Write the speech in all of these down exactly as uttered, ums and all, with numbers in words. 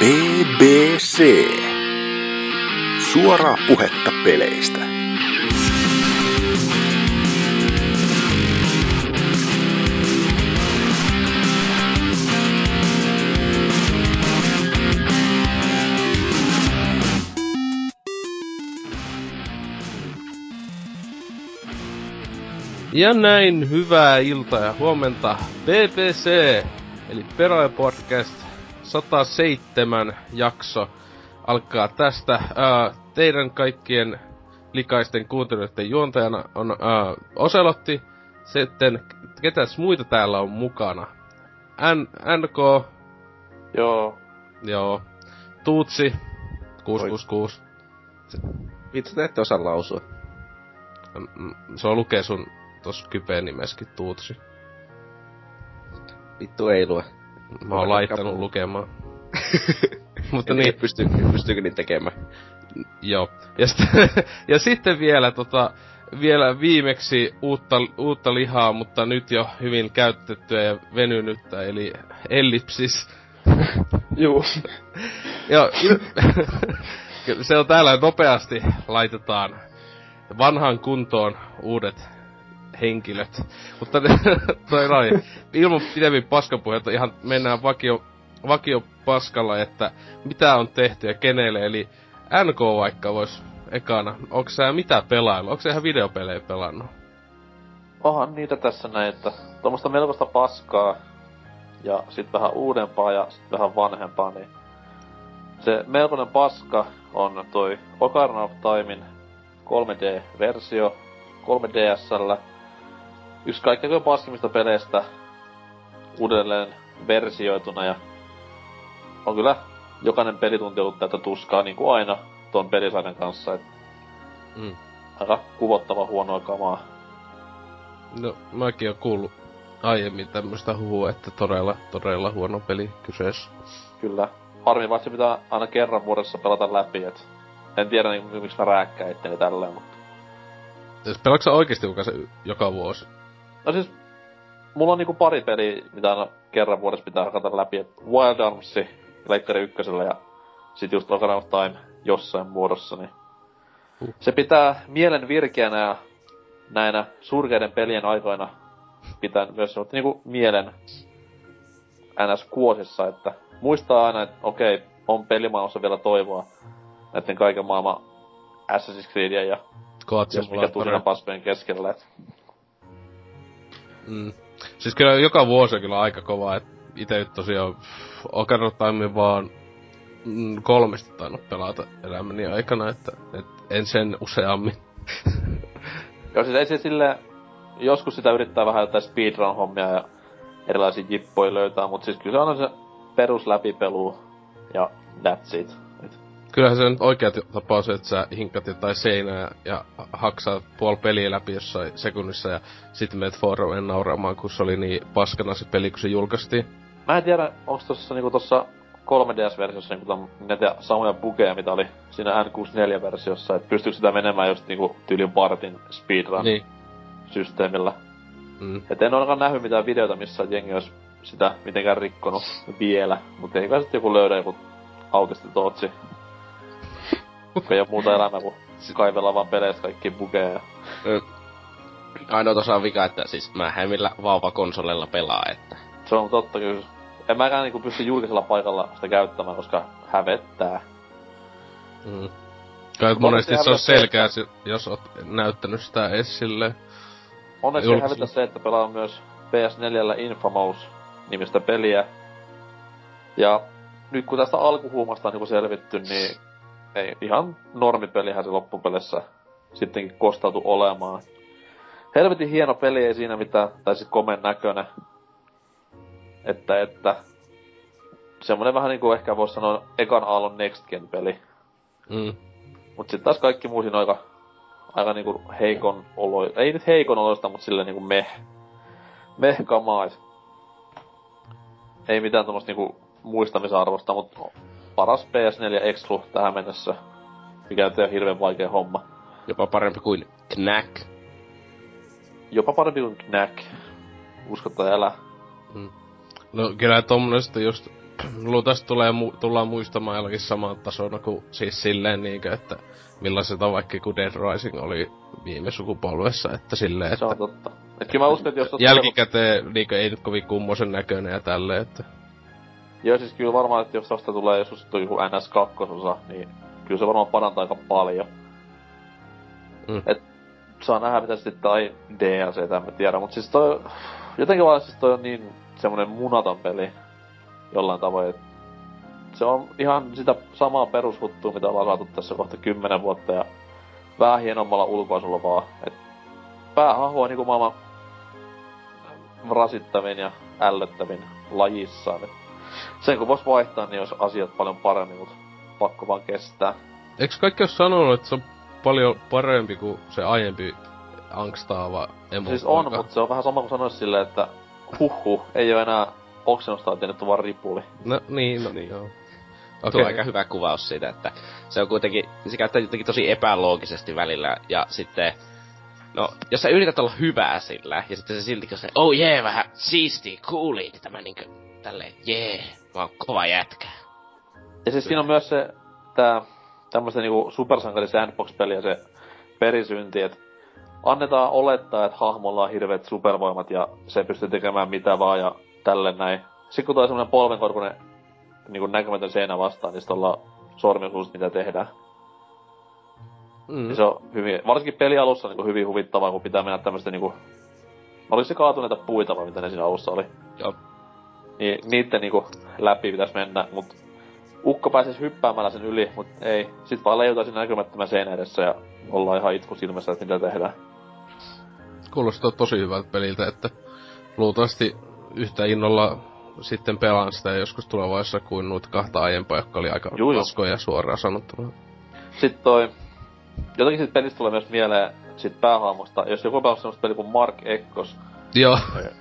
B B C. Suoraa puhetta peleistä. Ja näin, hyvää iltaa ja huomenta B B C, eli Pelaaja Podcast sata seitsemän jakso alkaa tästä. Ää, teidän kaikkien likaisten kuuntelijoiden juontajana on ää, Oselotti. Sitten, ketäs muita täällä on mukana? N- NK. Joo. Joo. Tuutsi. kuusi kuusi kuusi. Vitsi, te ette osaa lausua. Se on lukee sun tos kypeen nimeskin Tuutsi. Vittu ei lue. Mä oon laittanut lukemaan. Mutta niin. Pysty, pystyykö niin tekemään? Joo. Ja, sit, ja sitten vielä tota, vielä viimeksi uutta, uutta lihaa, mutta nyt jo hyvin käytettyä ja venynyttä, eli ellipsis. Juu. Joo. Se on täällä nopeasti laitetaan vanhaan kuntoon uudet henkilöt. Mutta toi noin, ilman pidemmin paskapuheita ihan mennään vakio, vakio paskalla, että mitä on tehty ja kenelle, eli N K vaikka vois ekana. Onks sä mitä pelailu? Onks sä ihan videopelejä pelannut? Onhan niitä tässä näin, että tuommoista melkoista paskaa ja sit vähän uudempaa ja sit vähän vanhempaa, niin se melkoinen paska on toi Ocarina of Timein kolme D-versio kolme D S:llä. Yksi kaikkein paskimmista peleistä uudelleen versioituna ja on kyllä jokainen pelitunti ollut tätä tuskaa niin kuin aina ton pelisarjan kanssa, et Mm. aika kuvottava huonoa kamaa. No, mäkin oon kuullut aiemmin tämmöstä huhua, että todella, todella huono peli kyseessä. Kyllä. Harmi vaan, se pitää aina kerran vuodessa pelata läpi, et en tiedä niin, miksi mä rääkkään itteni tälleen, mutta Siis pelaatko sä oikeesti se joka vuosi? no siis, mulla on niinku pari peliä, mitä aina kerran vuodessa pitää hakata läpi, et Wild Arms, Leikkari ykkösellä ja sit just Ocarina of Time jossain muodossa, niin Uh. se pitää mielen virkeänä ja näinä surkeiden pelien aikoina pitää myös semmoista niinku mielen ns. Kuosissa, että muistaa aina, että okei, on pelimaailmassa vielä toivoa näitten kaiken maailman Assassin's Creedien ja jos mikä tusina paspojen keskellä, et Mm. Siis kyllä joka vuosi on kyllä aika kova, et ite nyt tosiaan Ocarina of Time vaan mm, kolmesti tainnut pelata elämäni aikana, että et en sen useammin. Joo, siis ei se silleen, joskus sitä yrittää vähän jotain speedrun-hommia ja erilaisia jippoja löytää, mut siis kyllä se on se perus läpipelu ja that's it. Et Kyllähän se nyt oikea tapa on se, että sä hinkat jotain seinää ja haksaat puoli peliä läpi jossain sekunnissa ja sit meet foorumeen nauraamaan, kun se oli niin paskana se peli, kun se julkaistiin. Mä en tiedä, onks tossa niinku tossa kolme D S-versiossa niinku tam, näitä samoja bugeja, mitä oli siinä N kuusikymmentäneljä-versiossa, et pystyykö sitä menemään just niinku tyylin vartin speedrun-systeemillä. Niin. Mm. Et en olekaan nähnyt mitään videota, missä jengi ois sitä mitenkään rikkonut vielä, mut ei kai sit joku löydä joku autisti-tootsi. Ei oo muuta elämää, kun kaivellaan vaan peleistä kaikki bugeja. Ainoa tossa on vika, että siis mä hämillä vauvakonsolella pelaa, että Se on totta kyllä. En mäkään niinku pysty julkisella paikalla sitä käyttämään, koska hävettää. Mm. Kai monesti se on selkeä, se, jos oot näyttänyt sitä edes silleen. Onneksi ei hävetä se, että pelaa myös P S neljällä Infamous-nimistä peliä. Ja nyt kun tästä alkuhuumasta on niinku selvitty, niin ei, ihan normipelihän se loppupeleissä sittenkin kostautu olemaan. Helvetin hieno peli, ei siinä mitään, tai sit komeen näköinen. Että, että... Semmonen vähän niinku ehkä vois sanoa ekan aallon Next Gen peli. Mm. Mut sit taas kaikki muu siinä on aika, aika niinku heikon olo... Ei nyt heikon oloista, mut silleen niinku meh. Meh kamaa. Ei mitään tommoista niinku muistamisarvosta, mut paras P S neljä Exclu tähän mennessä. Mikä nyt ei oo hirveen vaikea homma. jopa parempi kuin Knack. Jopa parempi kuin Knack. Usko tai älä. Mm. No kyllä tommonen sitten just luultavasti tulee, mu- tullaan muistamaan jollakin saman tasona kuin siis silleen niinkö, että millaiset on vaikka kun Dead Rising oli viime sukupolvessa, että silleen, että... Se on totta. Et kyllä mä uskon, että jos... Jälkikäteen tulee... niinkö ei nyt kovin kummosen näköinen ja tälleen, että... Joo, siis kyllä varmaan, että jos tosta tulee joskus joku N S kaksi-osa, niin kyllä se varmaan parantaa aika paljon. Mm. Et saa nähdä mitä sitten, tai D L C, en mä tiedä, mut siis toi... Jotenkin vaan siis toi on niin semmonen munaton peli jollain tavoin, et se on ihan sitä samaa perushuttua, mitä ollaan saatu tässä kohta kymmenen vuotta ja vähän hienommalla ulkoasulla vaan. Et päähahmo on niinku maailman rasittavin ja ällöttävin lajissaan. Et sen kun vois vaihtaa, niin olisi asiat paljon paremmin, mut pakko vaan kestää. Eiks kaikki oo sanonut, että se on paljon parempi kuin se aiempi angstaava emo? Siis on, mut se on vähän sama kuin sanois silleen, että huhhuh, ei oo enää oksennusta on tehnyt vaan ripuli. No niin, no niin, joo. Okay. Tuo on aika hyvä kuvaus siitä, että se on kuitenkin, se käyttää jotenkin tosi epäloogisesti välillä, ja sitten, no, jos sä yrität olla hyvää sillä, ja sitten se siltikin on se, oh jee, yeah, vähän siistiä, cooli, niin tämä niinkö, tälleen, jee, yeah, mä oon kova jätkä. Ja siis siinä on myös se, tää, tämmöstä niinku supersankari sandbox-peli ja se perisynti, et annetaan olettaa, että hahmolla on hirveet supervoimat ja se pystyy tekemään mitä vaan ja tälleen näin. Sitten kun tulee semmonen polvenkorkunen niinku näkymätön seinä vastaan, niin sit ollaan sormiosuus, mitä tehdään. Mm. Niin se on hyvin, varsinkin pelialussa niinku hyvin huvittavaa, kun pitää mennä tämmöstä niinku... Oliko se kaatuneita puita vai mitä ne siinä alussa oli? Joo. Niin niitten niinku läpi pitäis mennä, mut ukko pääsis hyppäämällä sen yli, mut ei. Sit vaan leijutaan siinä näkymättömän seinä edessä ja ollaan ihan itku silmässä, että mitä tehdään. Kuulostaa tosi hyvältä peliltä, että luultavasti yhtä innolla sitten pelaan sitä joskus tulevaisuudessa kuin noita kahta aiempaa, jotka oli aika paskoja suoraan sanottuna. Sitten toi... Jotenkin sit pelistä tulee myös mieleen sit päähahmosta, jos joku pelaa semmoista peliä kuin Mark Ekkos. Joo.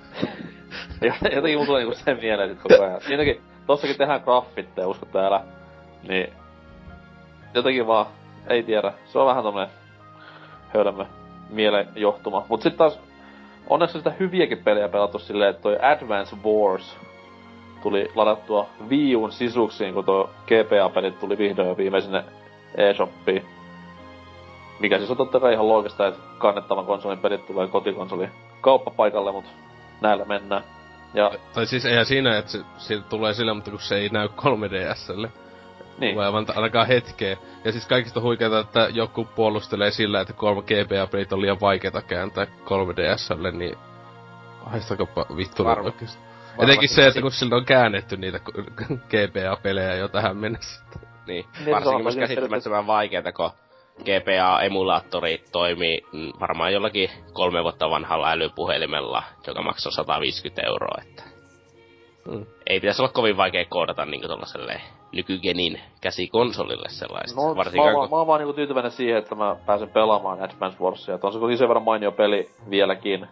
Ja jotenkin mun tulee niinku sen mieleen sit koko ajan. Siinäkin, tossakin tehdään graffitteja, usko täällä. Niin... Jotenkin vaan, ei tiedä. Se on vähän tommonen hölmö mielen johtuma. Mut sit taas... Onneksi sitä hyviäkin pelejä pelattu silleen, että toi Advance Wars tuli ladattua Wii U:n sisuksiin, kun tuo G P A-pelit tuli vihdoin ja viimein sinne eShopiin. Mikä siis on totta kai ihan loogista, että kannettavan konsolin pelit tulee kotikonsoli kauppapaikalle, mut näillä mennään. Ja... Tai siis eihän siinä, että se, siitä tulee sillä, mutta kun se ei näy kolme D S:lle. Niin. Tulee vaan ainakaan hetkeen. Ja siis kaikista huikeeta, että joku puolustelee sillä, että kolme G P A-pelit on liian vaikeeta kääntää kolme D S:lle, niin... Haistakapa vittu Varma. oikeesti. Etenkin se, että kun siltä on käännetty niitä G P A-pelejä jo tähän mennessä. Niin, varsinkin myös käsittämättömän vaikeeta, kun G P A-emulaattori toimii varmaan jollakin kolme vuotta vanhalla älypuhelimella, joka maksaa sata viisikymmentä euroa, että... Hmm. Ei pitäisi olla kovin vaikea koodata niinku tollaselle nykygenin käsikonsolille sellaista. No, varsinkaan, mä, kun... mä oon vaan niinku tyytyväinen siihen, että mä pääsen pelaamaan Advance Warsia. Et on se kuitenkin sen verran mainio peli vieläkin.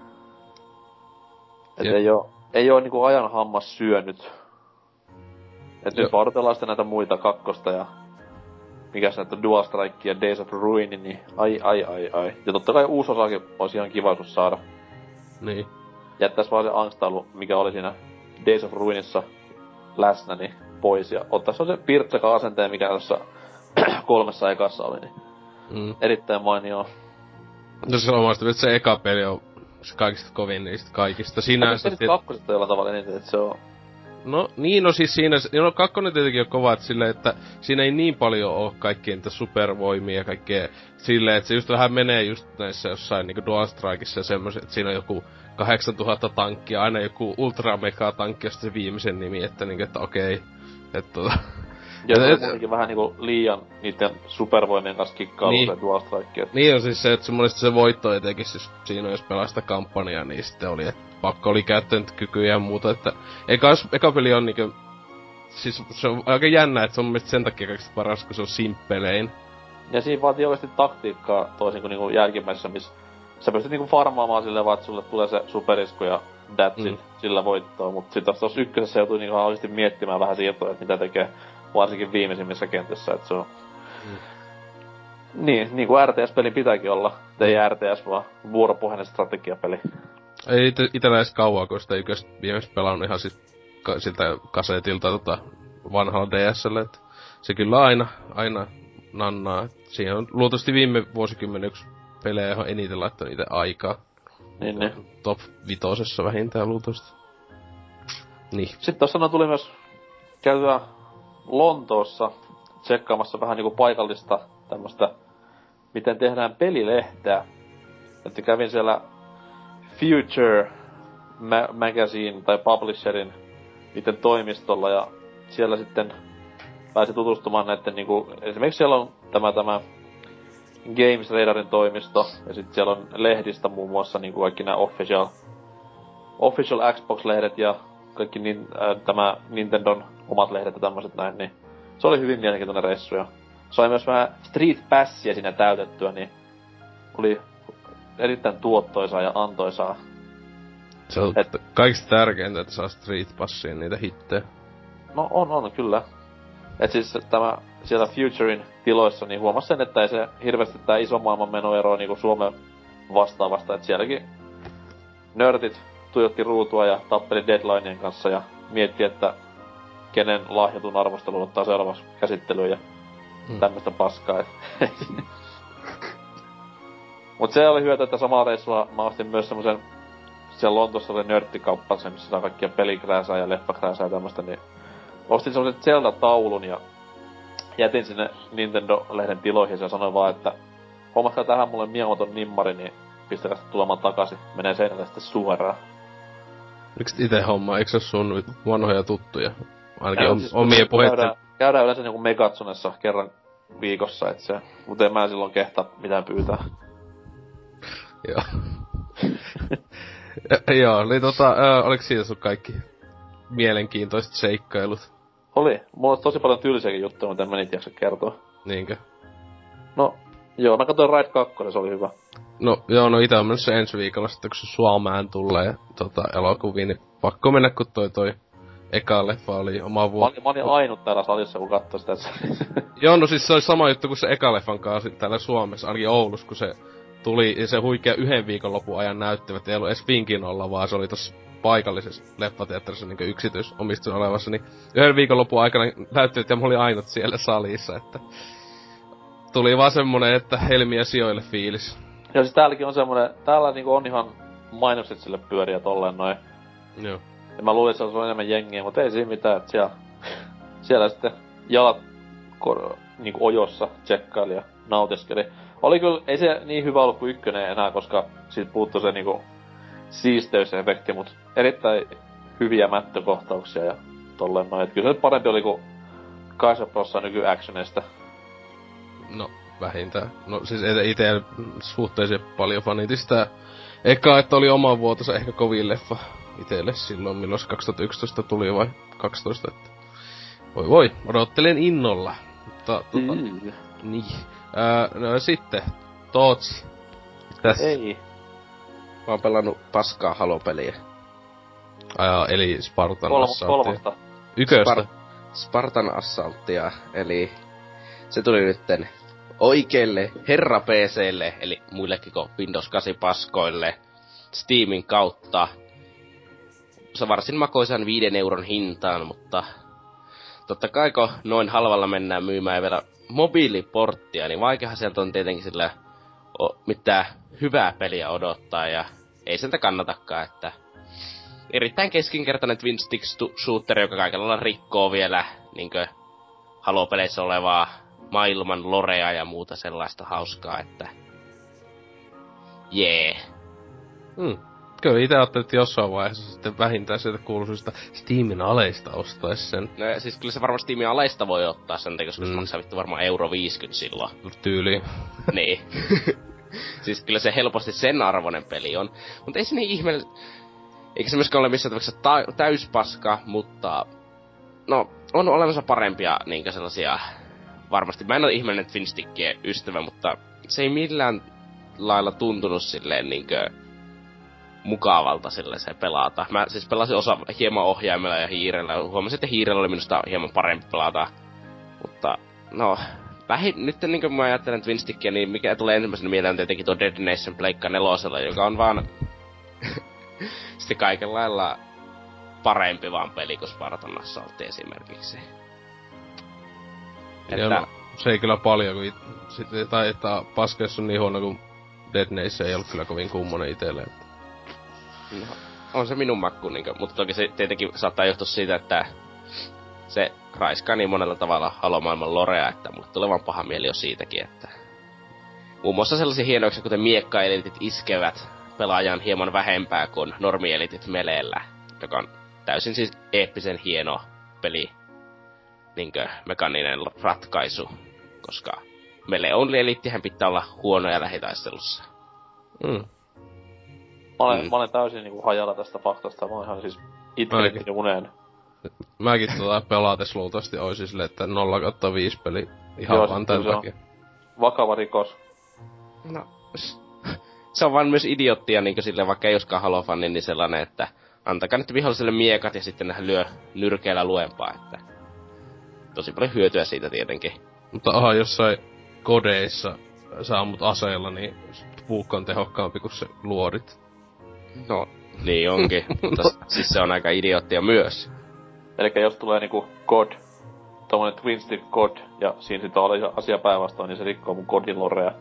Et ei oo, ei oo niinku ajan hammas syönyt. Et nyt odotellaan sitten näitä muita kakkosta ja... Mikäs näitä Dual Strike ja Days of Ruin, niin ai ai ai ai. Ja totta kai uusi osakin olisi ihan kivaisuus saada. Niin. Jättäis vaan se angstailu, mikä oli siinä Days of Ruinissa läsnä, niin pois. Ja ottais on se pirtsaka asenteen, mikä tässä kolmessa ekassa oli, niin mm. erittäin mainio. No se on omasta, että se eka peli on se kaikista kovin niistä kaikista. Sinänsä... Pelit kakkosesta jollain tavalla eniten, että se on... No niin, no siis siinä, no kakkonen tietenkin on kova, että silleen, että siinä ei niin paljon oo kaikkia niitä supervoimia ja kaikkea silleen, että se just vähän menee just näissä jossain niinku Dual Strikeissa ja semmoset, että siinä on joku kahdeksantuhatta tankkia, aina joku ultra mega tankki ja se viimeisen nimi, että niinku, että okei, että tota... Ja se on muutenkin vähän niinku liian niitten supervoimien kanssa kikkailu niin. Se Dual Strike. Et... Niin on siis se, että se monesti se voitto etenkin siis siinä, jos pelaa sitä kampanjaa, niin sitten oli, että pakko oli käyttökykyjä ja muuta, että eka, eka peli on niinku... Siis se on aika jännä, että se on mun mielestä sen takia kaikista paras, kun se on simppelein. Ja siinä vaatii oikeesti taktiikkaa toisin kuin niinku jälkimmäisessä, missä sä pystyt niinku farmaamaan silleen vaan, että sulle tulee se superisku ja that's it, mm. sillä voittoa. Mut sit tossa ykkösessä joutuu niinku oikeesti miettimään vähän siirtoja, että mitä tekee. Varsinkin viimeisimmissä kentissä, että se on... Mm. Niin, niin kuin R T S-peli pitääkin olla. Ei R T S, vaan vuoropohjainen strategiapeli. Ei ite, itellä edes kauaa, kun sitä yköstä viimeistä pelannut ihan sit ka- siltä kasetilta tota vanhalla D S L, että se kyllä aina, aina nannaa. Siihen on luultavasti viime vuosikymmenen yksi pelejä, johon eniten laittanut itse aikaa. Niin, niin. Top vitosessa vähintään luultavasti. Niin. Sitten tossa tuli myös käytyä Lontoossa tsekkaamassa vähän niinku paikallista tämmöstä, miten tehdään pelilehteä. Että kävin siellä Future ma- Magazine tai Publisherin niiden toimistolla ja siellä sitten pääsi tutustumaan näitten niinku, esimerkiksi siellä on tämä tämä Games Radarin toimisto ja sitten siellä on lehdistä muun muassa niinku kaikki nämä official official Xbox-lehdet ja kaikki niin, äh, tämä Nintendon omat lehdet ja tämmöset näin, niin se oli hyvin mielenkiintoinen reissu ja sai myös vähän Street Passia siinä täytettyä, niin oli erittäin tuottoisaa ja antoisaa. Se on Et, kaikista tärkeintä, että saa Street Passiin niitä hittejä. No on, on, kyllä. Et siis tämä siellä Futurein tiloissa, niin huomasin sen, että ei se hirveästi tää iso maailman menoero niinku Suomen vastaavasta, että sielläkin nörtit tuijotti ruutua ja tappeli deadlineen kanssa ja mietti, että kenen lahjatun arvostelu ottaa seuraavaksi käsittelyyn ja hmm. tämmöstä paskaa. Et mut se oli hyötä, että samalla reissulla mä ostin myös semmosen, siellä Lontoossa oli nörttikauppa, se missä saa kaikkia pelikrääsää ja leffakrääsää ja tämmöstä, niin ostin semmosen Zelda-taulun ja jätin sinne Nintendo-lehden tiloihin ja sanoin vaan, että hommatkaa tähän mulle miemoton nimmari, niin pistäkää sitten tulemaan takaisin. Menee seinälle sitten suoraan. Miksi ite hommaa? Eikö se oo sun vanhoja tuttuja? Ainakin om, siis, omien puheitten... Käydään, käydään yleensä niinku Megatsonessa kerran viikossa, et se... Mut en mä silloin kehtaa mitään pyytää. Joo. Joo, eli tota, ää, oliks siitä sun kaikki mielenkiintoiset seikkailut? Oli. Mulla oli tosi paljon tylsiäkin juttuja, mutta en mä niitä jaksa kertoa. Niinkö? No, joo, mä katsoin Ride kaksi, se oli hyvä. No, joo, no ite on menossa ensi viikolla sitten, kun se Suomään tulee tota, elokuviin, niin pakko mennä, kun toi toi eka leffa oli oma vuotta. Mä, mä olin ainut täällä salissa, kun katsoi sitä. Joo, no siis se oli sama juttu kuin se eka leffan kanssa täällä Suomessa, ainakin Oulussa, kun se tuli, ja se huikea yhden viikon lopun ajan näyttävät, ei ollut edes Finkin olla, vaan se oli tossa paikallisessa leffateatterissa niin yksityisomistus olevassa, niin yhden viikon lopun aikana näyttävät, ja mä olin ainut siellä salissa, että tuli vaan semmonen, että helmiä sijoille fiilis. Joo, siis täälläkin on semmonen, täällä niinku on ihan mainokset sille pyöriä tolleen noin. Joo. Ja mä luulin, että se on enemmän jengiä, mutta ei siinä mitään, että siellä, siellä sitten jalat kor, niinku ojossa tsekkaili ja nautiskeli. Oli kyllä, ei se niin hyvä ollut kuin ykkönen enää, koska siitä puuttui se niinku siisteysefekti, mut erittäin hyviä mättökohtauksia ja tolleen noin. Et kyllä se nyt parempi oli kuin Kaiser Brossa nyky-actionista. No, vähintään. No siis ite suhteellisen paljon fanitin sitä eka, että oli oma vuotonsa ehkä kovin leffa itelle silloin, milloin se kaksituhattayksitoista tuli vai kaksitoista, että voi voi, odottelen innolla. Mutta tota, mm. niin. Öö, no sitten, Tootsi. Tässä. Ei. Mä oon pelannut paskaa Halo-peliä. Ajaa, eli Spartan Kolm- Assaultia. Kolmosta. Yköstä. Spar- Spartan Assaultia, eli se tuli nytten oikeille herra P C:lle, eli muillekin kuin Windows kahdeksan paskoille, Steamin kautta. Se varsin makoisan viiden euron hintaan, mutta totta kai kun noin halvalla mennään myymään vielä mobiiliporttia, niin vaikeahan sieltä on tietenkin sillä o, mitään hyvää peliä odottaa, ja ei sieltä kannatakaan, että erittäin keskinkertainen twin stick shooter, joka kaikella lailla rikkoo vielä niinkö Halo-peleissä olevaa maailman lorea ja muuta sellaista hauskaa, että jee. Yeah. Hmm. Kyllä ite ajattelin, että jossain vaiheessa sitten vähintään sieltä kuuluisista Steamin aleista ostaisi sen. No siis kyllä se varmaan Steamin aleista voi ottaa sen, koska mm. se maksaa vittu varmaan euro viisikymmentä silloin. Tyyliin. Niin. Siis kyllä se helposti sen arvoinen peli on. Mutta ei se niin ihmeellistä. Eikä se myöskään ole missään tapauksessa ta- täyspaska, mutta no, on olemassa parempia niinkö sellaisia, varmasti. Mä en ole ihmeellinen Twin Stickien ystävä, mutta se ei millään lailla tuntunut silleen niinkö mukavalta silleen se pelata. Mä siis pelasin osa hieman ohjaimella ja hiirellä. Huomasin, että hiirellä oli minusta hieman parempi pelata. Mutta no, vähin, nyt niin kuin mä ajattelen Twin Stickia, niin mikä tulee ensimmäisenä mieleen tietenkin tuo Dead Nation Pleikka nelosella, joka on vaan sitten kaiken lailla parempi vaan peli kuin Spartan Assault esimerkiksi. Että... No, se ei kyllä paljon, kun it... Sitten, tai että Paskeus on niin huono kuin Dead Nation ei ollut kyllä kovin kummonen itelle. Että... No, on se minun makku, niinkö, mutta toki se tietenkin saattaa johtua siitä, että se raiskaa niin monella tavalla Halo-maailman lorea, että mulle tulee vaan paha mieli jo siitäkin, että... Muun muassa sellaisia hienouksia, kuten miekkaelitit iskevät pelaajan hieman vähempää kuin normielitit meleellä, joka on täysin siis eeppisen hieno peli, niinkö, mekaninen ratkaisu, koska melee only elittihän pitää olla huonoja lähitaistelussa. Mm. Mä olen, mm. mä olen täysin niinku hajalla tästä faktasta, mä olen ihan siis itkenyt jo uneen. Mäkin tota pelaates luultavasti oisin silleen, että nolla kautta viisi peli ihan joo, vaan tän takia. Vakava rikos. No, se on vaan myös idiottia niinkö silleen, vaikka ei olisikaan Halo-fanni, niin sellainen, että antakaa nyt viholliselle miekat ja sitten nehän lyö nyrkeillä luempaa, että tosi paljon hyötyä siitä tietenkin. Mutta aha, jossain kodeissa sä ammut aseella, niin puukko on tehokkaampi kuin se luodit. No, niin onkin, mutta siis se on aika idioottia myös. Elikkä jos tulee niinku God, tommonen Twin Stick God, ja siinä sit on asia päinvastoin, niin se rikkoo mun Godin lorea.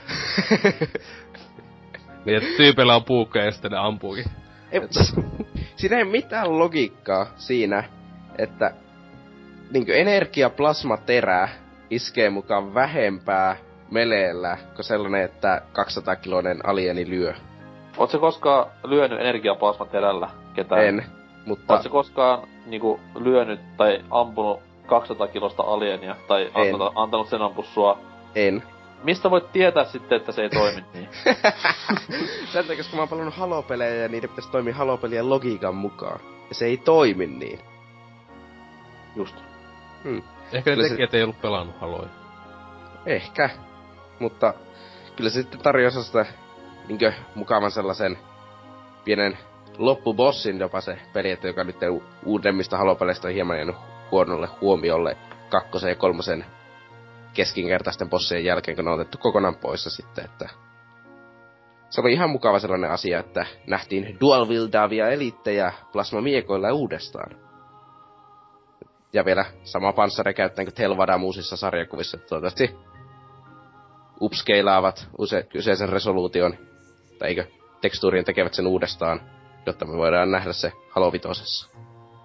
Niin, että tyypeillä on puukkoja ja sitten ne ampuukin. Ei, siinä ei mitään logiikkaa siinä, että niinkö energiaplasmaterä iskee mukaan vähempää meleellä kuin sellainen, että kaksisataa kiloinen alieni lyö. Oot sä koskaan lyönyt energiaplasmaterällä ketään? En, mutta... Oot sä koskaan niinku lyönyt tai ampunut kaksisataa kilosta alienia tai antanut, antanut sen ampua sua? En. Mistä voit tietää sitten, että se ei toimi niin? Sen takia, koska mä oon pelannut Halo-pelejä ja niiden pitäisi toimia Halo-pelien logiikan mukaan. Ja se ei toimi niin. Just. Hmm. Ehkä ne tekijät se... ei ollut pelannut Haloja. Ehkä. Mutta kyllä se sitten tarjoaa sitä niinkö mukavan sellaisen pienen loppubossin jopa se peli, että joka nyt uudemmista Halo-peleistä on hieman jäänyt huonolle huomiolle kakkosen ja kolmosen keskinkertaisten bossien jälkeen, kun ne on otettu kokonaan poissa sitten, että... Se oli ihan mukava sellainen asia, että nähtiin dual-wildaavia elittejä plasmamiekoilla uudestaan. Ja vielä sama panssari käyttäen kuin Telvadam uusissa sarjakuvissa, että toivottavasti upscalaavat use, kyseisen resoluution, tai eikö tekstuurien tekevät sen uudestaan, jotta me voidaan nähdä se Halo vitosessa.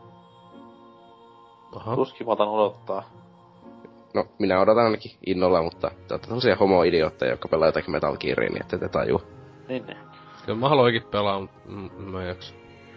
Aha. Tuskin mä otan odottaa. No, minä odotan ainakin innolla, mutta te ootte tommosia homo-idiootteja, jotka pelaa jotakin Metal Gearia, niin ette te tajuu. Niin, niin. Kyllä mä haluankin pelaa, mutta mä en jaksa.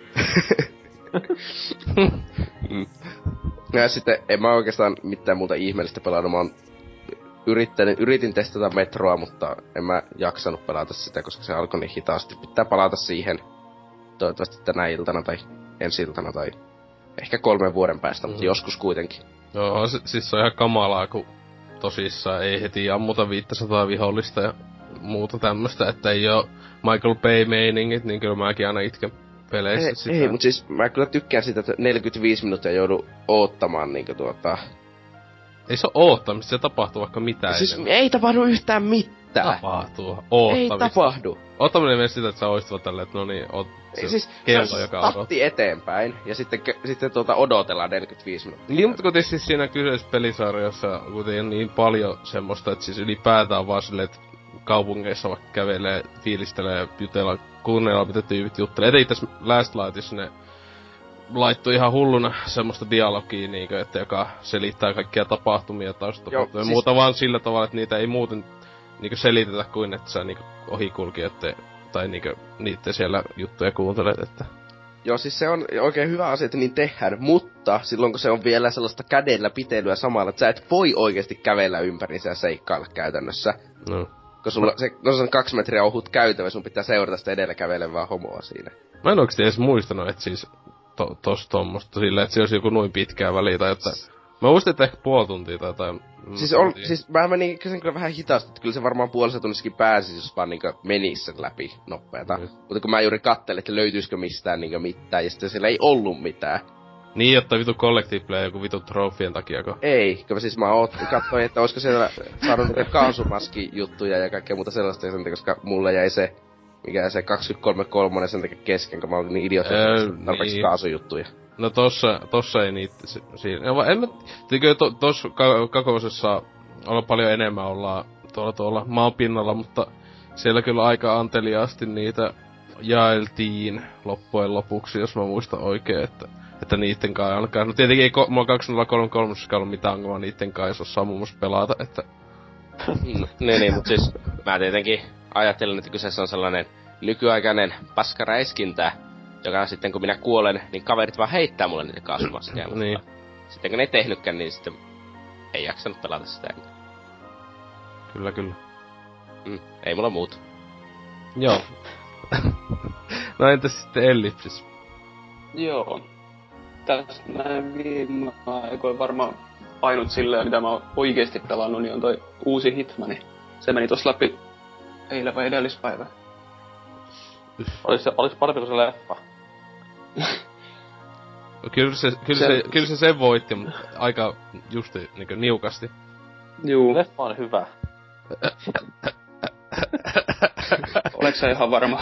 mm. Ja sitten en mä oikeastaan mitään muuta ihmeellistä pelannut. Mä oon yrittänyt, yritin testata Metroa, mutta en mä jaksanut pelata sitä, koska se alkoi niin hitaasti. Pitää palata siihen toivottavasti tänä iltana tai ensi iltana tai ehkä kolmen vuoden päästä, mm. mutta joskus kuitenkin. Joo, se, siis se on ihan kamalaa, kun tosissaan ei heti ammuta viisisataa vihollista ja muuta tämmöstä, että ei oo Michael Bay-meiningit, niin kyllä mäkin aina itken peleissä ei, sitä. Ei, mut siis mä kyllä tykkään sitä, että neljäkymmentäviisi minuuttia joudu oottamaan niinku tuota... Ei se oo oottamista, se tapahtuu vaikka mitään. Siis enemmän. Ei tapahdu yhtään mitään. Tapahtuu, oottamista. Ei tapahdu. Oottaminen myös sitä, että sä oistuvat tälleen, että no niin, oot se siis, kello, se joka odottaa. odottaa. Eteenpäin, ja sitten, sitten tuota odotellaan neljäkymmentäviisi minuuttia. Niin, mutta kuitenkin siis siinä kyseisessä pelisarjassa kuitenkin on niin paljon semmoista, että siis ylipäätään vaan silleen, että kaupungeissa vaikka kävelee, fiilistelee, jutella, kuunnellaan, mitä tyypit juttelee. Et itse Last Lightissa ne laittoi ihan hulluna semmoista dialogia, niinkö, että joka selittää kaikkia tapahtumia taustapahtumia ja siis... muuta vaan sillä tavalla, että niitä ei muuten niinkö selitetä kuin, että sä niinkö ohikulkijat tai niinkö niitten siellä juttuja kuuntelet, että... Joo, siis se on oikein hyvä asia, että niin tehdään, mutta silloin kun se on vielä sellaista kädellä pitelyä samalla, että sä et voi oikeesti kävellä ympäriinsä ja seikkailla käytännössä. No. Kun sulla se, no se on kaksi metriä ohut käytävä, sun pitää seurata sitä edellä kävelevää homoa siinä. Mä en oikeesti edes muistanut, että siis to, tos tommosta silleen, että se olisi joku noin pitkää väliä tai jotain. Mä muistin, että ehkä puoli tuntia tai jotain. Siis, on, siis mä menin sen kyllä vähän hitaasti, että kyllä se varmaan puolessa tunnissakin pääsisi, jos vaan niinkö menis sen läpi nopeeta. Mm. Mutta kun mä juuri kattelin, että löytyisikö mistään niinkö mitään, ja sitten siellä ei ollut mitään. Niin, jotta vitu Collective Play joku vitu trofien takiako? Ei, kyllä siis mä oot, katsoin, että olisiko siellä saanut niitä kaasumaski-juttuja ja kaikkea muuta sellaista, sen takia, koska mulle jäi se, mikä se kaksikymmentäkolme kolme sen takia kesken, kun mä olin niin idiootti, öö, tarpeeksi niin. Kaasujuttuja. No tossa, tossa ei niitä si- siinä. Ja va- en mä, tiedätkö to, tossa ka- kakosessa olla paljon enemmän ollaan tuolla tuolla maanpinnalla, mutta siellä kyllä aika anteliaasti niitä jaeltiin loppujen lopuksi, jos mä muistan oikein, että, että niitten kai alkaa. No tietenkin ei ko- mulla kaksituhattakolmekymmentäkolme ollut mitään ongelmaa niitten kai, jos osaa muun muassa pelata, että... No, niin, niin, mut siis mä tietenkin ajattelen, että kyseessä on sellainen nykyaikainen paskaräiskintä, joka sitten kun minä kuolen, niin kaverit vaan heittää mulle niitä kaasumaskeja, mutta niin. sitten kun ne ei tehnytkään, niin sitten ei jaksanut pelata sitä. Kyllä, kyllä. Mm, ei mulla muuta. Joo. No entäs sitten Ellipsis? Joo. Tästä näin viime aikoina varmaan ainut silleen, mitä mä oon oikeesti pelannut, niin on toi uusi Hitmani. Se meni tossa läpi eilen vai edellispäivä. Olis se, olis parempi kuin se leffa? No, kyllä se, kyllä se, se, kyllä se sen voitti, mutta aika justi niinku niukasti. Juu. Leffa on hyvä. Oleks sä ihan varma?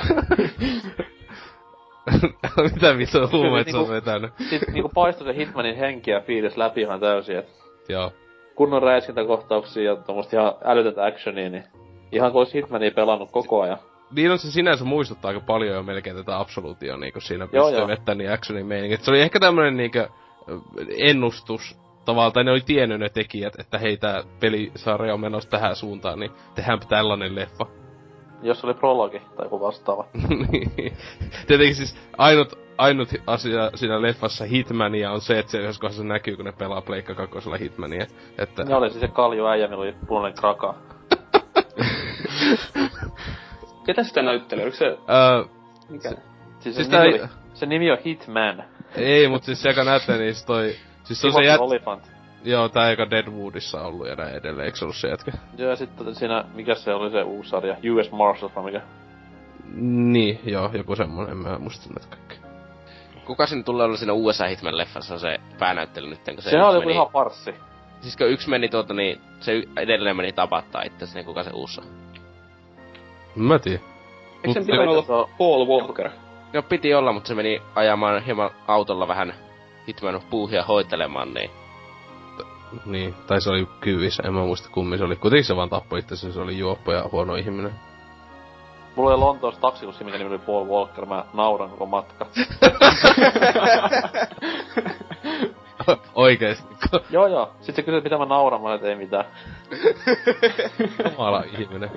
Mitä vittua huumeet niinku, sä oot vetänyt? Sit niinku paistoi se Hitmanin henki ja fiilis läpi ihan täysin, et... Joo. Kunnon räiskintäkohtauksia ja tommoista ihan älytöntä actionia, niin... Ihan kuin ois Hitmania pelannut koko ajan. Niin on se sinänsä muistuttaa aika paljon jo melkein tätä Absolutia niinku siinä Joo, pystyy joo. vettämään niin actionin meininki. Se oli ehkä tämmönen niinku ennustus tavallaan, tai ne oli tiennyt ne tekijät, että hei tää pelisarja on menossa tähän suuntaan, niin tehdäänpä tällainen leffa. Jos oli prologi tai joku vastaava. Niin. Tietenkin siis ainut, ainut asia siinä leffassa Hitmania on se, että se yhdessä kohdassa näkyy, kun ne pelaa Pleikka kakkosella Hitmania. Että... Ne oli siis se kalju äijä, millä oli punainen kraka. Ketä sitä näyttelee? Oliko se... Öö, Mikä? Siis, Siis se, tää nimi ei- oli, se nimi on Hitman. ei, mut siis se joka näyttää niistä toi... Siis se on se Timothy jät... Olyphant. Joo, tää joka Deadwoodissa ollut ja näin edelleen, eikö se ollut se jätkä? Joo, ja sitten siinä, mikä se oli se uusi sarja? U S Marshals vai mikä? Niin, joo, joku semmonen, en mä muista näitä kaikkea. Kuka sinne tulee olla siinä U S A Hitman-leffassa se päänäyttely nyt, kun se Sehän yksi oli joku meni... ihan farssi. Siis kun yksi meni tuota, niin se y- edelleen meni tapattaa itse, niin kuka se uusi on? Mä tiedän. Eikö sen Mut- pitänyt olla se on- Paul Walker? No piti olla, mutta se meni ajamaan hieman autolla vähän Hitman puuhia hoitelemaan, niin... Niin, tai se oli kyvissä, en mä muista kummin se oli. Kuitenkin se vaan tappoi itsensä, se oli juoppo ja huono ihminen. Mulla oli Lontoossa taksikussi, mikä nimi oli Paul Walker, mä nauran koko matka. Oikeesti. Joo joo, sit se kysyi mitä mä nauran, mä et ei mitään. Kamala ihminen.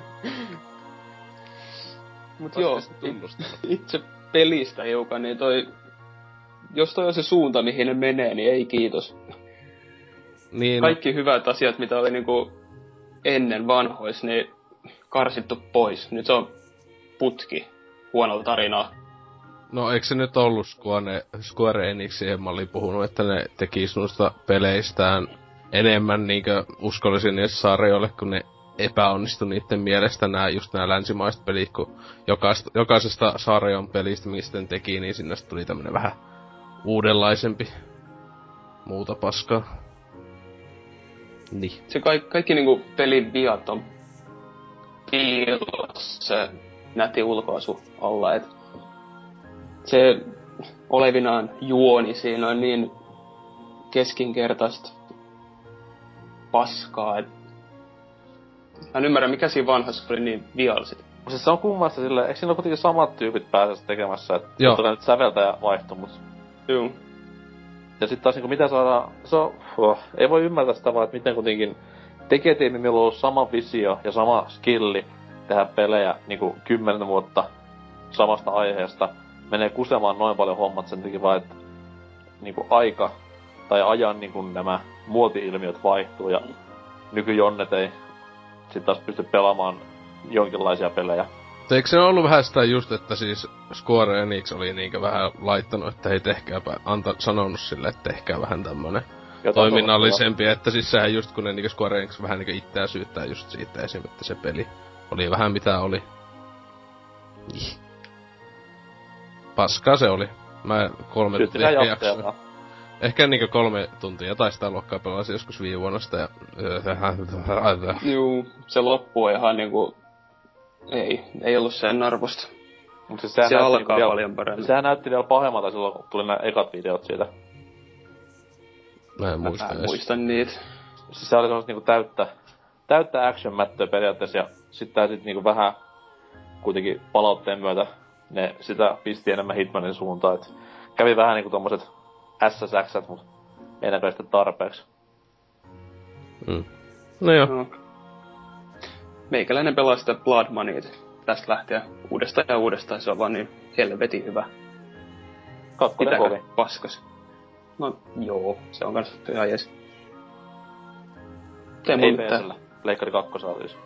Mut Olisiko joo, se tunnustanut? itse pelistä hiukan, niin toi... Jos toi on se suunta, mihin ne menee, niin ei kiitos. Niin, Kaikki hyvät asiat, mitä oli niinku ennen vanhois, niin karsittu pois. Nyt se on putki huonoa tarinaa. no eikö se nyt ollut Square, Square Enixin Emma oli puhunut, että ne tekis noista peleistään enemmän niinkö uskollisin niille sarjoille, kun ne epäonnistui niitten mielestä nää, just nää länsimaiset pelit, kun jokaista, jokaisesta sarjan pelistä, mistä ne teki, niin sinne tuli tämmönen vähän uudenlaisempi muuta paskaa. Niin. Se ka- kaikki niinku pelin viat on piilossa se nätti ulkoasu alla, et se olevinaan juoni siinä on niin keskinkertaista paskaa, et mä en ymmärrä mikä siinä vanhassa oli niin vialliset. Siis se on kummasta silleen, eikö siinä ole kuitenkin samat tyypit pääsessä tekemässä, et Joo. tulee nyt säveltäjä vaihtuu, mut... Juu. Ja sit taas niinku mitä saadaan, se on, oh, ei voi ymmärtää sitä vaan, että miten kuitenkin tekijätiimi, millä on ollut sama visio ja sama skilli tehdä pelejä niinku kymmenen vuotta samasta aiheesta, menee kusemaan noin paljon hommat sen takia vaan, että niinku aika tai ajan niinku nämä muoti-ilmiöt vaihtuu ja nykyjonnet ei sit taas pysty pelaamaan jonkinlaisia pelejä. Eikö se ollut vähän sitä just, että siis Square Enix oli niinkö vähän laittanut, että hei tehkääpä, anta, sanonut sille, että tehkää vähän tämmönen Jotain toiminnallisempi, että siis sehän just kun ne niinkö Square Enix vähän niinkö itseään syyttää just siitä esim, että se peli oli vähän mitä oli. Ih. Paskaa se oli. Mä kolme Syytti tuntia sä ehkä johtajaa. jaksoin. Ehkä niinkö kolme tuntia tai sitä luokkaa pelasin joskus viime vuonna sitä ja... Juu, se loppu on ihan niinku... Ei, ei ollut sen arvosta. Mut siis sehän Se näytti alkaa vielä, paljon paremmin. sehän näytti vielä pahemmalta silloin, kun tuli nää ekat videot siitä. Mä en muista Mä edes. muistan niitä. Siis se oli semmoista niinku täyttä, täyttä action-mättöä periaatteessa, ja sit tää sit niinku vähän kuitenkin palautteen myötä ne sitä pisti enemmän Hitmanin suuntaan, et kävi vähän niinku tommoset S S X:t, mut ei näköi sitten tarpeeksi. Mm. No joo. No. Meikäläinen pelaa sitä Blood Moneyt tästä lähtien uudestaan ja uudestaan. Se on vaan niin helvetin hyvä. Kakkonen Mitäkö kovin. paskas? No joo, se on kans ihan jees. Ei Ei mun mitään. P S:llä. Pleikkari kakkosella siis.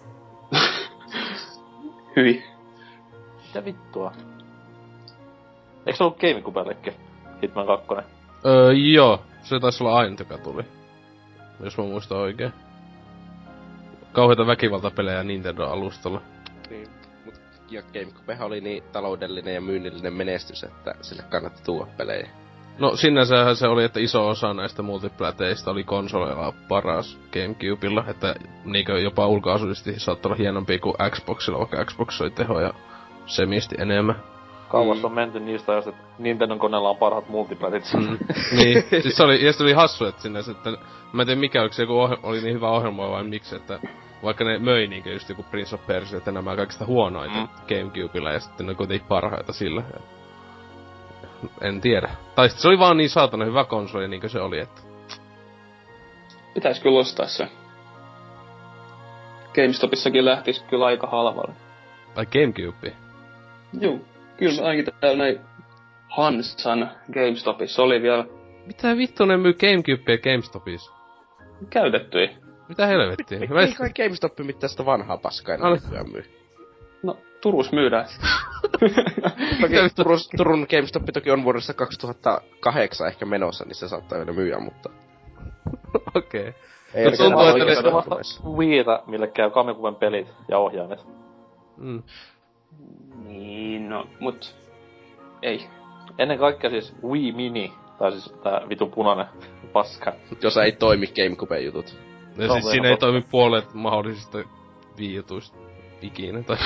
Hyi. Mitä vittua? Eiks se ollut GameCubellekin? Hitman kakkonen. Öö, joo. Se taisi olla ainut, joka tuli. Jos mä muistan oikein. Kauheita väkivaltapelejä Nintendo-alustalla. Niin, mut ja GameCubehan oli niin taloudellinen ja myynnillinen menestys, että sille kannatti tuoda pelejä. No sinänsähän se oli, että iso osa näistä multiplateista oli konsoleilla paras GameCubella, että niinkö jopa ulkoasuisesti saattoi olla hienompi kuin Xboxilla, vaikka Xbox oli tehoja semisti enemmän. Kauas Mm. on menty niistä ajasta, että Nintendon koneella on parhaat multiplatit. Mm. Niin, siis se oli, ja se oli hassu, että sinne, että mä en tiedä mikä, oliko se joku ohel- oli niin hyvä ohjelma vai miksi, että vaikka ne möi niinkö just joku Prince of Persia, että nämä kaikista huonoita Mm. GameCubella ja sitten ne kuitenkin parhaita sillä. Ja en tiedä. Tai sitten se oli vaan niin saatana hyvä konsoli niinkö se oli, että Pitäis kyllä ostaa se. GameStopissakin lähtis kyllä aika halvalla. tai GameCube. Juu. Kyllä ainakin täällä näin Hansan GameStopissa oli vielä Mitä vittu ne myy GameCubea GameStopissa? käytettyjä. Mitä helvettiä? Ei, Mä ei kai GameStop mitään sitä vanhaa paskaa enää Oli- nykyään myy. No, Turus myydään. Toki Turun, Turun GameStop toki on vuodessa kaksituhattakahdeksan ehkä menossa, niin se saattaa vielä myyä, mutta... Okei. Okay. Ei Mut ainakaan tuntuu, että oikeassa ne- Turkuissa. Wiita, mille käy Kamikuben pelit ja ohjaimet. Mm. Niin, no, mut... Ei. Ennen kaikkea siis Wii Mini, tai siis tää vitun punainen paska. Jos ei toimi GameCuben jutut. Ja Se on siis ihan siinä ei totta. toimi puolet mahdollisista viijutuista ikinä. Tai,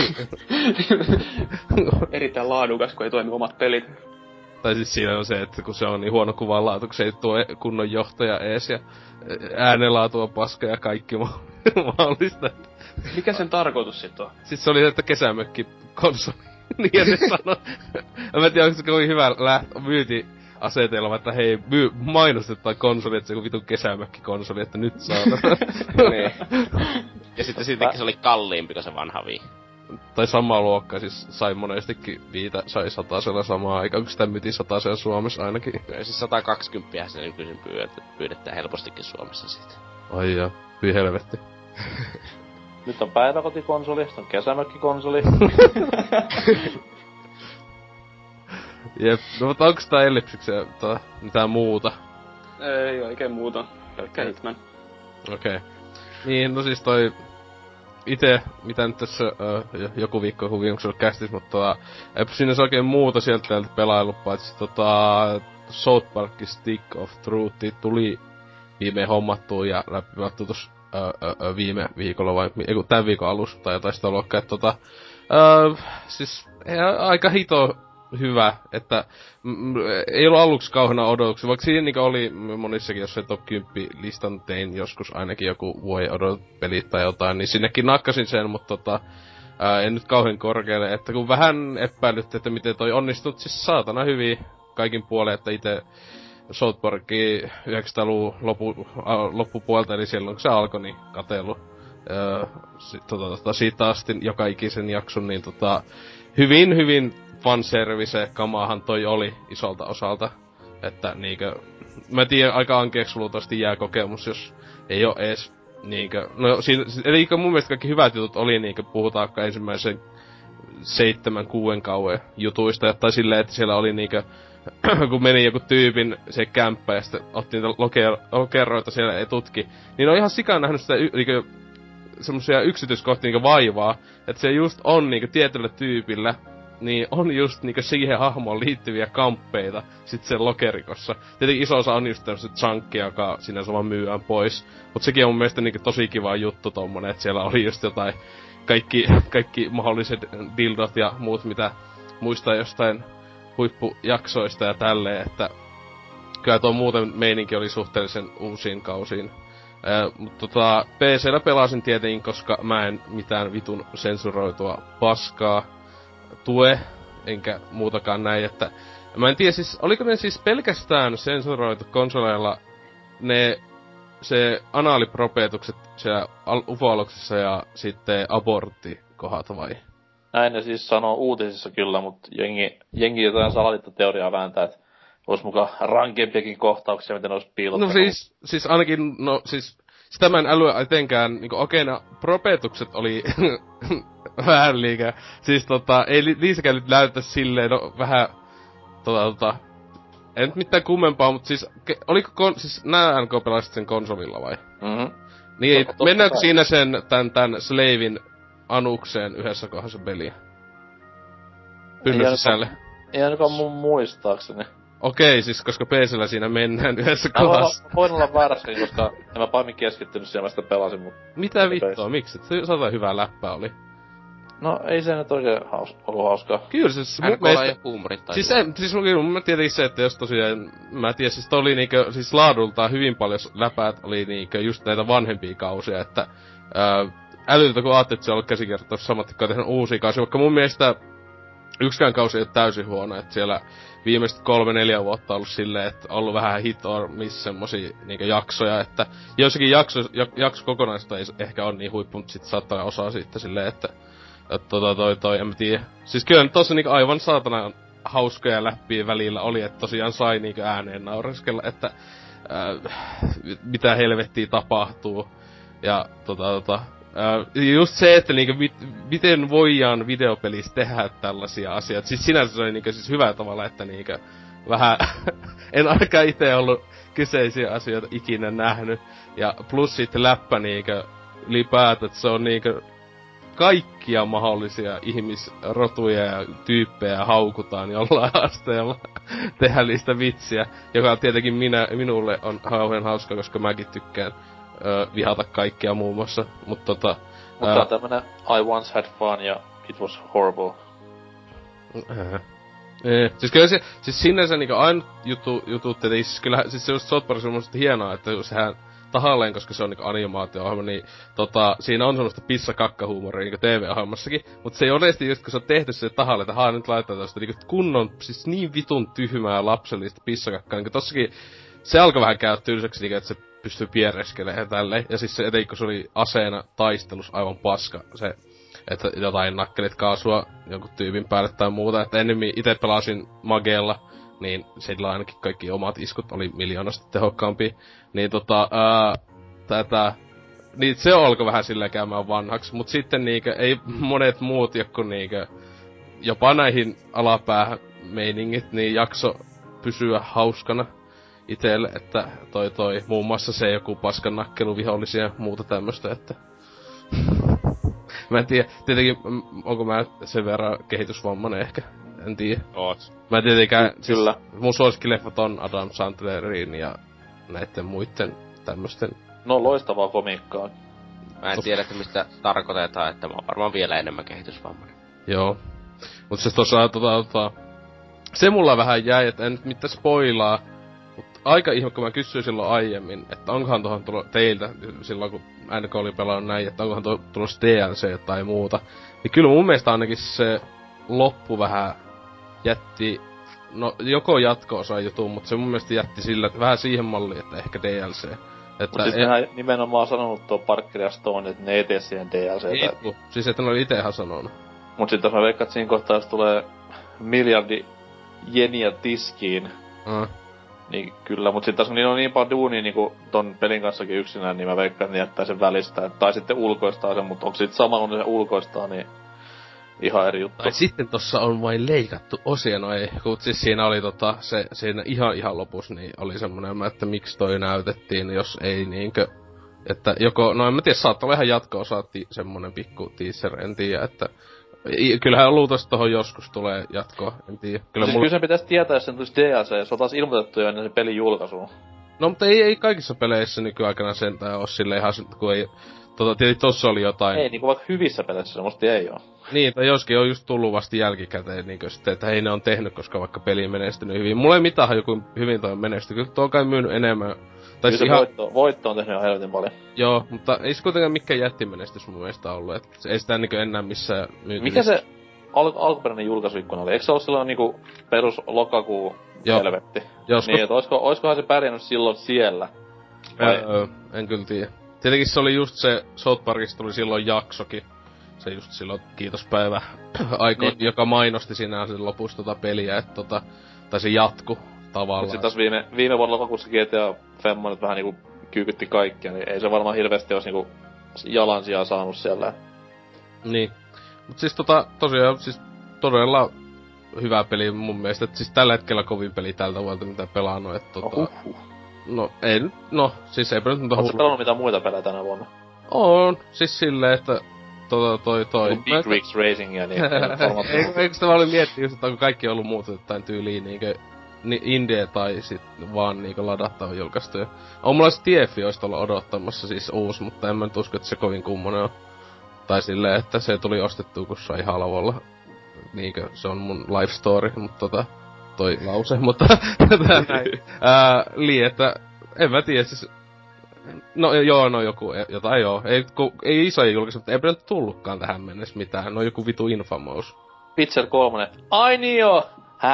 Erittäin laadukas, kun ei toimi omat pelit. tai siis siinä on se, että kun se on niin huono kuvanlaatu, kun se ei tuo kunnon johtaja ees ja äänenlaatu on paska ja kaikki ma- mahdollista. Mikä sen tarkoitus sit on? Sitten se oli, että kesämökki konsoli. Niin ja ne sanoi. Mä en tiedä, onko se oli hyvä läht- myyti asetelma, että hei, myy, mainostetaan konsoli, että se on vitun kesämökki-konsoli, että nyt saatana. Niin. Ja sitten siitäkin se oli kalliimpi kuin se vanha Wii. Tai samaa luokkaa, siis sai monestikin viitä, sai satasella samaa aikaa, kun sitä myti satasella Suomessa ainakin. Ja siis sata kaksikymmentä se nykyisin pyydetään, pyydetään helpostikin Suomessa siitä. Ai joo, hyi helvetti. Nyt on päiväkotikonsoli, sit on kesämökkikonsoli. Jep, no mutta onks tää ellipsikseen tai mitään muuta? Ei oikein muuta. Pelkkä Hitman. Okei. Okay. Niin, no siis toi... Ite, mitä nyt tässä ö, joku viikko joku viimeksi kästis, mutta tota... Eipä sinne oikein muuta sieltä täältä pelailu, paitsi tota... South Park Stick of Truth tuli viime hommattua ja läpivattu tossa ö, ö, ö, viime viikolla vai eiku, tän viikon alussa tai jotain sitä luokkaa, että tota... Ö, siis ei, aika hito hyvä, että m- ei ollut aluksi kauheena odotuksia, vaikka siinä niinku oli monissakin, jos se top kymmenen listan tein joskus ainakin joku voi odot pelit tai jotain, niin sinnekin nakkasin sen, mutta tota, ää, en nyt kauhean korkealle, että kun vähän epäilytti, että miten toi onnistunut, siis saatana hyvin kaikin puolin, että itse South Parkin yhdeksänkymmentäluvun loppu, a, loppupuolta, eli silloin kun se alkoi, niin katsellut ää, sit, tota, tota, siitä asti joka ikisen jakson, niin tota, hyvin, hyvin fanservice kamahan toi oli isolta osalta. Että niinkö... Mä tiedän, aika ankeeksi luultavasti jää kokemus, jos ei oo ees niinkö... No siitä, eli mun mielestä kaikki hyvät jutut oli niinkö puhutaanko ensimmäisen seitsemän, kuuden kauan jutuista. Tai silleen, että siellä oli niinkö... kun meni joku tyypin se kämppä ja sitten otti niitä loker- lokeroita siellä ja tutki. Niin on ihan sikaan nähnyt sitä y- niinkö... semmosia yksityiskohtia niinkö vaivaa. Että se just on niinkö tietyllä tyypillä niin on just niinku siihen hahmoon liittyviä kamppeita sit sen lokerikossa. Tietenkin iso osa on just tämmöset chunkkia, joka sinänsä vaan myyään pois. Mut sekin on mun mielestä niinku tosi kiva juttu tommonen, että siellä oli just jotain kaikki, kaikki mahdolliset dildot ja muut, mitä muistaa jostain huippujaksoista ja tälleen, että kyllä tuo muuten meininki oli suhteellisen uusiin kausiin. Ää, mutta tota, P C:llä pelasin tietenkin, koska mä en mitään vitun sensuroitua paskaa tue, enkä muutakaan näin, että mä en tiedä siis, oliko ne siis pelkästään sensuroitu konsoleilla ne, se anaalipropeetukset siellä ufoloksissa ja sitten aborttikohat vai? Näin ne siis sanoo uutisissa kyllä, mutta jengi, jengi jotain salaliittoteoriaa vääntää, että ois mukaan rankempiakin kohtauksia, miten ois piilottanut. No siis, siis ainakin, no siis, sitä mä en älyä etenkään, niinku okei, okay, no, propeetukset oli vähän liikaa. Siis tota, ei li- niissäkään nyt näytä silleen, no vähän, tota, tota, ei nyt mitään kummempaa, mutta siis, ke, oliko kon, siis nää N K pelasit sen konsolilla vai? Mhm. Niin, No, mennäänkö kai. siinä sen, tän, tän Slavin anukseen yhdessä kohdassa peliä? Pynnyn sisälle. Ei ainakaan mun muistaakseni. Okei, siis koska P C:llä siinä mennään yhdessä Mä voin, kohdassa. voin olla väärässäkin, koska en mä pahemmin keskittynyt siellä, mä sitä pelasin, mut... Mitä vittua, miksi? Se sata hyvää läppää oli. No, ei se nyt oikein haus, ollut hauskaa. Kyllä siis mun N K on mielestä... jo huumorit tai Siis, en, siis mun, mun tietenkin se, että jos tosiaan, mä tiedän, siis toi oli niinkö, siis laadultaan hyvin paljon läpäät oli niinkö just näitä vanhempia kausia, että ää, älyltä kun ajattelit, että se on ollut käsikirjoittanut samat, jotka on tehnyt uusia kausia, vaikka mun mielestä yksikään kausi ei ole täysin huono, että siellä viimeiset kolme neljä vuotta on ollut silleen, että on ollut vähän hit or miss semmosia niinkö jaksoja, että joissakin jakso, jakso kokonaista ei ehkä on niin huippu, mutta sit saattaa osaa siitä silleen, että että tota toi toi, en mä tiedä. Siis kyllä tossa niinku aivan saatana hauskoja läppiä välillä oli, että tosiaan sai niinku ääneen naureskella, että äh, mitä helvettiä tapahtuu. Ja tota tota, äh, just se, että niinku mit, miten voidaan videopelissä tehdä tällaisia asioita. Siis sinänsä se oli niinku siis hyvä tavalla, että niinku vähän, en ainakaan ite ollut kyseisiä asioita ikinä nähnyt. Ja plus sitten läppä niinku ylipäätään, että se on niinku kaikkia mahdollisia ihmisrotuja ja tyyppejä haukutaan jollain asteella tehdä niistä vitsiä, joka tietenkin minä, minulle on kauhean hauska, koska mäkin tykkään ö, vihata kaikkia muun muassa, mutta tota... Mutta on tämmönen I once had fun ja it was horrible. Äh, eh, siis kyllä se, siis sinänsä niinku ainut jutu, jutut, että siis kyllä, siis se just South Park on semmoista hienoa, että sehän tahalleen, koska se on niinku animaatio-ohjelma, niin tota, siinä on semmoista pissa-kakka-huumoria niinku T V-ohjelmassakin, mutta se ei onesti just, kun se on tehty se tahalle, että haa, nyt laittaa tosta niinku kunnon, siis niin vitun tyhmää lapsellista pissakakkaa, niinku tossakin se alkoi vähän käydä tylsäksi, niinku, että se pystyy piereskelemään ja tälleen, ja siis se etenkin, kun se oli aseena taistelus aivan paska, se, että jotain nakkelit kaasua jonkun tyypin päälle tai muuta, että ennemmin ite pelasin Magella, niin sillä ainakin kaikki omat iskut oli miljoonasta tehokkaampia. Niin tota, ää, tätä, niin se alkoi vähän silleen käymään vanhaksi, mut sitten niinkö, ei monet muut joku niinkö, jopa näihin alapäähän meiningit, niin jakso pysyä hauskana itelle, että toi toi, muun muassa se joku paskan nakkelu vihollisia ja muuta tämmöstä, että... Mä en tiedä, tietenkin, onko mä sen verran kehitysvammainen ehkä, en tiedä. Oot. Mä en tietenkään, Ky- kyllä. Siis, mun suosikkileffat on Adam Sandlerin ja näitten muitten tämmösten. No loistavaa komiikkaa. Mä en tiedä, että mistä tarkoitetaan, että mä oon varmaan vielä enemmän kehitysvammainen. Joo. Mut siis tossa tota, tota, se mulla vähän jäi, että en nyt mitään spoilaa. Mut aika ihme, kun mä kysyin silloin aiemmin, että onkohan tuohon tullut teiltä, silloin kun N K oli pelannut näin, että onkohan tuohon tulossa D L C tai muuta. Niin kyllä mun mielestä ainakin se loppu vähän jätti, no joko jatko-osa jutun, mutta se mun mielestä jätti sillä, että vähän siihen malliin, että ehkä D L C. Että Mut siis en, nehän nimenomaan sanonut tuo Parker ja Stone, että ne ei tee siihen D L C:tä. ei, siis että ne oli ite ihan sanonut. Mut sit jos mä veikkaan, että siinä kohtaa, jos tulee miljardi jeniä tiskiin, Uh. niin kyllä. Mut sit taas kun niillä on niin paljon duunia niinku ton pelin kanssakin yksinään, niin mä veikkaan, että ne jättää sen välistä. Tai sitten ulkoistaa sen, mut onko sit sama, kun ne sen ulkoistaa, niin ihan eri juttu. Tai sitten tossa on vain leikattu osia, no ei, kun siis siinä oli tota, se, siinä ihan ihan lopussa, niin oli semmonen, että miksi toi näytettiin, jos ei niinkö, että joko, no en mä tiedä, saattaa olla ihan jatko-osa, ti, semmonen pikku teaser, en tiedä, että i, kyllähän luultavasti tohon joskus tulee jatkoa, en tiedä. Kyllä siis mulla... kyllä sen pitäis tietää, jos sen tulisi D L C, se on taas ilmoitettu jo ennen sen pelin julkaisua. No, mutta ei, ei kaikissa peleissä nykyaikana sentään oo silleen ihan, kun ei... Tota, tietysti tossa oli jotain... Ei, niinku vaikka hyvissä peleissä semmosti ei oo. Niin, tai joskin on just tullut vasta jälkikäteen niinkö sitten, että hei ne on tehnyt, koska vaikka peli on menestynyt hyvin. Mulla ei mitään joku hyvin toi menesty, kyllä tuo on kai myynyt enemmän. Tai Kyllä se ihan... voitto, voitto on tehnyt ihan helvetin paljon. Joo, mutta ei se kuitenkaan mikään jättimenestys mun mielestä ollut, et ei sitä niinkö enää missään myyty. Mikä se al- alkuperäinen julkaisuikkuna oli? Eikö se oo silloin niinku perus lokakuu Joo. helvetti? Joskus... Niin, et oisko, oiskohan se pärjännyt silloin siellä? Vai... Öö, en kyllä tiedä. Tietenkin se oli just se, South Parkista tuli silloin jaksokin. Se just silloin kiitospäivä aikoin, niin. Joka mainosti sinä sen lopussa tota peliä, että tota, tai se jatku tavallaan. Sitten taas viime, viime vuonna lokakuussa G T A Femma nyt vähän niinku kyykytti kaikkia, niin ei se varmaan hirveesti ois niinku jalansijaa saanut siellä. Niin. Mut siis tota, tosiaan, siis todella hyvä peli mun mielestä, et siis tällä hetkellä kovin peli tältä vuodelta mitä pelannut, et tota... Ohuh. No, ei nyt, no, siis eipä nyt mutta hullu. Ootko pelannut mitään muita pelejä tänä vuonna? On, siis silleen, että tota toi toi... Niin Big Rigs Racingia, niin... Eikö, eikö sitä vaan oli miettinyt just, että onko kaikki ollut muutettain tyyliin niinkö... Ni, indie tai sit vaan niinkö ladattava julkaistu. Ja on mulla se Tiefi ois tuolla odottamassa siis uusi, mutta en mä nyt usko, että se kovin kummonen on. Tai silleen, että se tuli ostettua, kun sai halvalla. Niinkö, se on mun life story, mutta tota... toi lause, mutta näin. Ää, lii, että en mä tiedä, siis... No joo, no joku, jotain joo. Ei, ku, ei isoja julkaisuja, mutta eipä nyt tullutkaan tähän mennessä mitään. No joku vitu Infamous. Witcher kolme. Ai niin joo!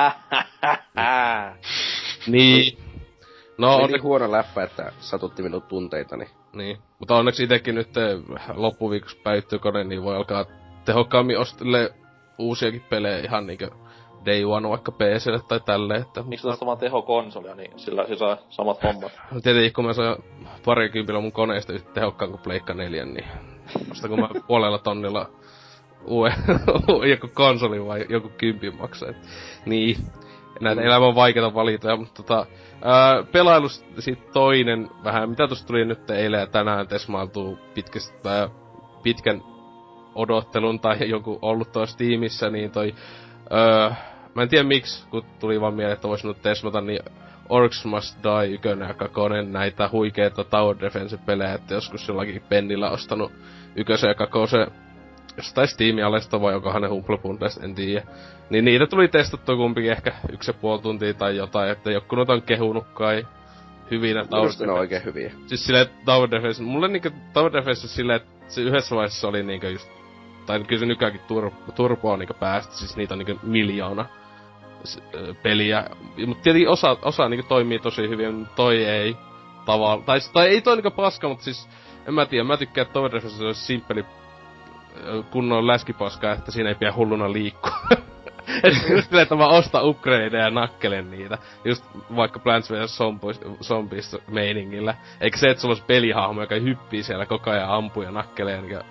Hähähähä. Niin. No oli on niin huono läppä, että satutti minut tunteitani. Niin. Mutta onneksi itekin nyt loppuviikossa päivittyy kone, niin voi alkaa tehokkaammin ostelle uusiakin pelejä ihan niinkö Day One vaikka P C:lle tai tälleen, että... Miksi tästä vaan tehokonsolia, niin sillä se saa samat hommat? Tietenkin kun mä saan parikympillä mun koneesta yhtä tehokkaan kuin Pleikka neljä, niin... Vasta kun mä puolella tonnilla uue, joku konsoli vai joku kympin maksaa, et... Niin. Näitä elämän vaikeita valintoja, mutta tota... Ää, pelailu sit toinen vähän, mitä tossa tuli nyt eilen ja tänään tesmailtuu pitkästä, pitkän odottelun tai joku ollut tuossa tiimissä, niin toi... Öö, mä en tiedä miksi, kun tuli vaan mieleen, että vois nyt tesmata, niin Orcs Must Die ykönen ja kakonen näitä huikeita Tower Defense-pelejä, että joskus jollakin pennillä ostanut ykösen ja kakosen jostain Steam-alesta vai jokohan ne Humblebundesta, en tiedä. Niin niitä tuli testattua kumpikin ehkä yksi ja puoli tuntia tai jotain, että joku noita on kehunut kai hyvinä Tower Defense. Ne on oikein hyviä. Siis silleen Tower Defense, mulle niinku Tower Defense silleen, että se yhdessä vaiheessa oli niinku just tai kyllä se nykyäänkin turbo, turbo on niinku päästä, siis niitä on niinku miljoona s- peliä. Mut tietenkin osa, osa niinku toimii tosi hyvin, toi ei tavallaan. Tai, tai ei toi niinku paska, mut siis en mä tiedä, mä tykkään, että Tower Defense on simppeli kunnon läskipaska, että siinä ei pidä hulluna liikkua. Et just silleen, että mä ostan upgradeja ja nakkelen niitä. Just vaikka Plants versus. Zombies meiningillä. Eikä se, että sulla olisi pelihahmo, joka hyppii siellä koko ajan ampuu ja nakkelee niin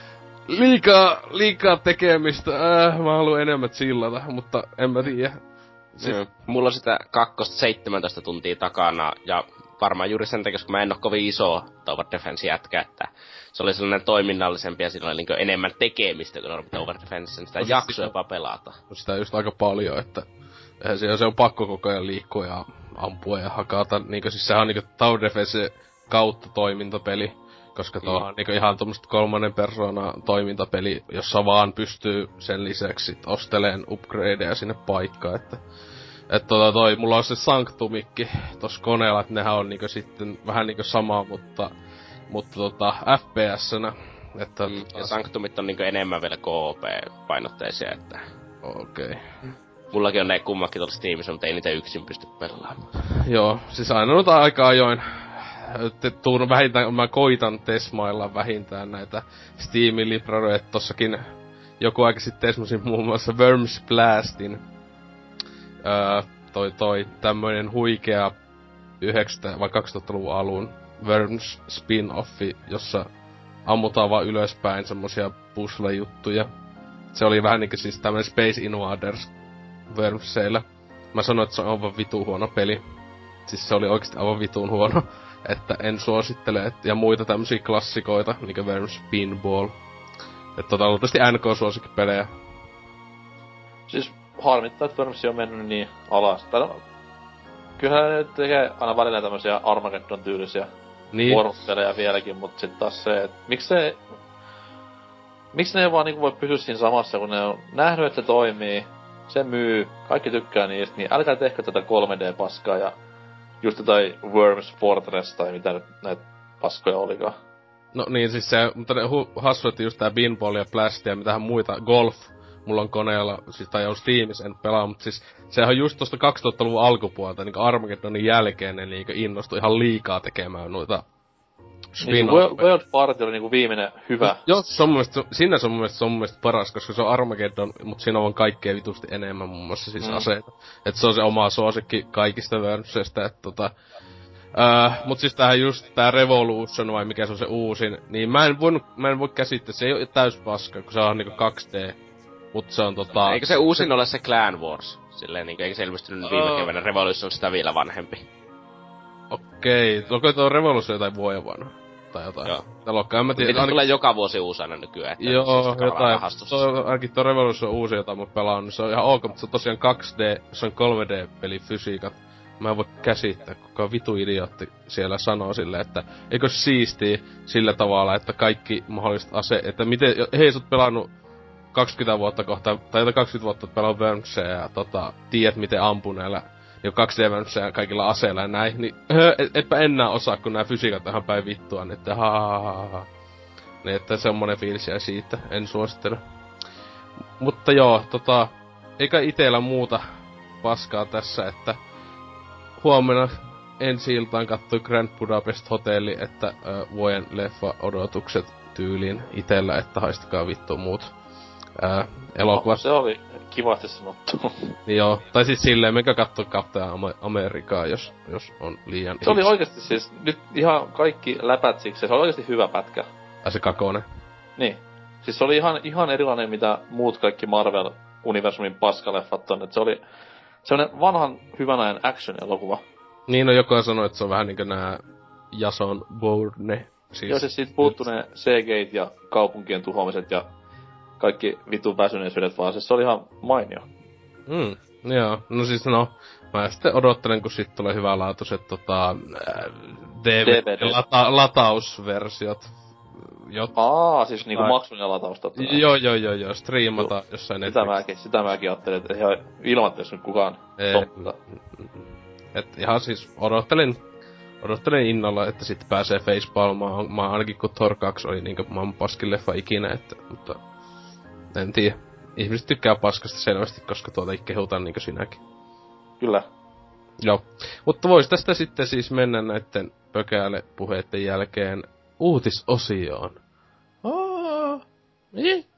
liikaa, liikaa tekemistä. Äh, mä haluan enemmän chillata, mutta en mä tiedä. Siis... Mm. Mulla on sitä kakkosta seitsemäntoista tuntia takana, ja varmaan juuri sen takia, koska mä en oo kovin iso Tower Defense jätkä, että se oli sellainen toiminnallisempi ja siinä oli niin enemmän tekemistä kuin normi Tower Defense, niin sitä no, jakso jopa pelata. No sitä just aika paljon, että se, se on pakko koko ajan liikkua ja ampua ja hakata. Niinkö siis sehän on niinku Tower Defense kautta toimintapeli. Koska tuo on mm. niinku ihan tommoset kolmannen persoonan toimintapeli, jossa vaan pystyy sen lisäksi osteleen upgradeja sinne paikkaan, että... Et tota toi, mulla on se Sanctumikki tossa koneella, et nehän on niinku sitten vähän niinku sama, mutta... Mutta tota, F P S-nä, että... Mm, ja Sanctumit on niinku enemmän vielä K O P-painotteisia, että... Okei. Okay. Mullakin on ne kummakin tuolla Steamissa, mutta ei niitä yksin pysty pelaamaan. Joo, siis aina noita aika ajoin... Tuun vähintään, mä koitan tesmailla vähintään näitä Steamin libraroja, että tossakin joku aika sitten tesmasin muun muassa Worms Blastin. Öö, toi toi tämmöinen huikea yhdeksänkymmentä- vai kaksituhattaluvun alun Worms spin-offi, jossa ammutaan vaan ylöspäin semmosia puzzle-juttuja. Se oli vähän niinkö siis tämmönen Space Invaders Wormseillä. Mä sanoin, että se on aivan vitun huono peli. Siis se oli oikeesti aivan vitun huono. Että en suosittele, et, ja muita tämmösiä klassikoita, niinkö Worms Pinball. Että tota, luultavasti N K-suosikkipelejä. Siis harmittaa, että Worms on mennyt niin alas. Tai no, kyllähän ne tekee aina välillä tämmösiä Armageddon tyylisiä niin. vuorospelejä vieläkin, mut sit taas se, et miksi se... Miksi ne ei vaan niinku voi pysyä siinä samassa, kun ne on nähnyt, että se toimii, se myy, kaikki tykkää niistä, niin älkää tehkö tätä kolme D-paskaa ja just jotain Worms Fortress tai mitä nyt näitä paskoja olikaan. No niin, siis se, mutta ne hu- hassu, että just tää Pinball ja Blast ja mitähän muita, Golf, mulla on koneella, siis tai on Steamissa, en pelaa, mutta siis sehän on just tosta kaksituhattaluvun alkupuolta, niinku Armageddonin jälkeen ne niinku innostui ihan liikaa tekemään noita Niin World, World Party oli niinku viimeinen hyvä. Joo, se on mun mielestä, sinne se on mun mielestä, se on mun mielestä paras, koska se on Armageddon, mut siinä on kaikkea vitusti enemmän muun muassa siis mm. aseita. Et se on se oma suosikki kaikista Wormsista, että tota... Äh, mut siis tähän just tää Revolution vai mikä se on se uusin, niin mä en voinut, mä en voi käsittää, se ei oo täys paska, kun se on niinku kaksi D. Mut se on tota... Eikö se uusin ole se Clan Wars? Silleen niinku, eikö se ilmestynyt viime uh... keväänä, Revolution on sitä vielä vanhempi. Okei, okay. Onko tuo Revolution jotain vuoden vanha? Tai jotain. Joo. Talokkaan, en mä tiedä. Niitä ainakin... tulee joka vuosi uusana nykyään, että joo, siis jotain. Tuo, ainakin tuo Revolution on uusi, jota mä pelaan, niin se on ihan ok, mutta se on tosiaan kaksi D, se on kolme D-peli fysiikat. Mä en voi käsittää, kuka vitu idiootti siellä sanoo silleen, että eikö siistii sillä tavalla, että kaikki mahdolliset ase... Että miten, hei sä oot pelannut kaksikymmentä vuotta kohta, tai jotain kaksikymmentä vuotta oot pelannut Wormsia ja tota, tiedät miten ampuu näillä jo kaksi D-Wormsia kaikilla aseilla ja näin, niin höö, et, etpä enää osaa, kun nää fysiikat on ihan päin vittua, niin että ha niin että semmonen fiilis jäi siitä, en suosittele. Mutta joo, tota, eikä itellä muuta paskaa tässä, että huomenna ensi iltaan kattoi Grand Budapest Hotelli, että ö, vuoden leffa-odotukset tyyliin itellä, että haistakaa vittu muut ö, elokuvat. No, se oli kivasti sanottu. Niin joo, tai siis silleen, menkää kattoo Captain Amerikaa, jos, jos on liian... Se oli oikeesti siis, nyt ihan kaikki läpät siksi, se oli oikeesti hyvä pätkä. Tai se kakone. Niin. Siis se oli ihan, ihan erilainen, mitä muut kaikki Marvel-universumin paskaleffat on, että se oli sellainen vanhan hyvän ajan action-elokuva. Niin, no joku sanoi, että se on vähän niinkö nää Jason Bourne. Siis... Joo, siis siitä puuttuu ne C G:t ja kaupunkien tuhoamiset ja kaikki vitun väsyneisyydet vaan, siis se oli ihan mainio. Mm, joo. No siis no, mä sitten odottelen, kun sit tulee hyvälaatuiset tota... D V D-latausversiot. Jot... Aa, siis niinku maksullinen lataus totta. Joo, joo, joo, joo, striimata joo. Jossain Sitä mäkin, sitä mäkin ajattelin, että ihan ilmattais nyt kukaan totta. Et ihan siis odottelin, odottelin innolla, että sit pääsee facepalmaan. Mä ainakin kun Thor kaksi oli niinku maailman paskin leffa ikinä, että, mutta en tiedä. Ihmiset tykkää paskasta selvästi, koska tuota kehutaan niinku sinäkin. Kyllä. Joo. Mutta vois tästä sitten siis mennä näitten pökääle puheitten jälkeen uutisosioon. Aa, niin?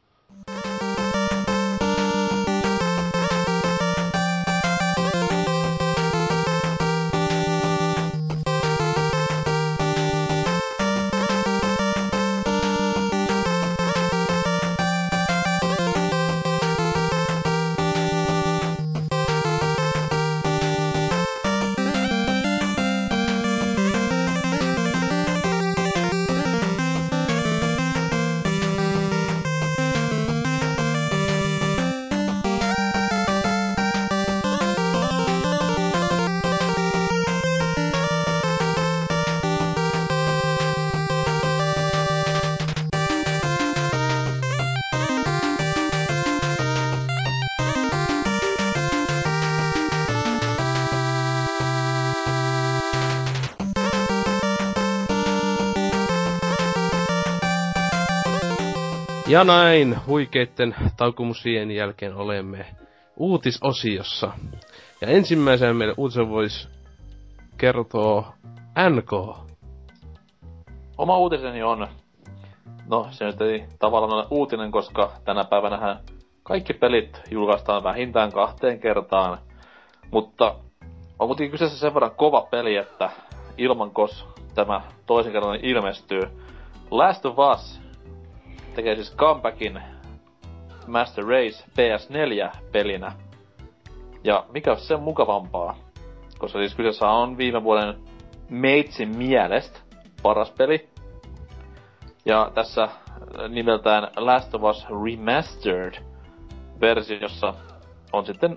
Ja näin huikeitten taukomusien jälkeen olemme uutisosiossa. Ja ensimmäisenä meille uutisen voisi kertoa N K. Oma uutiseni on, no se nyt ei tavallaan ole uutinen, koska tänä päivänähän kaikki pelit julkaistaan vähintään kahteen kertaan. Mutta on kuitenkin kyseessä sen verran kova peli, että ilman kos tämä toisen kerran ilmestyy. Last of Us tekee siis comebackin Master Race P S neljä -pelinä. Ja mikä olisi sen mukavampaa, koska siis kyseessä on viime vuoden meitsin mielestä paras peli. Ja tässä nimeltään Last of Us Remastered -versiossa on sitten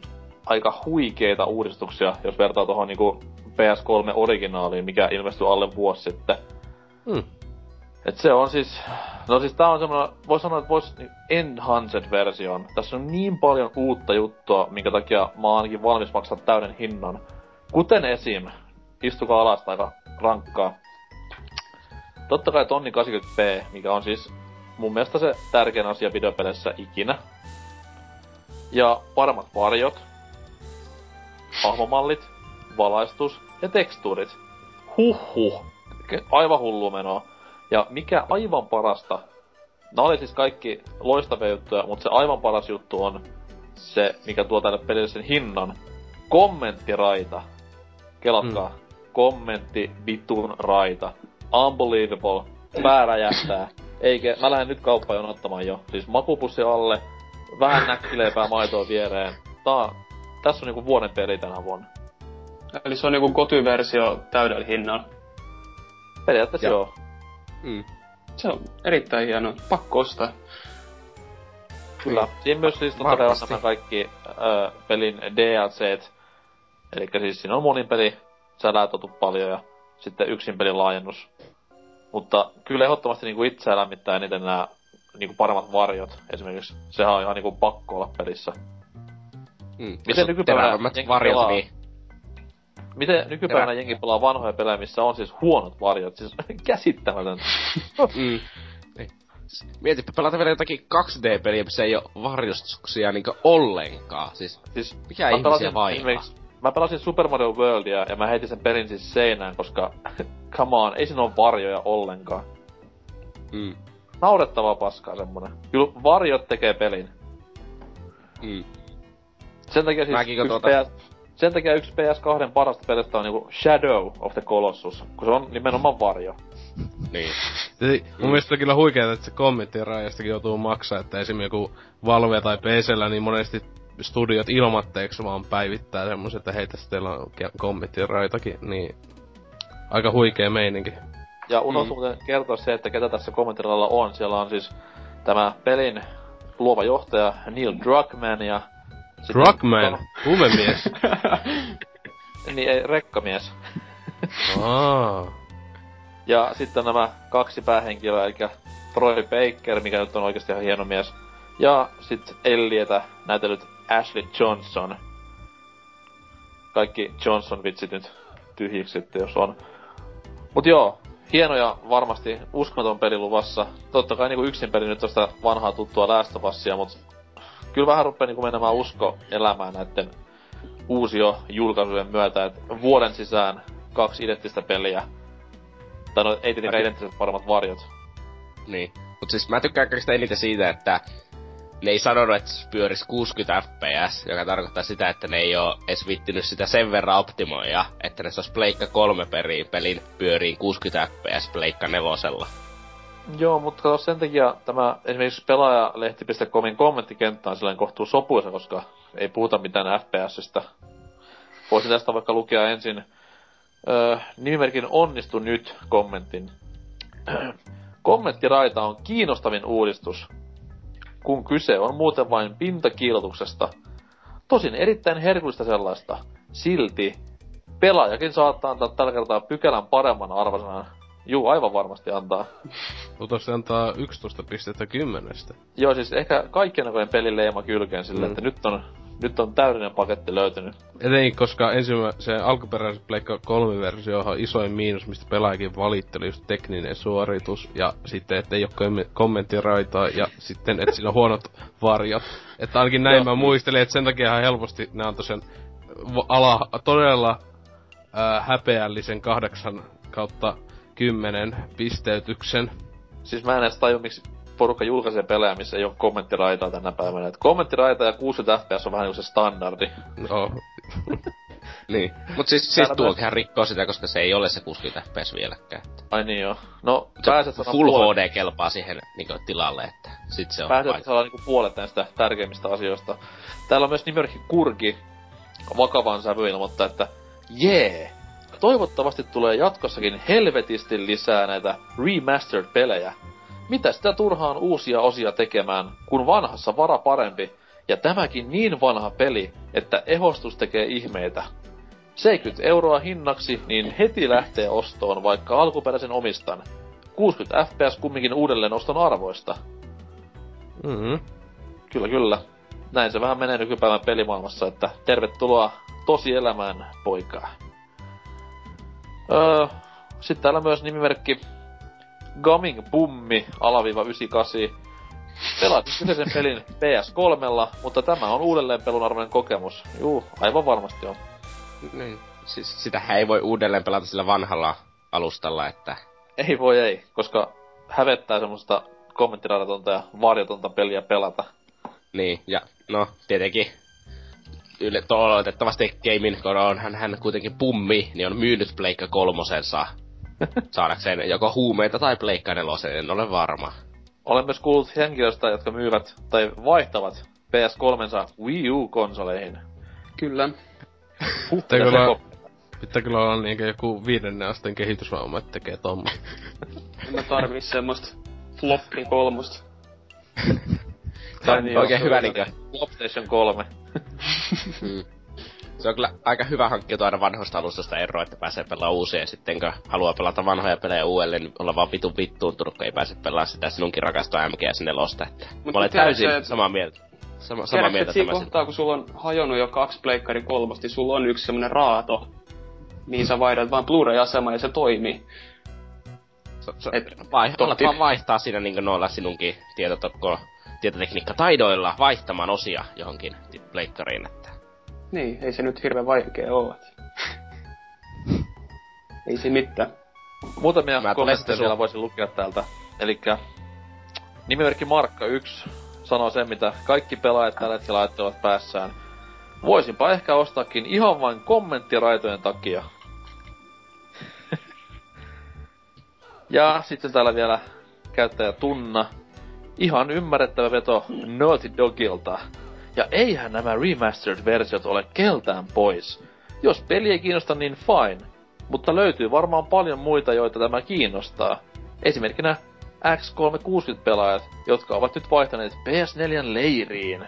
aika huikeita uudistuksia, jos vertaa tuohon niinku P S kolme originaaliin, mikä ilmestyi alle vuosi sitten. Hmm. Et se on siis... No siis tää on semmonen... Vois sanoa, että vois enhanced-version. Tässä on niin paljon uutta juttua, minkä takia mä oon ainakin valmis maksaa täyden hinnan. Kuten esim. Istukaa alas aika rankkaa. Totta kai tonni kahdeksankymmentä p, mikä on siis mun mielestä se tärkein asia videopeleissä ikinä. Ja paremmat varjot, hahmomallit, valaistus ja tekstuurit. Huhhuh. Aivan hullu menoa. Ja mikä aivan parasta, nää oli siis kaikki loistavia juttuja, mutta se aivan paras juttu on se, mikä tuo tälle pelille sen hinnan. Kommenttiraita. Kelatkaa. Mm. Kommentti vitun raita. Unbelievable. Pää räjähtää. Eikä, mä lähden nyt kauppaan ottamaan jo. Siis makupussi alle, vähän näkkileipää maitoa viereen. Tää, tässä on niinku vuoden peli tänä vuonna. Eli se on niinku kotiversio täydellä hinnalla. Periaatteessa ja. Joo. Mm. Se on erittäin hieno. Pakko ostaa. Kyllä. Niin. Siinä myös siis totta kai on nämä kaikki ö, pelin D L C:t. Elikkä siis siinä on monin peli, sä lähtötu paljon ja sitten yksin pelin laajennus. Mutta kyllä ehdottomasti niinku itseä lämmittää eniten nää niinku paremmat varjot esimerkiksi. Sehän on ihan niinku pakko olla pelissä. Mm. Miten nykypäivänä jengi varjot, pelaa... Niin... Miten nykypäivänä jengi pelaa vanhoja pelejä, missä on siis huonot varjot? Siis käsittämätöntä. mm. Mietipä pelata vielä jotakin kaksi D-peliä, missä ei oo varjostuksia niinku ollenkaan. Siis, siis mikä ihmisiä vaivaa? Mä pelasin Super Mario Worldia ja mä heitin sen pelin siis seinään, koska come on, ei siinä oo varjoja ollenkaan. Mm. Naurettavaa paskaa semmonen. Kyllä varjot tekee pelin. Mm. Sen takia siis yksi tuota... P S... Sen takia yksi P S kaksi parasta pelistä on niinku Shadow of the Colossus, kun se on nimenomaan varjo. Niin. Siis, mun mm. mielestä on kyllä huikeeta, että se kommenttien rajastakin joutuu maksaa, että esimerkiksi joku Valve tai P C:llä niin monesti studiot ilmatteeksi vaan päivittää semmoset, että hei tässä teillä on kommenttien raitakin, niin aika huikee meininki. Ja unohtuu mm. muuten kertoa se, että ketä tässä kommenttirajalla on. Siellä on siis tämä pelin luova johtaja Neil Druckmann ja... Druckmann? On... Huumemies? niin ei, rekkamies. Aa. Ja sitten nämä kaksi päähenkilöä, eli Troy Baker, mikä nyt on oikeesti ihan hieno mies. Ja sit Ellietä näytellyt Ashley Johnson. Kaikki Johnson-vitsit nyt tyhjiksi sitten, jos on. Mut joo, hieno ja varmasti uskomaton peli luvassa. Totta kai niinku yksin peli nyt tosta vanhaa tuttua Last of Usia, mut kyllä vähän ruppee niinku menemään usko elämään näitten uusio julkaisujen myötä, et vuoden sisään kaksi identtistä peliä. Tai no ei tietenkään identtiset paremmat varjot. Niin. Mut siis mä tykkään kaikista eniten siitä, että ne ei sanonut, että se pyörisi kuusikymmentä F P S, joka tarkoittaa sitä, että ne ei oo edes vittinyt sitä sen verran optimoida, että ne sais Pleikka kolme periin pelin pyöriin kuusikymmentä F P S Pleikka nelosella. Joo, mutta kato sen takia tämä esimerkiksi pelaajalehti piste comin kommenttikenttä on sellainen kohtuu sopuisa, koska ei puhuta mitään F P S:stä. Voisin tästä vaikka lukea ensin öö, nimimerkin onnistu nyt kommentin. Kommenttiraita on kiinnostavin uudistus, kun kyse on muuten vain pintakiilotuksesta. Tosin erittäin herkullista sellaista. Silti pelaajakin saattaa antaa tällä kertaa pykälän paremman arvosanan. Juu, aivan varmasti antaa. Mutta se antaa yksitoista pistettä kymmenestä. Joo, siis ehkä kaikkien näköinen pelin leima kylkeen sille, mm. että nyt on, nyt on täydellinen paketti löytynyt. Etenkin, koska ensimmä, se alkuperäisen Pleikka kolme versio on isoin miinus, mistä pelaajakin valitteli just tekninen suoritus. Ja sitten, että ei oo kommenttiraitaa ja sitten, että siinä on huonot varjot. Että ainakin näin mä muistelin, että sen takia ihan helposti ne antoi sen ala, todella äh, häpeällisen kahdeksan kautta kymmenen pisteytyksen. Siis mä en edes taju, miksi porukka julkaisee pelejä, missä ei oo kommenttiraitaa tänä päivänä. Et kommenttiraita ja kuusikymmentä F P S on vähän niinku se standardi. No. Niin. Mut siis, siis tuokinhan rikkoo sitä, koska se ei ole se kuusikymmentä F P S vieläkään. Ai niin joo. No, pääset Full puolet... H D kelpaa siihen niinku tilalle, että sit se on pääset paikka. Pääset niinku puolet näistä tärkeimmistä asioista. Täällä on myös nimimerkki Kurki vakavan sävyyn ilmoittaa, että jee! Toivottavasti tulee jatkossakin helvetisti lisää näitä remastered-pelejä. Mitä sitä turhaan uusia osia tekemään, kun vanhassa vara parempi? Ja tämäkin niin vanha peli, että ehostus tekee ihmeitä. seitsemänkymmentä euroa hinnaksi, niin heti lähtee ostoon, vaikka alkuperäisen omistan. kuusikymmentä F P S kumminkin uudelleen oston arvoista. Mm-hmm. Kyllä, kyllä. Näin se vähän menee nykypäivän pelimaailmassa, että tervetuloa tosielämään, poikaa. Öö, sitten täällä myös nimimerkki Gaming Bummi, alaviiva yhdeksänkymmentäkahdeksan. Pelasin kyseisen pelin P S kolmella, mutta tämä on uudelleen pelun arvoinen kokemus. Juu, aivan varmasti on. Niin, siis sitähän ei voi uudelleen pelata sillä vanhalla alustalla, että... Ei voi ei, koska hävettää semmoista kommenttiradatonta ja varjotonta peliä pelata. Niin, ja no, tietenkin yle, oletettavasti Gamin, kun on hän, hän kuitenkin pummi, niin on myynyt Pleikka kolmosensa saadakseen joko huumeita tai Pleikka nelosen, en ole varma. Olen myös kuullut henkilöistä, jotka myyvät tai vaihtavat P S kolmensa Wii U-konsoleihin. Kyllä. Pitää kyllä, pitää kyllä olla niinkö joku viidennen asteen kehitysvamma, että tekee tommo. En mä tarvii semmoista floppy kolmosta. Se on niin oikein hyvä niinkö. PlayStation kolme. hmm. Se on kyllä aika hyvä hankkiutua aina vanhoista alustasta eroa, että pääsee pelaamaan uusia, ja sitten kun haluaa pelata vanhoja pelejä uudelleen, niin olla vaan vitun vittuuntunut, kun ei pääse pelaamaan sitä sinunkin rakastaa M G S nelosta, että Mut mä olen täysin se, samaa mieltä. Sama, samaa mieltä siinä kohtaa, kun sulla on hajonnut jo kaksi pleikkari kolmosta, niin sulla on yksi semmonen raato, mihin sä vaihdat vaan Blu-ray-asema ja se toimii. So, so, Et, vai, alat vaan vaihtaa siinä niinku noilla sinunkin tietotokko, tietotekniikkataidoilla vaihtamaan osia johonkin pleikkariin, että... Niin, ei se nyt hirveen vaikea oo. Ei se mitään. Muutamia kommentteja vielä voisin lukea täältä. Elikkä nimimerkki Markka yksi sanoo sen, mitä kaikki pelaajat tällä hetkellä ajattelevat päässään. Voisinpa ehkä ostaakin ihan vain kommenttiraitojen takia. Ja sitten täällä vielä käyttäjä Tunna. Ihan ymmärrettävä veto Naughty Dogilta. Ja eihän nämä remastered-versiot ole keltään pois. Jos peli ei kiinnosta, niin fine. Mutta löytyy varmaan paljon muita, joita tämä kiinnostaa. Esimerkkinä X kolmesataakuusikymmentä-pelaajat, jotka ovat nyt vaihtaneet P S neljän leiriin.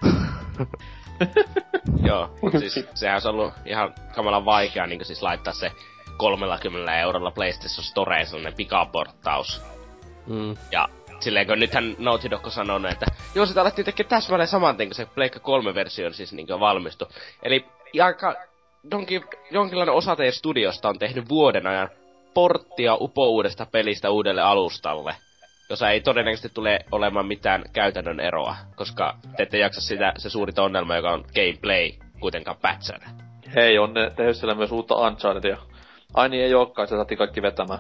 Joo, siis sehän olisi ollut ihan kamalan vaikea niin siis laittaa se kolmellakymmenellä eurolla PlayStation Storeen sellainen pikaporttaus. Mm. Ja silleen kun nythän Naughty Dog on sanonut, että joo sitä alettiin tekee täsmälleen saman tien, kun se Pleikka kolme versio siis niin valmistui. Eli aika jonkin, jonkinlainen osa teidän studiosta on tehnyt vuoden ajan porttia upouudesta pelistä uudelle alustalle, jossa ei todennäköisesti tule olemaan mitään käytännön eroa, koska te ette jaksa sitä se suuri ongelma, joka on gameplay, kuitenkaan patchana. Hei, on ne tehnyt siellä myös uutta Unchartedia. Ai niin, ei ookaan, se saatiin kaikki vetämään.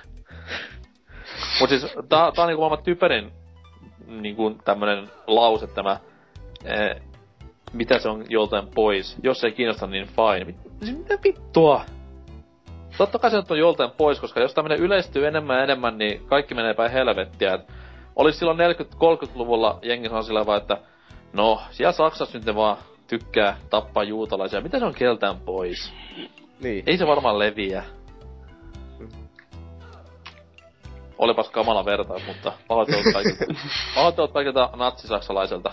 Mut siis, tää, tää on niinku maailman typerin niinku tämmönen lause tämä, ee, mitä se on joltain pois. Jos ei kiinnosta, niin fine. Mit, mitä vittua? Totta kai se on joltain pois, koska jos tämmönen yleistyy enemmän ja enemmän, niin kaikki menee päin helvettiä. Et olis silloin neljäkymmentä-kolmekymmentäluvulla jengi sanoi sillä vaan, että no, siellä Saksassa nyt ne vaan tykkää tappaa juutalaisia. Mitä se on keltään pois? Niin. Ei se varmaan leviä. Olipas kamala vertaus, mutta pahoittelut kaikilta, pahoittelut kaikilta natsisaksalaiselta.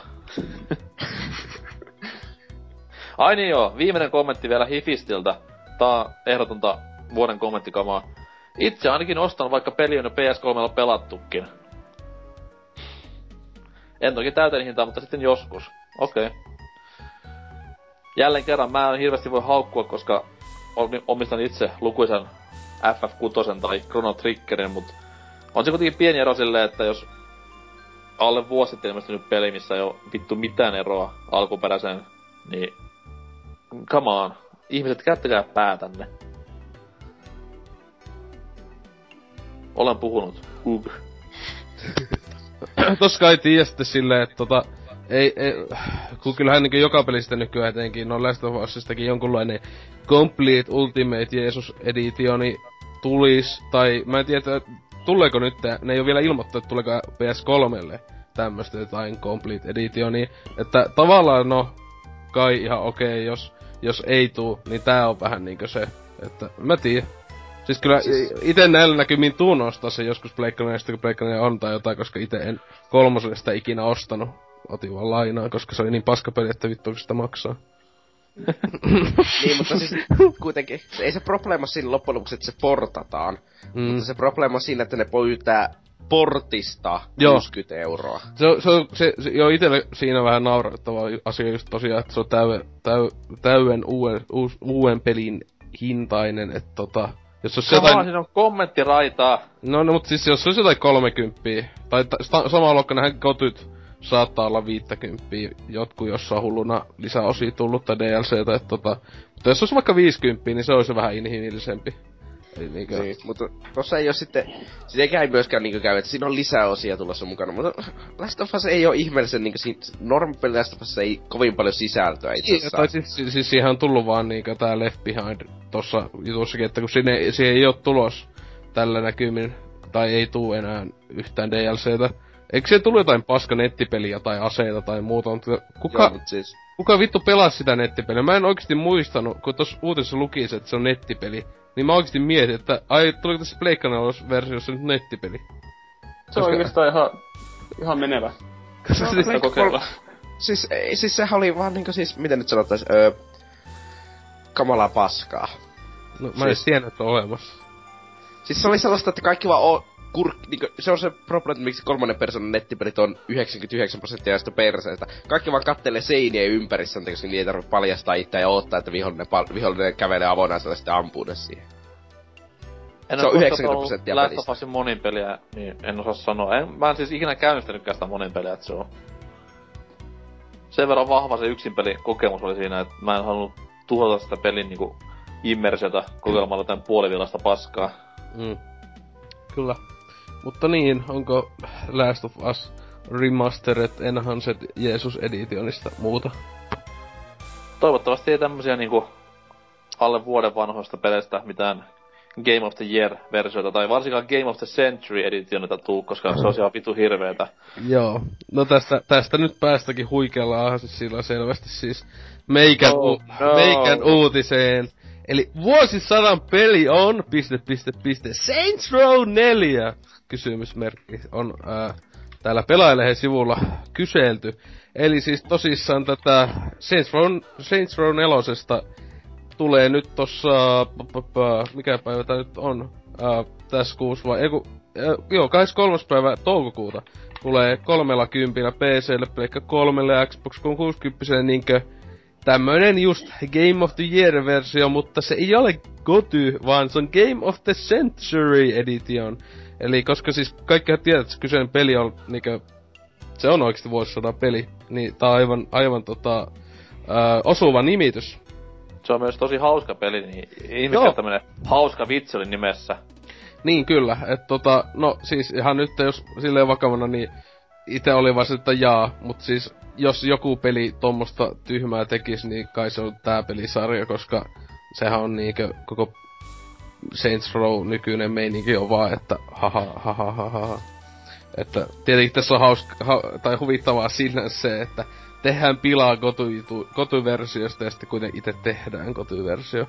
Ai niin joo, viimeinen kommentti vielä Hifistiltä. Tää on ehdotonta vuoden kommenttikamaa. Itse ainakin ostan, vaikka peli on jo P S kolmella pelattukin. En toki täyteen hintaa, mutta sitten joskus. Okei. Okay. Jälleen kerran mä en hirveästi voi haukkua, koska omistan itse lukuisan F F kuusi tai Chrono Triggerin, mut on se kuitenkin pieni ero silleen, että jos alle vuosi sitten ilmestynyt peli, missä ei oo vittu mitään eroa alkuperäiseen, niin come on. Ihmiset, käyttäkää päätänne. Olen puhunut. Ug. Toska ei tiedä sitten silleen, että tota... Ei, ei, kun kyllähän niinku joka pelistä nykyään etenkin, no Last of Usistakin jonkunlainen Complete Ultimate Jesus Editioni tulis, tai mä en tiedä, tuleeko nyt, ne ei oo vielä ilmoittanut, että tuleeko P S kolmelle tämmöstä jotain Complete Editionia, että tavallaan no, kai ihan okei, okay, jos, jos ei tuu, niin tää on vähän niinkö se, että mä tiedän. Siis kyllä siis... ite näillä näkymin tuun ostaa se joskus Pleikka neljä, kun Pleikka neljä on tai jotain, koska ite en kolmoselle sitä ikinä ostanut. otin vaan lainaa, koska se oli niin paskapeli, että vittu sitä maksaa. Niin, mutta siis kuitenkin, se ei se probleema siinä loppujen lopuksi, että se portataan. Mm. Mutta se probleema on siinä, että ne pyytää portista joo. kuusikymmentä euroa. Se on, se on, se, se, joo, itelle siinä vähän naurettava asia just tosiaan, että se on täy, täy, täyden uuden, uus, uuden pelin hintainen, että tota... Jos olisi Kamaa, jotain... siinä on kommenttiraitaa. No, no, mutta siis jos olisi jotain kolmekymppiä, tai ta, sama luokka nähän kotyt saattaa olla viittäkymppiä, jotkut jossa on hulluna lisäosia tullut tai D L C:tä, että tota... Mutta jos olisi vaikka viisikymppiä, niin se olisi vähän inhimillisempi. Eli niinkö... Niin, mutta tossa ei oo sitten... Siinä ei käy myöskään niinkö käy, että siinä on lisäosia tulossa mukana, mutta Last of Us ei oo ihmeellisen niinkö siinä... Normipeli Last of Us ei kovin paljon sisältöä itse asiassa. Tai siis, siis, siis siihen on tullut vaan niinkö tää Left Behind tossa jutussakin, että kun sinne, siihen ei oo tulos tällä näkymin, tai ei tuu enää yhtään D L C:tä. Eikö siihen tullut jotain paska nettipeliä tai aseita tai muuta, mutta kuka... Joo, mut siis... Kuka vittu pelasi sitä nettipeliä? Mä en oikeesti muistanut, kun tossa uutisessa luki se, että se on nettipeli. Niin mä oikeesti mietin, että ai, tuliko tässä Pleikka-versiossa nyt nettipeli? Se Koska... on oikeastaan ihan, ihan menevä. Koska no, sitä kokeilla. Siis, ei, siis sehän oli vaan niinku siis, miten nyt sanottais, öö... kamalaa paskaa. No mä siis... en edes tiennyt, että on olemassa. Siis se oli sellaista, että kaikki vaan oo... Kur... Niinku, se on se problema, miksi kolmannen persoonan nettipelit on yhdeksänkymmentäyhdeksän prosenttia sitä perseestä. Kaikki vaan kattelee seiniä ympärissä, koska niitä ei tarvitse paljastaa itseä ja odottaa, että vihollinen, pal- vihollinen kävelee avonaisella ja sitten ampuu ne siihen. En se on yhdeksänkymmentä prosenttia pelistä. pelistä. Last of Usin monin peliä, niin en osaa sanoa. En, mä en siis ikinä käynnistänytkään sitä monin peliä, että se on... Sen verran vahva se yksin peli kokemus oli siinä, että mä en halunnut tuhota sitä pelin niinku immersiota kokeilemalla tämän puolivillaista paskaa. Mm. Kyllä. Mutta niin, onko Last of Us Remastered Enhanced Jesus Editionista muuta? Toivottavasti ei tämmösiä niinku alle vuoden vanhoista peleistä mitään Game of the Year-versioita, tai varsinkaan Game of the Century Editionita tuu, koska se on ihan vitu hirveetä. Joo. No tästä, tästä nyt päästäkin huikealla aasisilla selvästi siis meikän, oh, u- no. meikän uutiseen. Eli vuosisadan peli on, piste, piste, piste, Saints Row neljä, kysymysmerkki, on ää, täällä Pelaajilehen sivulla kyselty. Eli siis tosissaan tätä Saints Row, Saints Row nelosesta tulee nyt tossa, p- p- p- mikä päivä tää nyt on, ää, tässä kuussa vai, eiku, ää, joo, kahdeskymmeneskolmas päivä toukokuuta tulee kolmella kympillä P C:lle, Pleikka kolmelle ja Xbox kolmesataakuusikymmentä niinkö tämmönen just Game of the Year-versio, mutta se ei ole Goty, vaan se on Game of the Century Edition. Eli koska siis kaikkihan tiedät, että se kyseinen peli on niinkö, se on oikeesti vuosisadan peli, niin tää on aivan, aivan tota, ää, osuva nimitys. Se on myös tosi hauska peli, niin ihmiset tämmönen hauska vitsi oli nimessä. Niin kyllä, että tota, no siis ihan nyt jos silleen vakavana, niin ite oli vaan se, että jaa, mut siis jos joku peli tommosta tyhmää tekis, niin kai se on tää pelisarja, koska sehän on niinkö koko Saints Row nykyinen meininki on vaan, että haha haha haha haha. Että tietenkin tässä on hauska, ha, tai huvittavaa sinänsä se, että tehdään pilaa koty-versiosta ja sitten kuitenkin itse tehdään koty-versio.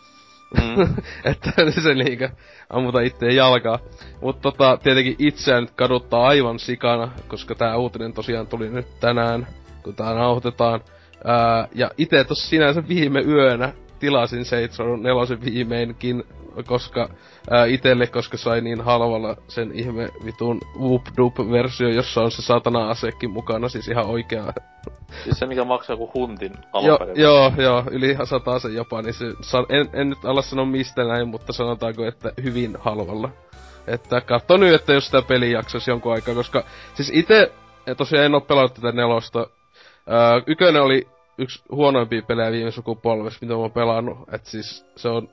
Mm. Että se niinkö ammuta itteen jalkaa. Mut tota, tietenkin itseään nyt kaduttaa aivan sikana, koska tää uutinen tosiaan tuli nyt tänään, kun tää nauhoitetaan. Ää, ja ite tossa sinänsä viime yönä tilasin Saints Row nelosen viimeinkin, koska ää, itelle, koska sai niin halvalla sen ihme vitun Whoop-Doop-versio, jossa on se satana asekin mukana, siis ihan oikea. Siis se, mikä maksaa joku huntin jo, alunperin. Joo, joo, yli ihan sataa sen jopa, niin se, en, en nyt ala sanoa mistä näin, mutta sanotaanko, että hyvin halvalla. Että katso nyt, että jos sitä peli jaksaisi jonkun aikaa, koska siis ite, tosiaan en oo pelannut tätä nelosta. Ää, ykönen oli yksi huonoimpia pelejä viime sukupolvessa, mitä mä oon pelannut, et siis se on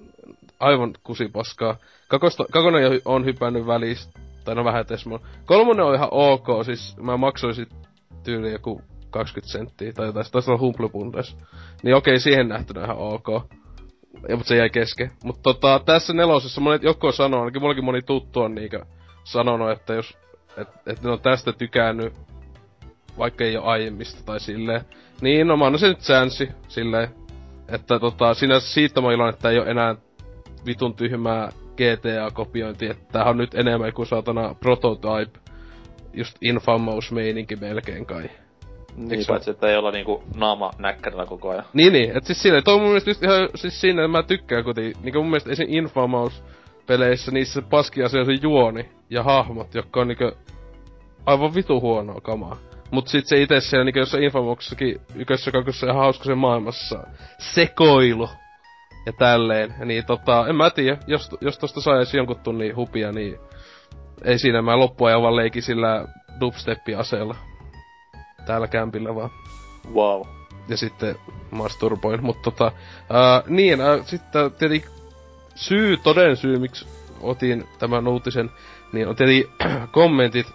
aivan kusipaskaa. Kakosta, kakonen on hypännyt välistä, tai no vähän tesmo. Kolmonen on ihan ok, siis mä maksoin sit tyyli joku kaksikymmentä senttiä tai jotain, taisi olla Humble-Bundes. Niin okei, siihen nähtynä ihan ok. Ja, mut se jäi kesken. Mut tota, tässä nelosessa monet joku on sanonut, ainakin mullakin moni tuttu on niinkö sanonut, että jos, et, et ne on tästä tykännyt, vaikka ei oo aiemmista tai silleen. Niin, no mä annan se nyt chanssi, silleen. Että tota, sinänsä siitä mä iloinen, että ei oo enää vitun tyhmää G T A-kopiointia, että tää on nyt enemmän kuin saatana Prototype. Just Infamous-meininki melkein kai. Niin, paitsi että ei olla niinku naama näkkärillä koko ajan. Niin, niin. Et siis silleen, toi on mun mielestä just ihan siis siinä, että mä tykkään kuitenkin. Niinku mun mielestä esim. Infamous-peleissä niissä paski asia on se juoni ja hahmot, jotka on niinku aivan vitu huonoa kamaa. Mut sit se ite siellä niinku jossain Infamouksessakin ykössä kakossa ihan hauska se maailmassa sekoilu. Ja tälleen. Ja niin tota, en mä tiedä, jos, jos tosta sais jonkun tunnin hupia, niin ei siinä mä loppuajan vaan leiki sillä dubsteppi-aseella. Täällä kämpillä vaan. Wow. Ja sitten masturboin, mut tota, ää, niin, ää, sitten tietenkin syy, toden syy, miksi otin tämän uutisen, niin on tietenkin kommentit.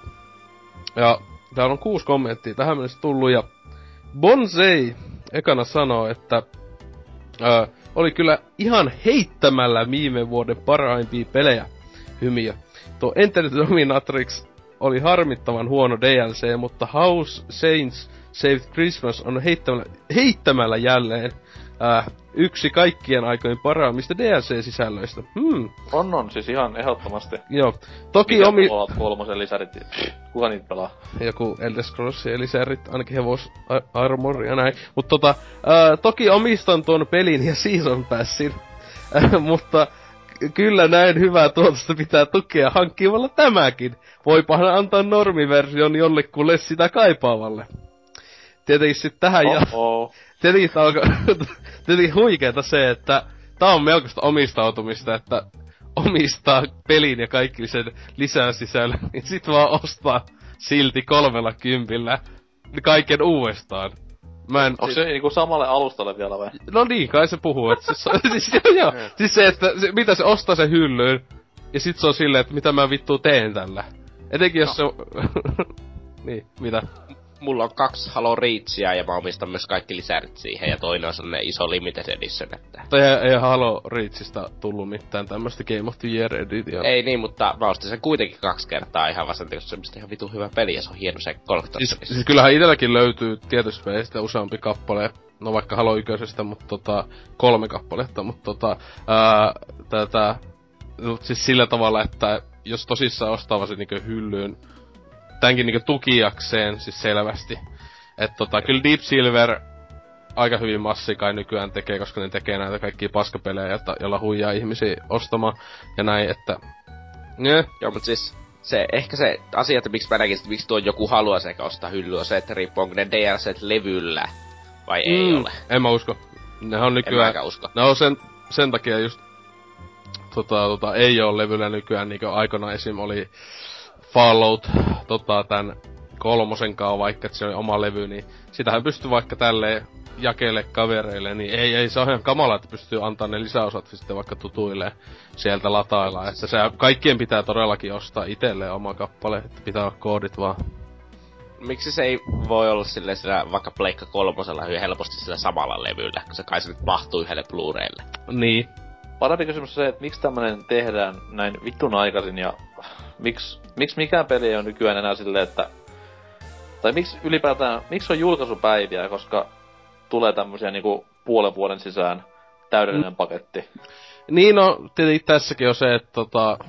Ja täällä on kuusi kommenttia tähän mennessä tullut, ja Bonsei ekana sanoo, että ää, oli kyllä ihan heittämällä viime vuoden parhaimpia pelejä hymiä. Tuo Enter the Dominatrix oli harmittavan huono D L C, mutta House Saints Saved Christmas on heittämällä, heittämällä jälleen äh, yksi kaikkien aikojen parhaimmista D L C-sisällöistä. Hmm. On on, siis ihan ehdottomasti. Joo. Toki mikä omi... Fallout kolmosen lisärit, kuka niitä pelaa? Joku Elder Scrollsien lisärit, ainakin hevos Armor ja näin. Mut tota, äh, toki omistan tuon pelin ja Season Passin, äh, mutta kyllä näin hyvää tuotosta pitää tukea hankkimalla tämäkin. Voipahan antaa normiversion jollekulle sitä kaipaavalle. Tietenkin sit tähän ja... Tietenkin tää on... Tietenkin huikeeta se, että tää on melkoista omistautumista, että omistaa pelin ja kaikki sen lisäsisällön, niin sit vaan ostaa silti kolmella kympillä kaiken uudestaan. Mä en... Onko se niinku samalle alustalle vielä vai? No niin, kai se puhuu, että siis, siis, joo, siis se, että se, mitä se ostaa sen hyllyyn, ja sit se on silleen, että mitä mä vittu teen tällä. Etenkin jos no. se niin, mitä? Mulla on kaksi Halo Reachia ja mä omistan myös kaikki lisärit siihen, ja toinen on sellainen iso limited edition, että... Tai ei, ei Halo Reachista tullut mitään tämmöstä Game of the Year edition. Ei niin, mutta mä ostin sen kuitenkin kaksi kertaa ihan vasta, koska se on ihan vitu hyvä peli, ja se on hieno se kolmetoista. Siis, siis kyllähän itelläkin löytyy tietysti peleistä useampi kappale, no vaikka Halo ykkösestä, mutta tota, kolme kappaletta, mutta tota, ää, tätä, siis sillä tavalla, että jos tosissaan ostaa vaan se niinkö hyllyyn, tämänkin niinku tukijakseen, siis selvästi. Et tota, kyllä Deep Silver aika hyvin massi kai nykyään tekee, koska ne tekee näitä kaikkia paskapelejä, joilla huijaa ihmisiä ostamaan ja näin, että... Ne. Joo, mut siis se, ehkä se asia, että miksi mä näkisin, että miksi tuo joku haluaa sekä ostaa hyllyä, on se, että riippuu onko ne D L C:t levyllä vai mm, ei ole. En mä usko. Ne on nykyään... En usko. Ne on sen, sen takia just... Tota, tota, ei oo levyllä nykyään, niinku aikana esim. Oli... Fallout, tota, tän kolmosen kaa, vaikka et se oli oma levy, niin sitähän pystyy vaikka tälleen jakelle kavereille, niin ei, ei se on ihan kamala, että pystyy antaa ne lisäosat sitten vaikka tutuille sieltä latailla, että se kaikkien pitää todellakin ostaa itselleen oma kappale, että pitää olla koodit vaan. Miksi se ei voi olla silleen sillä vaikka Pleikka kolmosella hyvin helposti sillä samalla levyllä, kun se kai se nyt mahtuu yhdelle Blu-raylle? Niin. Parempi kysymys on se, että miksi tämmönen tehdään näin vittun aikaisin ja miksi, miksi mikään peli ei ole nykyään enää silleen, että... Tai miksi ylipäätään, miksi on julkaisupäiviä, koska tulee tämmösiä niinku puolen vuoden sisään täydellinen mm. paketti. Niin no, tietenkin tässäkin on se, että tota...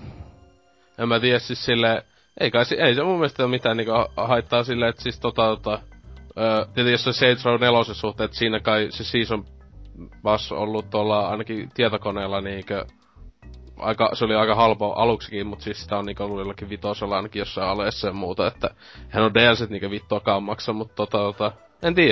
En mä tiedä siis silleen... Ei kai ei se mun mielestä ole mitään niinku haittaa silleen, että siis tota tota... Öö, tietenkin jos se Saints Row nelosen suhteen, että siinä kai se season pass ollut tuolla ainakin tietokoneella niinkö... Aika, se oli aika halpa aluksikin, mut siis sitä on niinku ollut jollakin vitosella ainakin jossain aleessa ja muuta, että hän on D L C:t niinku vittuakaan maksa, mut tota tota... En tiedä.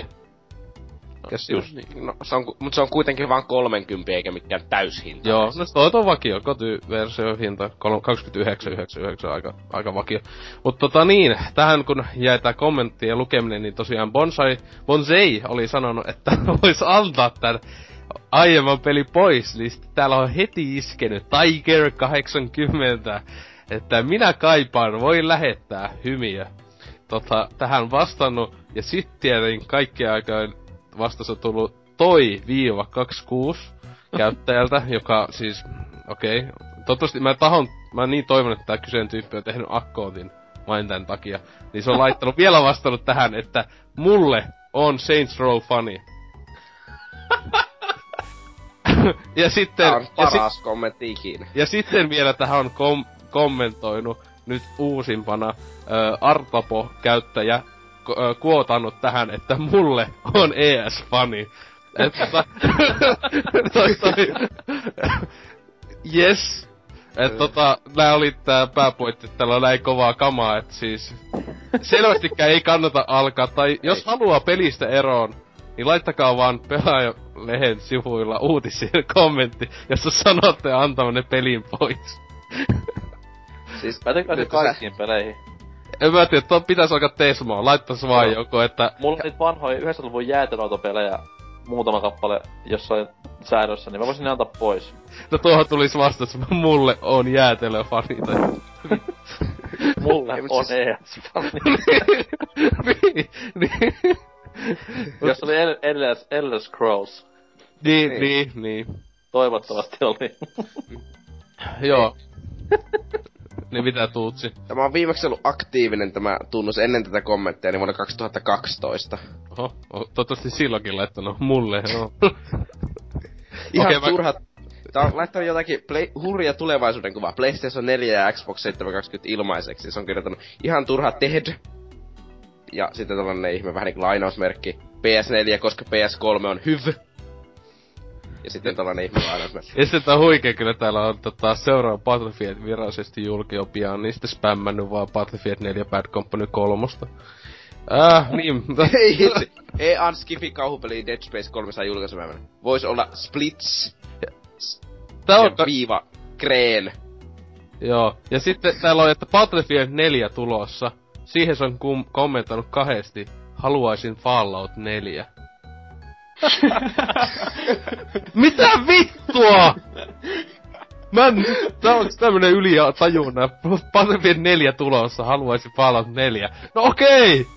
Kes just niin. No, se on, mut se on kuitenkin vaan kolmekymmentä eikä mikään täyshinta. Joo, no toi on vakio, koty-versio hinta kaksikymmentäyhdeksän yhdeksänkymmentäyhdeksän aika, aika vakio. Mut tota niin, tähän kun jäi tää kommentti ja lukeminen, niin tosiaan Bonsai, Bonsei oli sanonut, että vois antaa tän aiemman peli pois, niin täällä on heti iskenyt Tiger kahdeksankymmentä, että minä kaipaan, voi lähettää hymiä. Tota, tähän vastannut, ja sit tietenkin kaikkien aikojen vastas on tullut toi viiva kaksikymmentäkuusi käyttäjältä, joka siis, okei, okay, toivottavasti mä tahon, mä niin toivon, että tää kyseinen tyyppi on tehnyt akkootin vain tän takia, niin se on laittanut vielä vastannut tähän, että mulle on Saints Row funny. ja sitten... Tää on paras ja si- kommentti ikinä. Ja sitten vielä tähän on kom- kommentoinut nyt uusimpana äh, Artapo-käyttäjä ku- kuotannut tähän, että mulle on E S-fani. Että toi, toi, yes. Et tota, nää oli tää pääpointti, että täällä on näin kovaa kamaa, et siis selvästikään ei kannata alkaa, tai jos haluaa pelistä eroon, niin laittakaa vaan Pelaajalehen sivuilla uutisiin kommentti, jossa sanotte antavanne pelin pois. Siis Pätekää se nyt kaikkiin peleihin. En mä tiedä, tuon pitäis alkaa tesmaa, laittais vaan Joo. joku, että... Mulla on niitä vanhoja yhdeksänkymmentäluvun jäätelöautopelejä, muutama kappale jossain säädössä, niin mä voisin ne antaa pois. No tuohon tulis vastaus, että mulle on jäätelöfani tai... Mulle Ei, mut on siis- E S-fani. niin, niin. Jos oli El- Elder, Elder Scrolls, Niin, Niin. niin, niin. toivottavasti oli. Joo. Niin mitä Tuutsi? Tämä on viimeksi ollut aktiivinen tämä tunnus ennen tätä kommenttia, niin vuonna kaksituhattakaksitoista. Oho, o, toivottavasti silloinkin laittanut mulle, joo. Ihan Okei, mä- turhat... Tää on laittanut jotakin play, hurja tulevaisuuden kuvaa. PlayStation neljä ja Xbox seitsemänsataakaksikymmentä ilmaiseksi. Se on kirjoittanut ihan turha T E D. Ja sitten tällainen ihme vähän niinku lainausmerkki. P S neljä, koska P S kolme on hyv. Ja sitten tällainen ihme lainausmerkki. Ja sitten tää huikea kyllä täällä on tota, seuraava Battlefield virallisesti julki jo pian, niin sitten spämmännyt vaan Battlefield neljä Bad Company kolmosta. Äh, niin. Ei hitsi. E-an Skifi kauhupeli Dead Space kolme saa julkaisupäivänä. Vois olla Splits. Tää on... Ja viiva Kreen. Joo. Ja sitten täällä on, että Battlefield neljä tulossa. Siihen se on kum- kommentoinut kahdesti. Haluaisin Fallout neljä. Mitä vittua? Mä en... Tää on tämmönen yli tajunna. Battlefield neljä tulossa. Haluaisin Fallout neljä. No okei!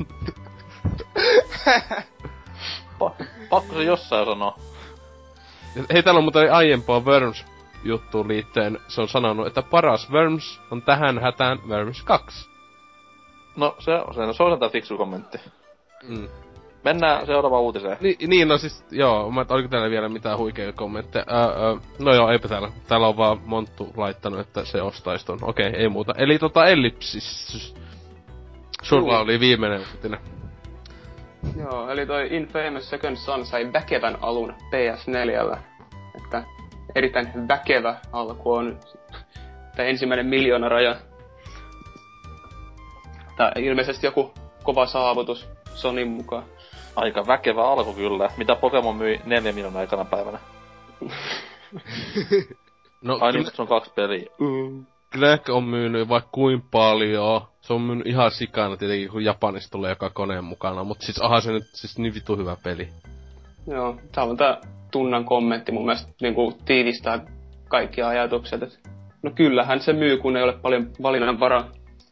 Pa- pakko se jossain sanoa. Hei, täällä on muuten aiempaa Worms-juttuun liittyen. Se on sanonut, että paras Worms on tähän hätään Worms kaksi. No se on se, se on sentään fiksu kommentti. Mm. Mennään seuraavaan uutiseen. Ni, niin, no siis, joo, mä, oliko täällä vielä mitään huikeita kommentteja? Ää, ää, no joo, eipä täällä. Täällä on vaan Monttu laittanut, että se ostais ton. Okei, ei muuta. Eli tota Ellipsis. Sulla Juu. oli viimeinen uutinen. Joo, eli toi Infamous Second Son sai väkevän alun P S neljällä. Että erittäin väkevä alku on tää ensimmäinen miljoona raja. Tää ilmeisesti joku kova saavutus Sonyn mukaan. Aika väkevä alku kyllä. Mitä Pokemon myi neljä miljoonaa ekana päivänä? No, Ai kyllä, nyt se on kaksi peliä. kyllä ehkä on myynyt vaikka kuin paljon. Se on myynyt ihan sikana tietenkin, kun Japanista tulee joka koneen mukana. Mut siis aha se nyt siis niin vitu hyvä peli. Joo, tää on tää Tunnan kommentti mun mielestä niinku tiivistää kaikki ajatukset. Et, no kyllähän se myy, kun ei ole paljon valinnan varaa.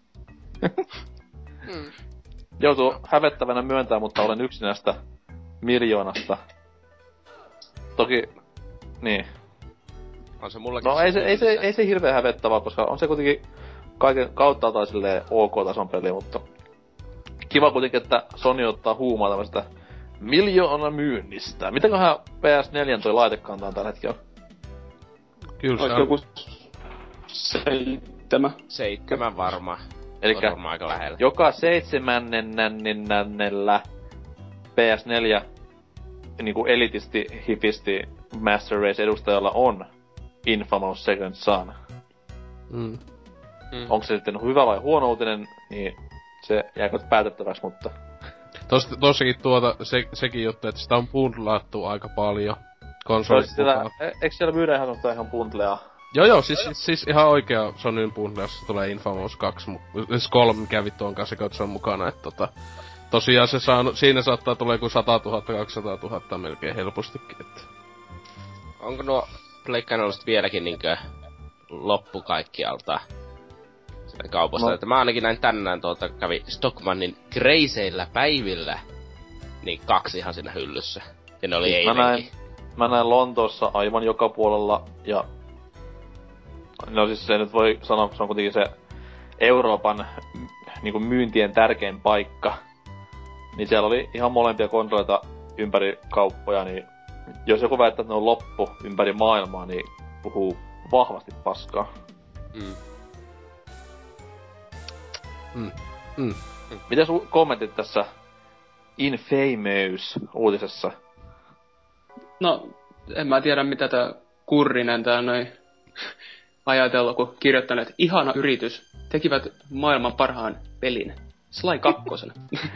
Joutuu hävettävänä myöntää, mutta olen yksi näistä miljoonasta. Toki, niin. On se mullakin. No ei se, ei se, ei se hirveän hävettävää, koska on se kuitenkin kaiken kautta tai silleen OK-tason peli, mutta kiva kuitenkin, että Sony ottaa huumaa tämmöstä miljoona myynnistä. Mitäköhän P S neljä toi laitekantaa tällä hetkellä? Kyllä se Olisiko on. joku seitsemän? Seitsemän varmaan. Elikkä On varmaan aika lähellä. joka seitsemännennellä P S neljä niinku elitisti, hipisti Master Race edustajalla on Infamous Second Son. Mm. Mm. Onko se sitten hyvä vai huono uutinen, niin se jääkö päätettäväksi, mutta Tosta, tossakin tuota, se, sekin juttu, että sitä on bundlattu aika paljon. se olisi siellä, Konsolit e- eikö siellä myydä ihan semmoista ihan bundlea? Joo joo, siis, siis, siis ihan oikea Sonyn bundle, jossa tulee Infamous kaksi, mu- siis kolme, mikä vittu onkaan se, kun se on mukana, että tota... Tosiaan se saa, siinä saattaa tulee joku sata tuhatta, kaksisataa tuhatta melkein helpostikin, että... Onko nuo pleikkainolliset vieläkin niinkö loppu kaikkialta sieltä kaupasta? No. Että mä ainakin näin tänään tuolta kävi Stockmannin kreiseillä päivillä. Niin kaksi ihan siinä hyllyssä. Ja ne oli Mä eilenkin. näin, mä näin Lontoossa aivan joka puolella, ja... No siis se nyt voi sanoa, kun se on kuitenkin se Euroopan niinku myyntien tärkein paikka. Niin siellä oli ihan molempia konsoleita ympäri kauppoja, niin jos joku väittää, että ne on loppu ympäri maailmaa, niin puhuu vahvasti paskaa. Mm. Mm. Mm. Mites u- kommentit tässä Infamous-uutisessa? No, en mä tiedä mitä tää Kurrinen tää noin ajatellut, kun kirjoittanut, että ihana yritys, tekivät maailman parhaan pelin. Sly kakkosen.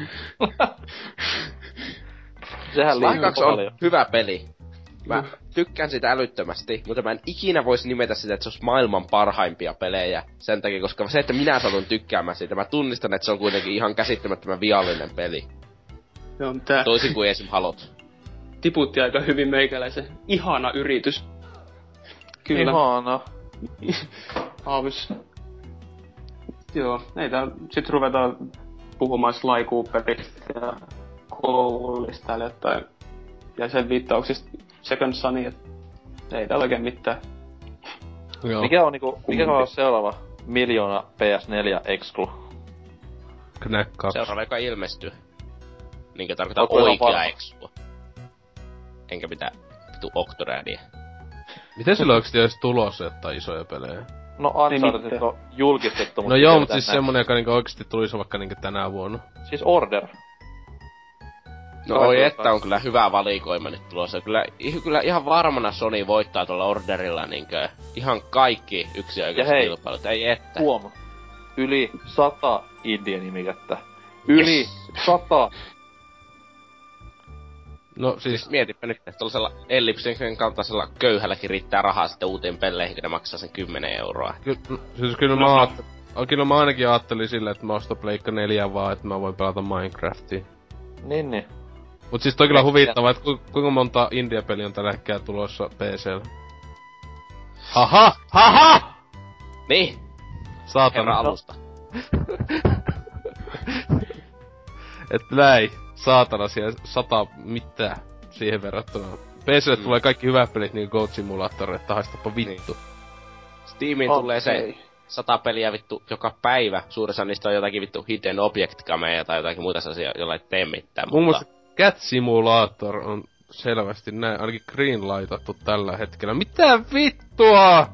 Sehän Sly liikkuu kaksi on paljon. hyvä peli. Mä tykkään sitä älyttömästi, mutta mä en ikinä vois nimetä sitä, että se olisi maailman parhaimpia pelejä. Sen takia, koska se, että minä satun tykkäämään siitä, mä tunnistan, että se on kuitenkin ihan käsittämättömän viallinen peli. Joo, tää Toisin kuin esim. Halot. tiputti aika hyvin meikäläisen. Ihana yritys. Kyllä. Ihana. Aavis. Joo, ei tää, sit ruvetaan puhumaan Sly Cooperista ja Cowlista täällä jotain. Ja sen viittauksista Second Sunny, et ei täällä oikein mitään. Joo. Mikä on niinku, mikä on seuraava miljoona P S neljä exclu? Knack kaksi. Seuraava, joka ilmestyy. Niinkö tarkoittaa Ootko ihan oikea varma? eksua. Enkä mitään vitu Octoradia. Miten sillä oikeesti olisi tulossa jotain isoja pelejä? No Uncharted mitään. on julkistettu, No mutta joo, mitä mut siis näin. semmonen, joka niinku oikeesti tulisi vaikka niinku tänä vuonna. Siis Order. No Kai oi, se on että kai. on kyllä hyvä valikoima nyt tulossa. Kyllä, i- kyllä ihan varmana Sony voittaa tuolla Orderilla niinkö ihan kaikki yksioikaiset Ja hei. kilpailut. Ei että. Huom. Yli sata indie-nimikettä. Yli sata! No siis, Mietipä nyt, että tuollaisella Ellipsen kaltaisella köyhälläkin riittää rahaa sitten uuteen pelleihin, kun ne maksaa sen kymmenen euroa. ky- no, siis kyllä mä, aat- kyllä mä ainakin ajattelin silleen, että mä ostan Pleikka neljä vaan, että mä voin pelata Minecraftia. Niin niin. Mut siis toi kyllä Ei, huvittavaa, että ku, kuinka monta indie-peliä on tällä hetkellä tulossa P C:llä. Haha! Haha! Niin, Saatana. herra alusta. Et näin. Saatana siellä sata mitään siihen verrattuna. P C:lle Mm. tulee kaikki hyvät pelit niin Goat Simulator, että haistapa vittu. Steamiin On, tulee se ei. sata peliä vittu joka päivä. Suurissa niistä on jotakin vittu hidden object kameja tai jotakin muita sellaisia, joilla ei tee mitään. Mun mutta... mielestä Cat Simulator on selvästi näin, ainakin greenlightattu tällä hetkellä. Mitä vittua?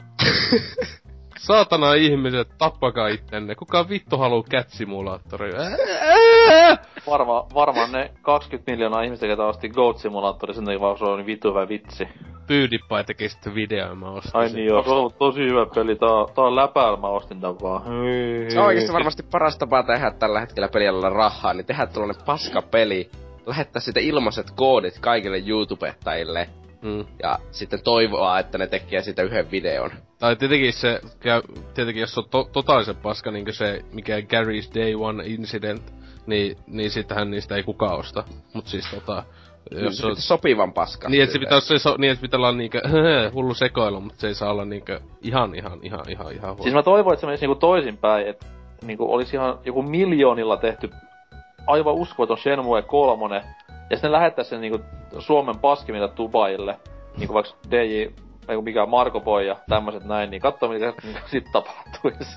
Saatana ihmiset, tappakaa ittenne. Kuka vittu haluu Cat Simulatoria? Varma, varmaan ne kaksikymmentä miljoonaa ihmistä, ketä osti Goat Simulatori, sen takia vaan se on niin vittu hyvä vitsi. PewDiePie teki sitten videoa, mä ostin Ai sen. niin joo, se on tosi hyvä peli, tää, on- tää on läpäällä, mä ostin tän vaan. Se on oikeesti varmasti paras tapa tehdä tällä hetkellä pelillä rahaa, niin tehdä tuollainen paskapeli. Lähettää siitä ilmaiset koodit kaikille YouTubettajille. Mm. Ja sitten toivoa, että ne tekee siitä yhden videon. Tai tietenkin se, käy, tietenkin jos on to, totaalisen paska, niinkö se, mikä Gary's Day One Incident, niin, niin sitähän niistä ei kukaan osta. Mut siis tota, jos Se se on... pitäisi sopivan paska. Niin, et se pitää, olla se, so, niin, et pitää olla niinkö, hullu sekoilu, mut se ei saa olla niinkö ihan, ihan, ihan, ihan, ihan huono. Siis mä toivon, että se menisi niinku toisinpäin, että niinku olisi ihan joku miljoonilla tehty aivan uskomaton Shenmue kolmonen, ja sitten lähettäis sen niinku Suomen paskimilta Dubaille, niinku vaikka D J, ei mikä Marko Boy ja tämmöset näin, niin kattoo mitä niinku sit tapahtuis.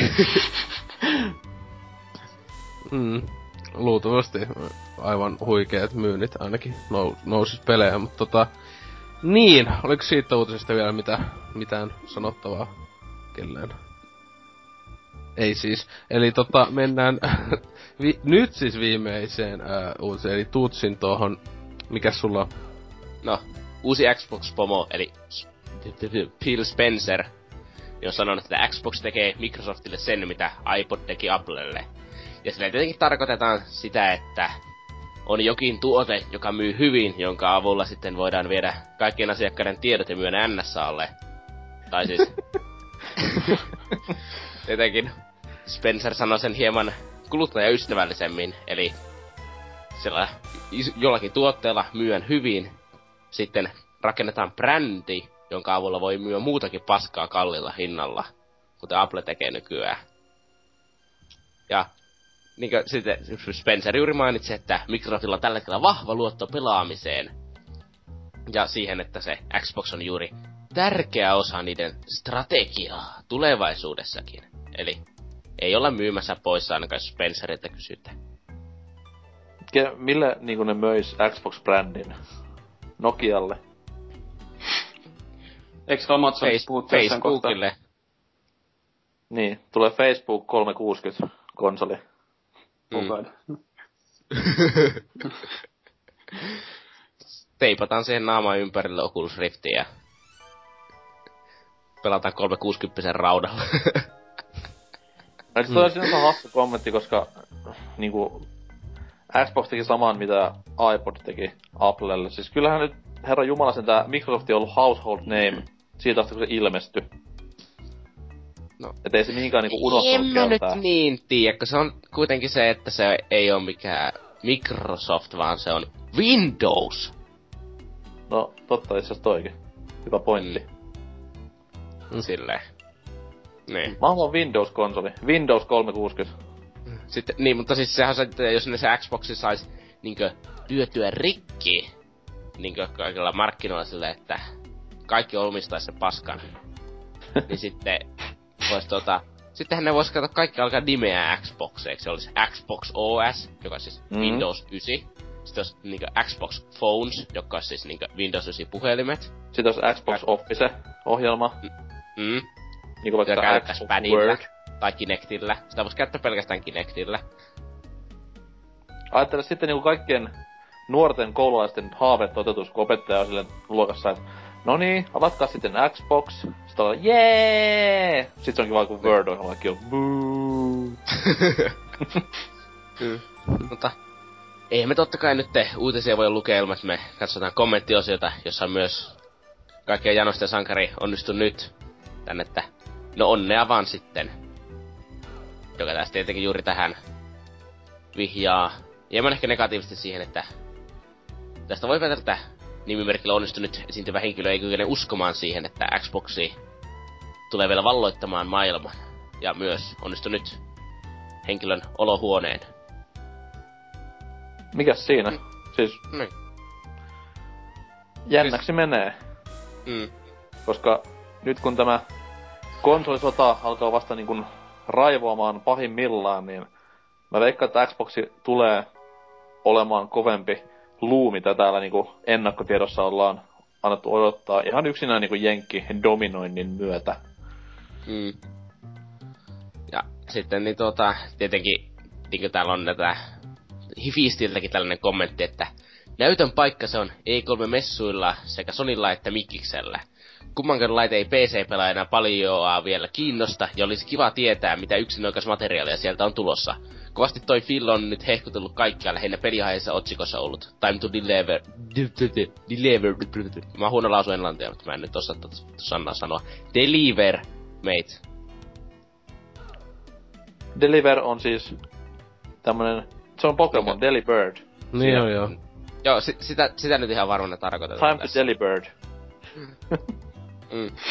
Mm. Luultavasti aivan huikeet myynnit ainakin nou, nousis pelejä, mutta tota... Niin, oliko siitä uutisesta vielä mitä, mitään sanottavaa kellään? Ei siis. Eli tota, mennään vi, nyt siis viimeiseen ää, uutiseen, eli Tutsin tohon, mikä sulla on? No, uusi Xbox-pomo, eli Phil Spencer, niin on sanonut, että Xbox tekee Microsoftille sen, mitä iPod teki Applelle. Ja sillä tietenkin tarkoitetaan sitä, että on jokin tuote, joka myy hyvin, jonka avulla sitten voidaan viedä kaikkien asiakkaiden tiedot ja myydä N S A:lle. Tai siis... tietenkin Spencer sanoi sen hieman kuluttajaystävällisemmin, eli sillä is- jollakin tuotteella myön hyvin, sitten rakennetaan brändi, jonka avulla voi myyä muutakin paskaa kallilla hinnalla, kuten Apple tekee nykyään. Ja niin kuin sitten Spencer juuri mainitsi, että Microsoftilla on tällä hetkellä vahva luotto pelaamiseen. Ja siihen, että se Xbox on juuri tärkeä osa niiden strategiaa tulevaisuudessakin. Eli ei olla myymässä pois ainakaan, jos Spenceriltä kysytään. Ke, mille niinku ne möis Xbox-brändin? Nokialle. Eikö Amazon Face- puhu tässä kohtaa? Facebookille. Niin, tulee Facebook kolmesataakuusikymmentä konsoli. Oh god. Teipataan siihen naaman ympärille Oculus Riftiä ja pelataan kolmesataakuusikymmentä raudalla. Eikö toi mm. sinänsä hassu kommentti, koska niinku Xbox teki saman mitä iPod teki Applelle. Siis kyllähän nyt herra jumala sen tää Microsoft on ollut household name siitä asti kun se ilmestyi. No. Et ei se mihinkään niinku unohtunut En mä nyt niin tiedä, kun se on kuitenkin se, että se ei oo mikään Microsoft, vaan se on Windows. No, totta itse asiassa toikin. Hyvä pointti. Mm. Silleen. Niin. Mä haluan Windows-konsoli. Windows kolmesataakuusikymmentä. Sitten, niin, mutta siis sehän se, että jos ne se Xboxi sais niinkö lyötyä rikki niinkö kaikilla markkinoilla silleen, että kaikki omistais sen paskan. Niin sitten vois tota... Sittenhän ne vois katsoa kaikki alkaa nimeää Xboxeiksi. Se olisi Xbox O S, joka on siis mm. Windows yhdeksän. Sitten olisi niinkö Xbox Phones, joka on siis niinkö Windows yhdeksän puhelimet. Sitten olisi Xbox X- Office-ohjelma. Mm. Niinku vaikka Xbox Word. Tai Kinectillä. Sitä vois käyttää pelkästään Kinectillä. Ajattele sitten niinku kaikkien nuorten koululaisten haaveet toteutus, kun opettaja on silleen luokassa, että no niin, avatkaa sitten Xbox. Sitten ollaan jee! Sitten se onkin vaan kun Word-ohjelma, kaikki on buu. Mutta ei me totta kai nyt uutisia voi lukea ilman, että me katsotaan kommenttiosiota, jossa on myös kaikkea janosta ja sankari onnistu nyt tänne, että no onnea vaan sitten. Joka tästä tietenkin juuri tähän vihjaa. Hieman ehkä negatiivisesti siihen, että tästä voi päätellä, että nimimerkillä onnistunut esiintyvä henkilö ei kykene uskomaan siihen, että Xboxi tulee vielä valloittamaan maailman. Ja myös onnistunut henkilön olohuoneen. Mikäs siinä? Mm. Siis... Mm. Jännäksi siis... menee. Mm. Koska nyt kun tämä konsolisota alkaa vasta niin kuin raivoamaan pahimmillaan, niin mä veikkaan, että Xboxi tulee olemaan kovempi luu, mitä täällä niinku ennakkotiedossa ollaan annettu odottaa. Ihan yksinään niinku jenkki-dominoinnin myötä. Mm. Ja sitten niin tuota, tietenkin niinku täällä on näitä Hifistiltäkin tällainen kommentti, että näytön paikka se on E kolme-messuilla sekä Sonylla että Mikkiksellä. Kummankaan laite ei P C-pelaajana paljoa vielä kiinnosta, ja olisi kiva tietää, mitä yksinoikeusmateriaalia sieltä on tulossa. Kovasti toi Phil on nyt hehkutellut kaikkialla lähinnä peliaiheessa otsikossa ollut. Time to deliver... Deliver... Mä oon huono lausu englantia, mutta mä en nyt osaa tuota sanaa sanoa. Deliver, mate. Deliver on siis tämmönen... Se on Pokemon, okay. Delibird. Niin joo joo. Joo, si- sitä, sitä nyt ihan varmana tarkoitetaan Time to Delibird. Mm,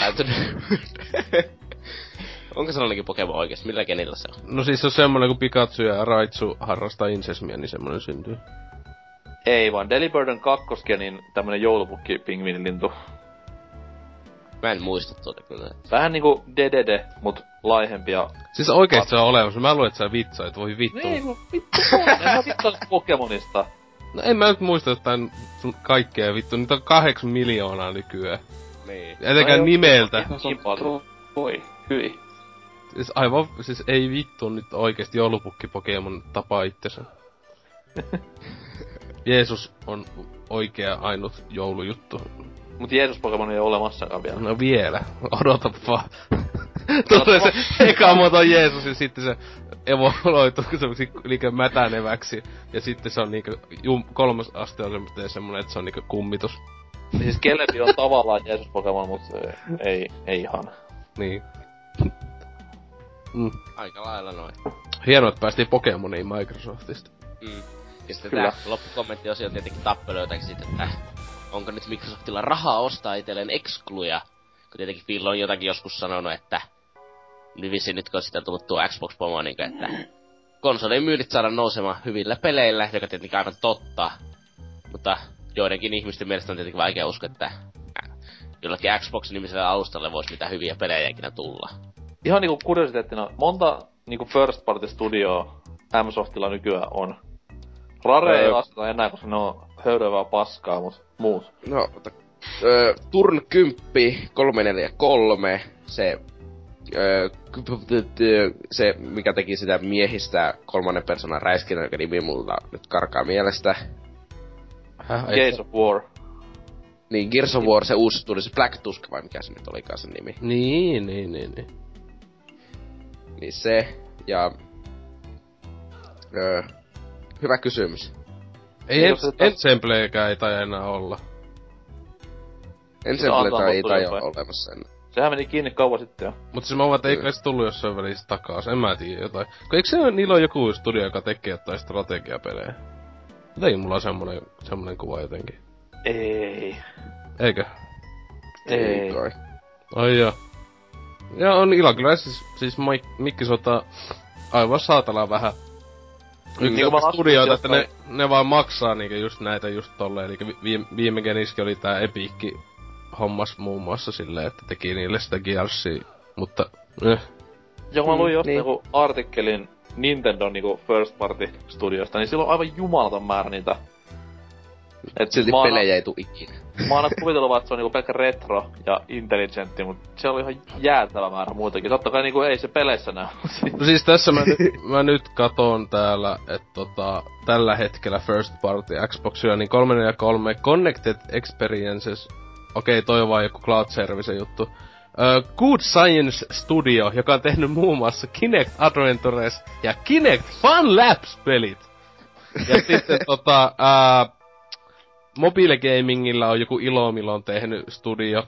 onko sellainenkin Pokemon oikeesti? Millä kenillä se on? No siis se on semmonen, kun Pikachu ja Raichu harrastaa insesmiä, niin semmonen syntyy. Ei vaan, Delibird on kakkoskenin tämmönen joulupukki-pingviinilintu. Mä en muista tuota kyllä. Vähän niinku Dedede, mut laihempi ja... Siis oikeesti se on olemassa. Mä luulen, että sä vitsaat, voi vittu. Ei, kun vittu on. En mä vittu Pokemonista. No en mä nyt muista jotain kaikkea vittu. Niitä on kahdeksan miljoonaa nykyään. Niin. Etenkään nimeltä. Niin paljon. Voi, hyi. Siis aivan, siis ei vittu nyt oikeesti joulupukki Pokemon tapaa itsensä. Jeesus on oikea ainut joulujuttu. Mut Jeesus Pokemon ei oo olemassakaan vielä. No vielä. Odota vaan. Tulee se eka muoto Jeesus ja sitten se evoluoituu semmoksi niinkö mätäneväksi. Ja sitten se on niinkö jum, kolmas aste on semmoinen, semmonen, että se on niinkö kummitus. Siis Kelebi on tavallaan Jeesus Pokemon, mut ei, ei ihan. Niin. Mm. Aika lailla noin. Hienoa, että päästiin Pokemoniin Microsoftista. Mm. Ja sitten tää loppukommenttiosio on tietenkin tappelu jotakin siitä, että onko nyt Microsoftilla rahaa ostaa itselleen excluja. Kun tietenkin Phil on jotakin joskus sanonut, että vissiin nyt kun sitä tullut tuo Xbox-pomo, niin että konsolien myynnit saadaan nousemaan hyvillä peleillä, joka tietenkin aivan totta. Mutta joidenkin ihmisten mielestä on tietenkin vaikea uskoa, että jollakin Xbox-nimiselle alustalle voisi mitään hyviä pelejä ikinä tulla. Ihan niinku kuriositeettina, monta niinku first party studioa M-Softilla nykyään on. Rare öö. ei vastata enää, koska ne on höyrövää paskaa, mut muut. No, ota, öö, Turn kymmenen kolme neljä kolme, se öö, se, mikä teki sitä miehistä kolmannen persoonan räiskinnän, joka nimi mulla nyt karkaa mielestä. Häh, Gears of War. Niin, Gears of War, se uusi tuli, se Black Tusk, vai mikä se nyt olikaan se nimi. Niin, niin, niin, niin. Niin se, ja... Öö, hyvä kysymys. Ei ens, Ensembleekään ei taida enää olla. Ensembleitä ei taida olemassa enää. Sehän meni kiinni kauan sitten jo. Mut siis mä vaan, että eikä se tullu jossain välissä takas, en mä tiedä jotain. Kun eikö se niillä ole joku studio, joka tekee jotain strategiapelejä? Jotenkin mulla on semmonen, semmonen kuva jotenkin. Ei. Eikö? Ei kai. Ai joo. Ja on ilo kyllä, siis, siis Mikki Sota aivan saatana vähän. Yksi niin studioita, että ne, ne vaan maksaa niinku just näitä just tolleen, eli viime, viime geniski oli tää Epikki hommas muun muassa silleen, että teki niille sitä Gearsia, mutta eh. Joo, mä luin mm, just niin. niinku artikkelin Nintendo niinku first party studiosta, niin silloin on aivan jumalaton määrä niitä. Et silti pelejä ei tuu ikinä. Mä oon kuvitellut, että se on niinku pelkkä retro ja intelligentti, mut se oli ihan jäätävä määrä muutakin. Totta kai niinku ei se peleissä näy. No siis tässä mä nyt, mä nyt katon täällä, että tota, tällä hetkellä first party Xboxia, niin kolme ja kolme Connected Experiences. Okei, toi on vaan joku Cloud Service juttu. Uh, Good Science Studio, joka on tehnyt muun muassa Kinect Adventures ja Kinect Fun Labs-pelit. Ja sitten tota, uh, Mobile Gamingilla on joku Ilomilon tehnyt studio.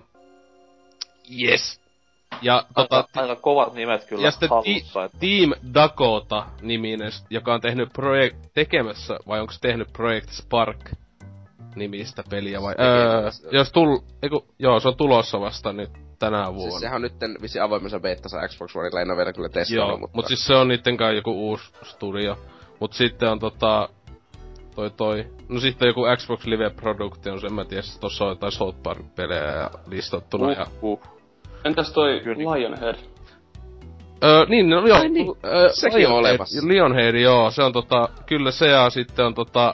Yes! Ja aika, tota... aika kovat nimet kyllä ja sitten hallussa, että... Team Dakota-niminen, joka on tehnyt projekt... tekemässä, vai onko se tehnyt Project Spark nimistä peliä vai... Öö, jos tull... Eiku, joo, se on tulossa vasta nyt tänä vuonna. Siis sehän on nytten visi avoimessa beettassa Xbox Oneilla, en oo vielä kyllä testannut, joo, mutta... mut siis se on niittenkään joku uusi studio. Mut sitten on tota... Toi toi... No sitten joku Xbox Live Production, en mä tiedä, tossa on jotain South Park-pelejä ja listattuna uh, ja... Uh. Entäs toi Lionhead? Öö, niin, no joo. Ai niin, öö, sekin on olemassa. Lionhead, joo, se on tota... Kyllä se ja sitten on tota...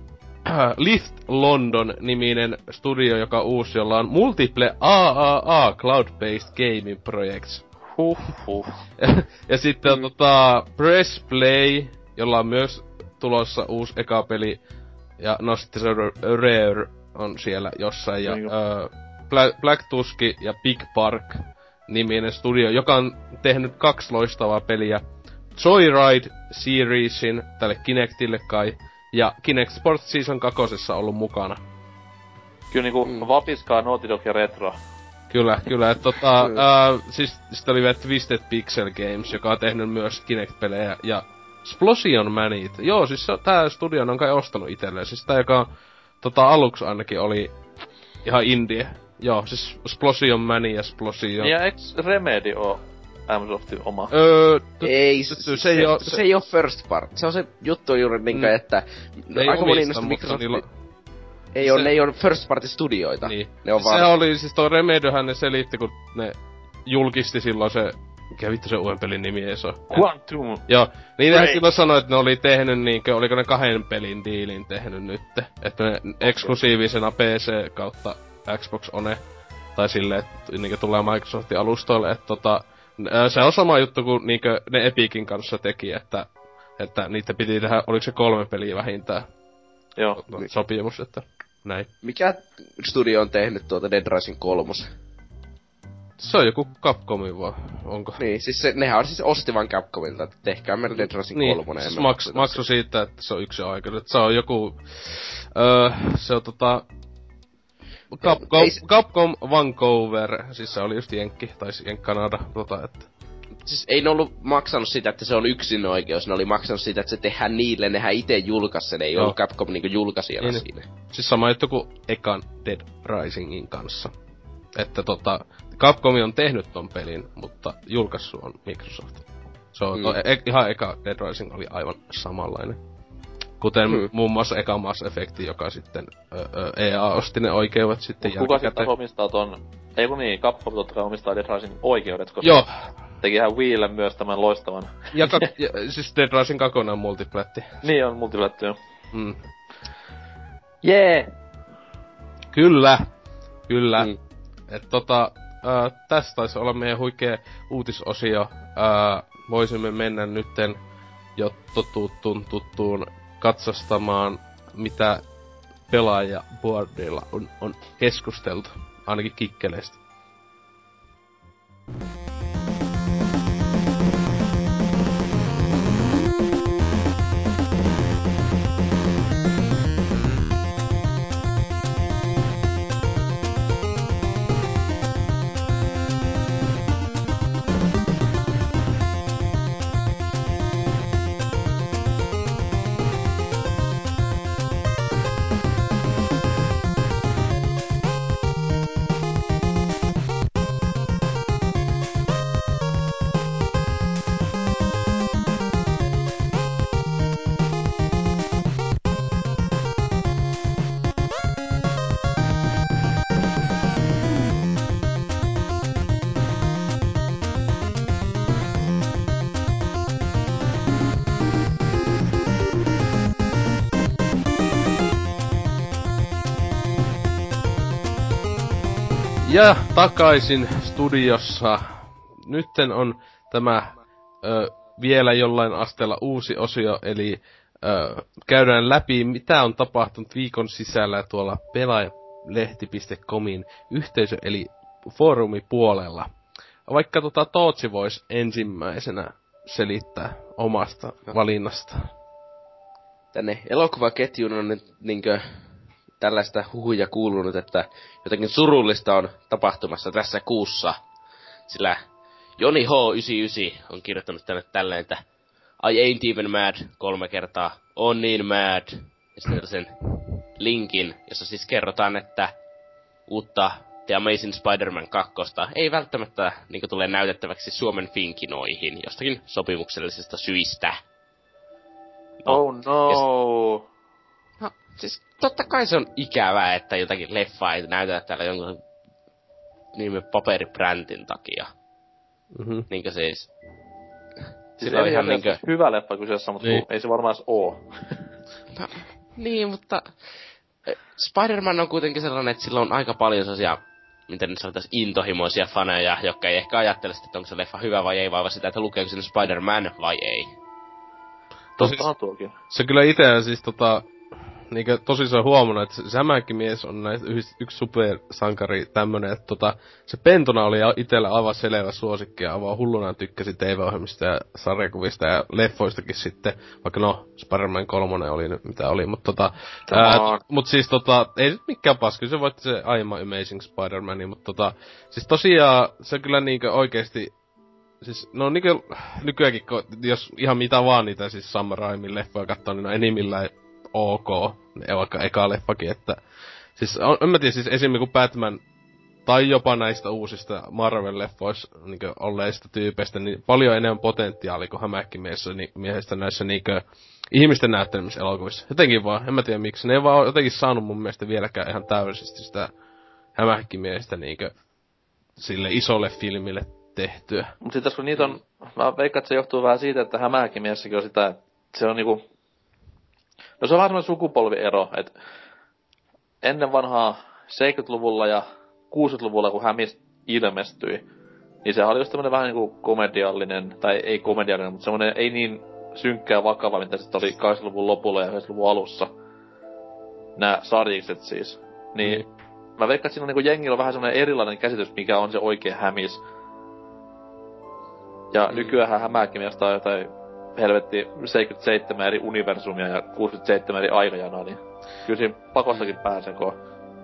Lift London-niminen studio, joka on uusi, jolla on Multiple A A A Cloud-Based Gaming Projects. Huh, huh. ja, ja sitten on mm. tota... Press Play, jolla on myös tulossa uusi eka peli. Ja no sitten se Rare on siellä jossain. Ja öö, Black, Black Tusk ja Big Park niminen studio, joka on tehnyt kaksi loistavaa peliä. Joyride Seriesin tälle Kinectille kai. Ja Kinect Sports Season kakosessa ollut mukana. Kyllä niinku mm. vapiskaa Naughty Dog ja Retro. Kyllä, kyllä. Et tota, ää, siis sitä oli vielä Twisted Pixel Games, joka on tehnyt myös Kinect-pelejä. Ja Splosion Manit. Joo, siis se, tää studio on kai ostanut itselleen. Siis tää, joka tota, aluksi ainakin oli ihan indie. Joo, siis Splosion Mani ja Splosion. Ja eiks Remedy oo Amsoftin oma? Öö, t- ei, se, se, se, ei oo, se, se ei oo first part. Se on se juttu juuri niinkö, mm. että... Ne aika moni niistä Microsoft... Niillä... Ei se... oo, ne ei oo first party studioita. Niin. Ne on se vaan... oli, siis toi Remedyhän ne selitti, kun ne julkisti silloin se... Mikä vittu se uuden pelin nimi ei se oo? Quantum! Joo, niin nehän silloin sanoi, että ne oli tehnyt niinkö, oliko ne kahden pelin diilin tehnyt nytte. Että ne okay. eksklusiivisena P C kautta Xbox One. Tai silleen, että niinkö tulee Microsoftin alustoille, että tota... Se on sama juttu kuin niinkö ne Epicin kanssa teki, että... Että niitä piti tehdä, oliko se kolme peliä vähintään? Joo. Sopimus, että näin. Mikä studio on tehnyt tuota Dead Rising kolme? Se on joku Capcomin vaan, onko? Niin, siis se, nehän on siis osti vaan Capcomilta, että tehkää meillä Dead Rising niin, kolme. Siis maks, maksu siitä, että se on yksi aika. Että se on joku... Öö, se on tota... Capcom, Capcom Vancouver, siis se oli just Jenkki, tai Jenk-Kanada, tota, että... Siis ei ne ollut maksanut sitä, että se on yksin oikeus, ne oli maksanut sitä, että se tehdään niille, nehän ite julkaisi sen, ei no. ollut Capcom niinku julkaisijana niin, siinä. Siis sama juttu kuin ekan Dead Risingin kanssa. Että tota, Capcom on tehnyt ton pelin, mutta julkaissut on Microsoft. Se on, mm. to, e, ihan eka Dead Rising oli aivan samanlainen. Kuten mm. muun muassa eka Mass Effect, joka sitten ö, ö, E A osti ne oikeudet sitten jälkikäteen. Kuka sitten omistaa ton... Ei kun niin, Capcom totta kai omistaa Dead Rising oikeudet, koska... Joo. Tekihän Wiille myös tämän loistavan. Ja, ka- ja siis Dead Rising kaksi on multiplätti. Niin on multiplätti, joo. Mm. Jee! Yeah. Kyllä. Kyllä. Mm. Et tota... ää, tässä taisi olla meidän huikea uutisosio. Ää, voisimme mennä nytten jo totuttuun tuttuun katsastamaan, mitä pelaajaboardilla on, on keskusteltu, ainakin kikkeleistä. Ja takaisin studiossa. Nytten on tämä ö, vielä jollain asteella uusi osio, eli ö, käydään läpi, mitä on tapahtunut viikon sisällä tuolla pelaajalehti piste comin yhteisö- eli foorumipuolella. Vaikka tota Tootsi voisi ensimmäisenä selittää omasta valinnastaan. Tänne elokuvaketjuun on nyt niinkö tällaista huhuja kuulunut, että jotakin surullista on tapahtumassa tässä kuussa. Sillä Joni H yhdeksänkymmentäyhdeksän on kirjoittanut tänne tälleen, että I ain't even mad kolme kertaa, on niin mad. Ja sitten sen linkin, jossa siis kerrotaan, että uutta The Amazing Spider-Man kaksi ei välttämättä niin tule näytettäväksi Suomen finkinoihin jostakin sopimuksellisesta syistä. No, oh no! No, siis totta kai se on ikävää, että jotakin leffaa ei näytetä täällä jonkun nimen paperibrändin takia. Mm-hmm. Niinkö siis... Siis on ihan niinkö... hyvä leffa kyseessä, mutta niin. Ei se varmaan edes oo. No, niin, mutta... Spider-Man on kuitenkin sellainen, että sillä on aika paljon sellaisia, miten nyt sanotaan, intohimoisia faneja, jotka ei ehkä ajattele sitä, että onko se leffa hyvä vai ei, vaan sitä, että lukeeko sinne Spider-Man vai ei. Tottahan tuokin. Se kyllä ite siis tota... Niinkö tosissaan huomannut, että se Hämähäkkimies on näistä yksi, yksi supersankari tämmönen, että tota, se pentuna oli itellä aivan selvä suosikki ja aivan hulluna tykkäsi T V-ohjelmista ja sarjakuvista ja leffoistakin sitten, vaikka no, Spider-Man kolmonen oli nyt mitä oli, mutta tota, ää, mut siis tota, ei nyt mikään paska, se voitti se aiemman Amazing Spider-Mani, mutta tota, siis tosiaan se kyllä niinkö oikeesti, siis no niinkö nykyäänkin, jos ihan mitä vaan niitä siis Sam Raimin leffoja kattoo, niin no enimmillään ok, vaikka eka leffakin, että... Siis, on, en mä tiedä, siis esimerkiksi kun Batman, tai jopa näistä uusista Marvel-leffoissa niinkö olleista tyypeistä, niin paljon enemmän potentiaalia kuin Hämähäkkimiehessä ni, miehestä näissä niinkö ihmisten näyttelemissä elokuvissa. Jotenkin vaan, en mä tiedä miksi. Ne ei vaan jotenkin saanut mun mielestä vieläkään ihan täydellisesti sitä Hämähäkkimiestä niinkö sille isolle filmille tehtyä. Mut sit tässä kun niitä on... Mä veikkaan, että se johtuu vähän siitä, että Hämähäkkimiessäkin on sitä, että se on niinku... No se on vähän semmoinen sukupolviero, että ennen vanhaa seitsemänkymmentäluvulla ja kuusikymmentäluvulla, kun Hämis ilmestyi, niin se oli just tämmönen vähän niinku komediallinen, tai ei komediallinen, mutta semmonen ei niin synkkä ja vakava, mitä sitten oli kahdeksankymmentäluvun lopulla ja yhdeksänkymmentäluvun alussa. Nää sarjikset siis. Niin mm. mä veikkaan, että siinä on niinku jengillä vähän semmonen erilainen käsitys, mikä on se oikea Hämis. Ja mm. nykyäänhän Hämähäkkimiestä on jotain... helvetti seitsemänkymmentäseitsemän eri universumia ja kuusikymmentäseitsemän eri aikajanaa, niin kyllä siinä pakostakin pääsee koo.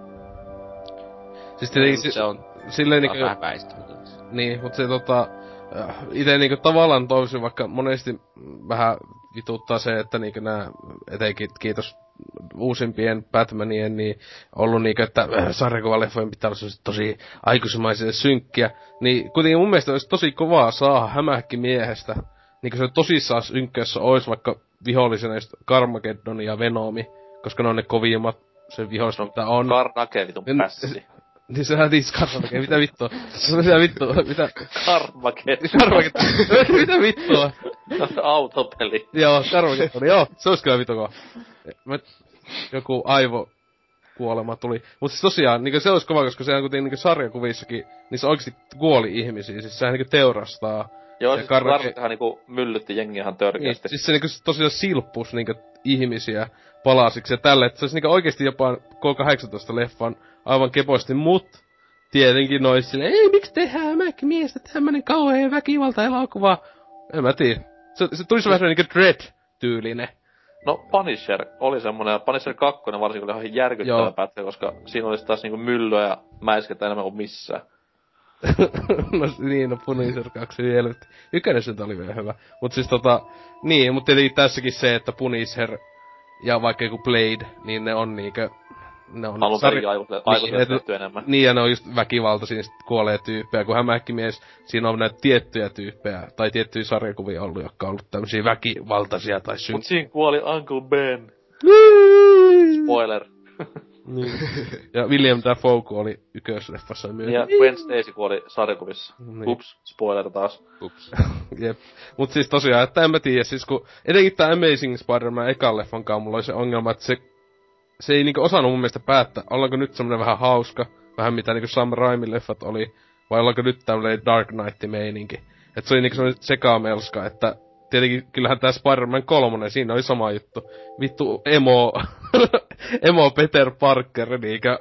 Siis tietenkin si- se on silleen niinku... vähän väistämättä. Niin, mut se tota... Ite niinku tavallaan toisin, vaikka monesti vähän vituttaa se, että niinku nää, etenkin kiitos uusimpien Batmanien, niin ollut niinku, että sarjakuvaleffojen pitää olla tosi aikuismaisia synkkiä, niin kuitenkin mun mielestä olisi tosi kovaa saada Hämähäkkimiehestä. Niinku se tosissaan synkkässä ois vaikka vihollisena just Carmageddon ja Venomi, koska ne on ne kovimmat se viholliset, mitä on. Karnake vitun pässi. Niin sehän tiis Carnake, mitä vittua? Mitä vittua, mitä? Carmageddon. Carmageddon, mitä vittua? Autopeli. Joo, Carmageddon, joo, se ois kyllä vittu kova. Joku aivo kuolema tuli. Mut siis tosiaan, niinku se olisi kova, koska sehän kuitenkin niinku sarjakuvissakin, niissä oikeesti kuoli ihmisiä, siis sehän niinku teurastaa. Joo, ja siis Karra... Karrakehan niinku myllytti jengiä ihan törkeästi. Niin, siis se niinku tosiaan silppus niinku ihmisiä palasiksi ja tälle, että se olisi niinku oikeesti jopa K kahdeksantoista-leffan aivan kepoisesti, mut tietenkin nois silleen, ei miksi tehdään Mäkki-miestä tämmönen kauhea väkivalta-elokuva. En mä tiedä. Se, se tulisi vähän niinku Dread-tyylinen. No Punisher oli semmonen, ja Punisher kaksi varsinkin oli ihan järkyttävä Joo. pätkä, koska siinä olisi taas niinku myllyä ja mäiskettä enemmän kuin missään. No niin, no Punisher kaksi helvetti. Ykönen sen oli vielä hyvä. Mut siis tota, niin, mut tietenkin tässäkin se, että Punisher ja vaikka joku Blade, niin ne on niinkö... Ne on alun perin aikuiset niin, enemmän. Niin, ja ne on just väkivaltaisia, sit kuolee tyyppejä, kun Hämähäkkimies, siinä on näitä tiettyjä tyyppejä, tai tiettyjä sarjakuvia ollut, jotka on ollut tämmösiä väkivaltaisia tai syn... Mut siinä kuoli Uncle Ben. Spoiler. Niin. Ja William Dafoe oli ykkösleffassa myös. Ja Gwen Stacy kuoli sarjakuvissa. Niin. Ups, spoiler taas. Ups. Jep. Mut siis tosiaan, että en mä tiedä, siis kun etenkin tää Amazing Spider-Man ekan leffankaan mulla oli se ongelma, että se se ei niinku osannut mun mielestä päättää, ollaanko nyt semmonen vähän hauska, vähän mitä niinku Sam Raimin leffat oli, vai ollaanko nyt tämmönen Dark Knight-meininki. Et se oli niinku semmonen sekamelska, että tietenkin kyllähän tää Spider-Man kolmonen, siinä oli sama juttu. Vittu emo, emo Peter Parker, niinkö,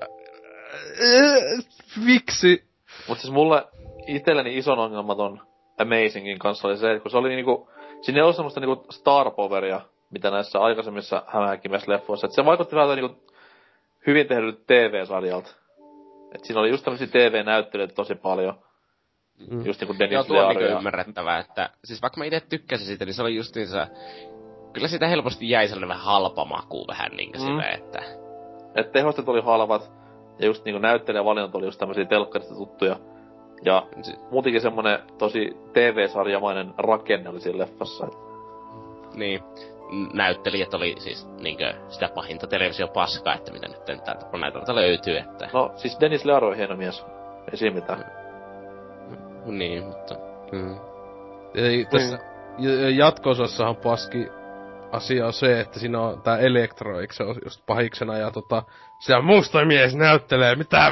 miksi? Mut siis mulle itselleni ison ongelma ton Amazingin kanssa oli se, että kun se oli niinku, siinä ei ollut semmoista niinku star poweria, mitä näissä aikaisemmissa Hämähäkkimies-leffoissa. Et se vaikutti vähän niinku hyvin tehdyt T V-sarjalta. Et siinä oli just tämmösiä T V-näyttelyitä tosi paljon. Mm. Just niinku Dennis Leary. Joo, tuo on niinku ja... ymmärrettävää, että... Siis vaikka mä ite tykkäsin siitä, niin se oli just niin se... Kyllä siitä helposti jäi sellainen vähän halpa maku vähän niinkö mm. silleen, että... Et tehostet oli halvat, ja just niinku näyttelijävalinnat oli just tämmösiä telkkarista tuttuja. Ja si- muutenkin semmonen tosi T V-sarjamainen rakenne oli siinä leffassa. Niin. Näyttelijät oli siis niinkö sitä pahinta televisiopaskaa, että mitä nyt täältä näytöltä löytyy, että... No, siis Dennis Leary on hieno mies. Ei siinä mitään. Mm. Niin, mutta... Mm. Ei, tässä mm. jatko-osassahan paski asia on se, että siinä on tää Electro, eikö se ole just pahiksena, ja tota... Se musta mies näyttelee, mitä...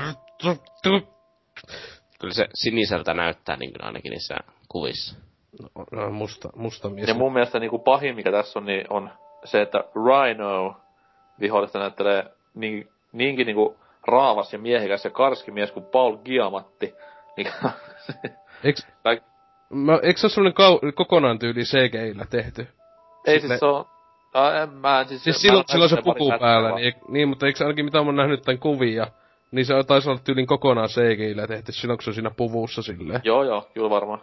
Kyllä se siniseltä näyttää niinkö ainakin niissä kuvissa. No, no musta, musta mies. Ja mun mielestä niinku pahin, mikä tässä on, niin on se, että Rhino vihollista näyttelee niin, niinkin niinku raavas ja miehikäs ja karski mies kuin Paul Giamatti. Mikä... Eiks, Kaik... mä, eiks se oo semmonen kau- kokonaan tyyli C G I-llä tehty? Ei Sille... siis se on... Ah, en mä siis... Siis silloin, silloin se puku päällä, niin, niin, mutta eiks ainakin mitä mä oon nähnyt tän kuvia, niin se taisi olla tyylin kokonaan C G I-llä tehty silloin, kun se on siinä puvussa silleen. Joo joo, kyllä varmaan.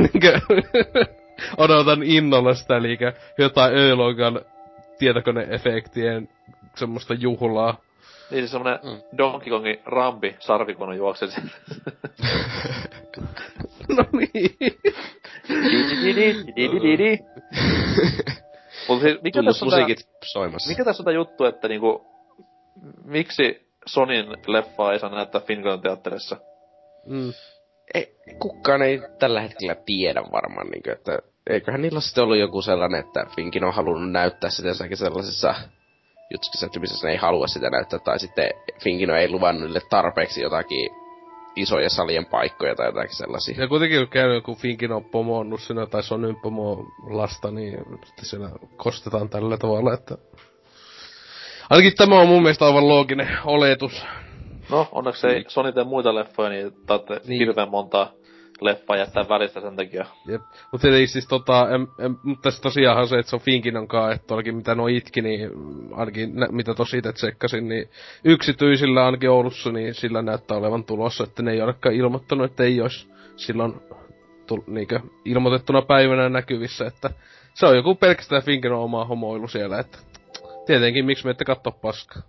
Odotan innolla sitä, eli jotain Ö-Logan tietokone-efektien semmoista juhlaa. Niin siis semmonen mm. Donkey Kongin rampi sarvikone juoksee sen. No niin. Mut siis, mikä tässä on musiikit soimassa. Mikä tässä on tää juttu, että niinku... Miksi Sonyn leffaa ei saa näyttää Finland teatterissa? Mm. Ei, kukaan ei tällä hetkellä tiedä varmaan, niin että eiköhän niillä sitten ollut joku sellainen, että Finkin on halunnut näyttää sitä jossakin sellaisessa jutskissa, missä ne ei halua sitä näyttää, tai sitten Finkin ei luvannut niille tarpeeksi jotakin isoja salien paikkoja tai jotakin sellaisia. Ja kuitenkin kun käy joku Finkin on pomoonnut sinä tai Sonyn pomo lasta, niin sitten siellä kostetaan tällä tavalla, että... Ainakin tämä on mun mielestä aivan looginen oletus. No, onneksi ei Sony tee muita leffoja, niin taatte niin. Hirveen montaa leffaa jättää välistä sen takia. Jep. Mut ei siis tota, em, em, mutta tässä tosiaanhan se, että se on Finkinonkaan, että ainakin mitä no itki, niin ainakin nä, mitä tosi itse tsekkasin, niin yksityisillä ainakin Oulussa, niin sillä näyttää olevan tulossa, että ne ei olekaan ilmoittanut, että ei ois silloin tul, niinkö ilmoitettuna päivänä näkyvissä, että se on joku pelkästään Finkinon oma homoilu siellä, että tietenkin miksi me ette katso paskaa.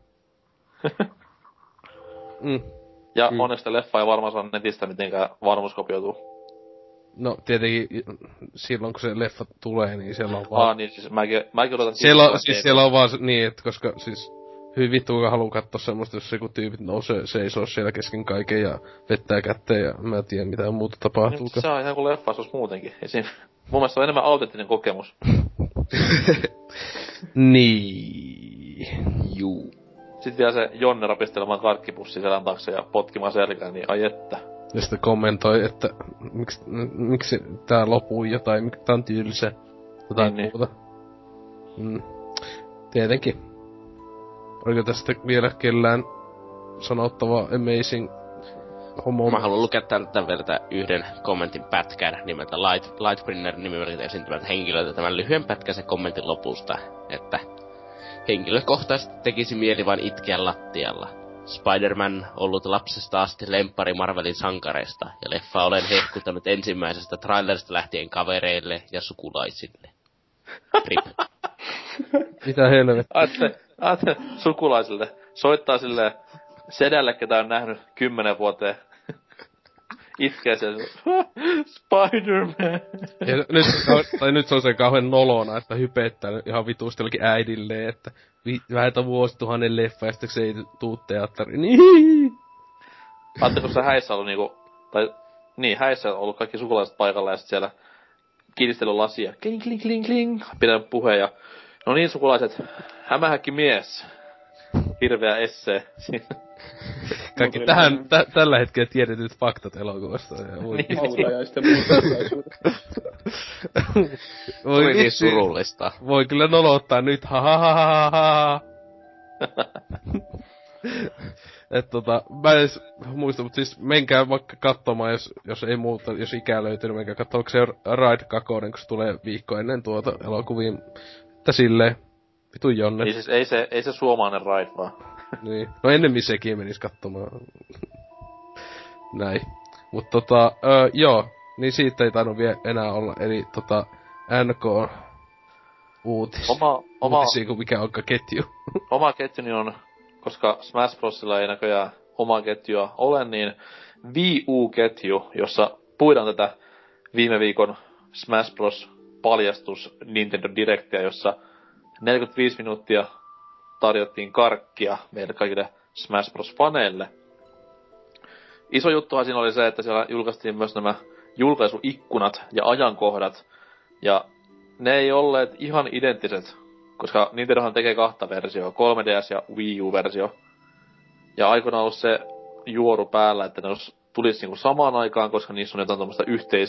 Mm. Ja mm. onneksi leffa ei varmaan saa netistä mitenkään varmuuskopioituu. No tietenkin silloin kun se leffa tulee, niin siellä on vaan... Aa niin siis mäkin, mäkin odotan... Siellä, siis siellä on vaan niin, että koska siis... Hyvin vittu kuka haluu kattoo semmoista, jos joku tyypit nousee, seisoo siellä kesken kaiken ja vettää kätteen ja mä en tiedä mitään muuta tapahtuu. Niin, se on ihan kuin leffaisuus muutenkin. Esim. Mun mielestä on enemmän autenttinen kokemus. Niin. Juu. Sit vielä se Jonne rapistelemaan karkkipussi selän taakse ja potkimaan selkään, niin ai että. Ja sitten kommentoi, että miksi, miksi tää lopuu jotain, miksi tää on tylsä. Jotain niin, muuta. Mm. Tietenkin. Oliko tästä vielä kellään sanottavaa amazing homo? Mä haluan lukea tältä vielä yhden kommentin pätkän nimeltä Light, Lightbringer nimimerkiltä esiintymältä henkilöltä tämän lyhyen pätkäisen kommentin lopusta, että henkilökohtaisesti tekisi mieli vain itkeä lattialla. Spider-Man ollut lapsesta asti lemppari Marvelin sankareista, ja leffa olen hehkuttanut ensimmäisestä trailerista lähtien kavereille ja sukulaisille. Rip. Mitä helvettiä? Aatte, aatte sukulaisille. Soittaa silleen sedälle, ketä on nähnyt kymmenen vuoteen. Itkee sen. Spider-Man. Ja nyt, tai nyt se on se kauhean nolona, että hypettää ihan vitusti jollekin äidilleen, että vi, vähätä vuosituhannen leffa ja sitten se ei tuu teatteriin. Niin. Aatte, kun sä häissä ollut niinku, tai niin, häissä on ollut kaikki sukulaiset paikalla ja sit siellä kiinnistellyt lasia. Kling, kling, kling, kling. Pidän puheen ja no niin, sukulaiset, hämähäkki mies. Hirveä essee. Kaikki tähän, tä, tällä hetkellä tiedetyt faktat elokuvasta. Niin, hautajaisten muutaisuudet. Voi niin surullista. Voi kyllä nolottaa nyt, ha ha ha ha ha. Et tota, mä en edes muista, mutta siis menkää vaikka katsomaan, jos, jos ei muuta, jos ikää löytyy, niin menkää katsomaan, onko se Ride kakonen, kun se tulee viikko ennen tuota elokuviin. Että silleen, vitu Jonne. Niin siis ei se, ei se suomainen Ride vaan. Niin, no ennemmin sekin menis katsomaan. Näin. Mut tota, öö, joo, niin siitä ei tainnut vielä enää olla, eli tota, N K uutis. Oma, oma, uutisia, kun mikä onka ketju. Oma ketjuni on, koska Smash Brosilla ei näköjään omaa ketjua ole, niin Wii U-ketju, jossa puidaan tätä viime viikon Smash Bros. Paljastus Nintendo Directia, jossa neljäkymmentäviisi minuuttia tarjottiin karkkia meille kaikille Smash Bros-faneille. Iso juttuhan siinä oli se, että siellä julkaistiin myös nämä julkaisuikkunat ja ajankohdat, ja ne ei olleet ihan identtiset, koska Nintendohan tekee kahta versioa, kolme D S ja Wii U-versio. Ja aikoinaan ollut se juoru päällä, että ne tulisi niinku samaan aikaan, koska niissä on jotain tämmöistä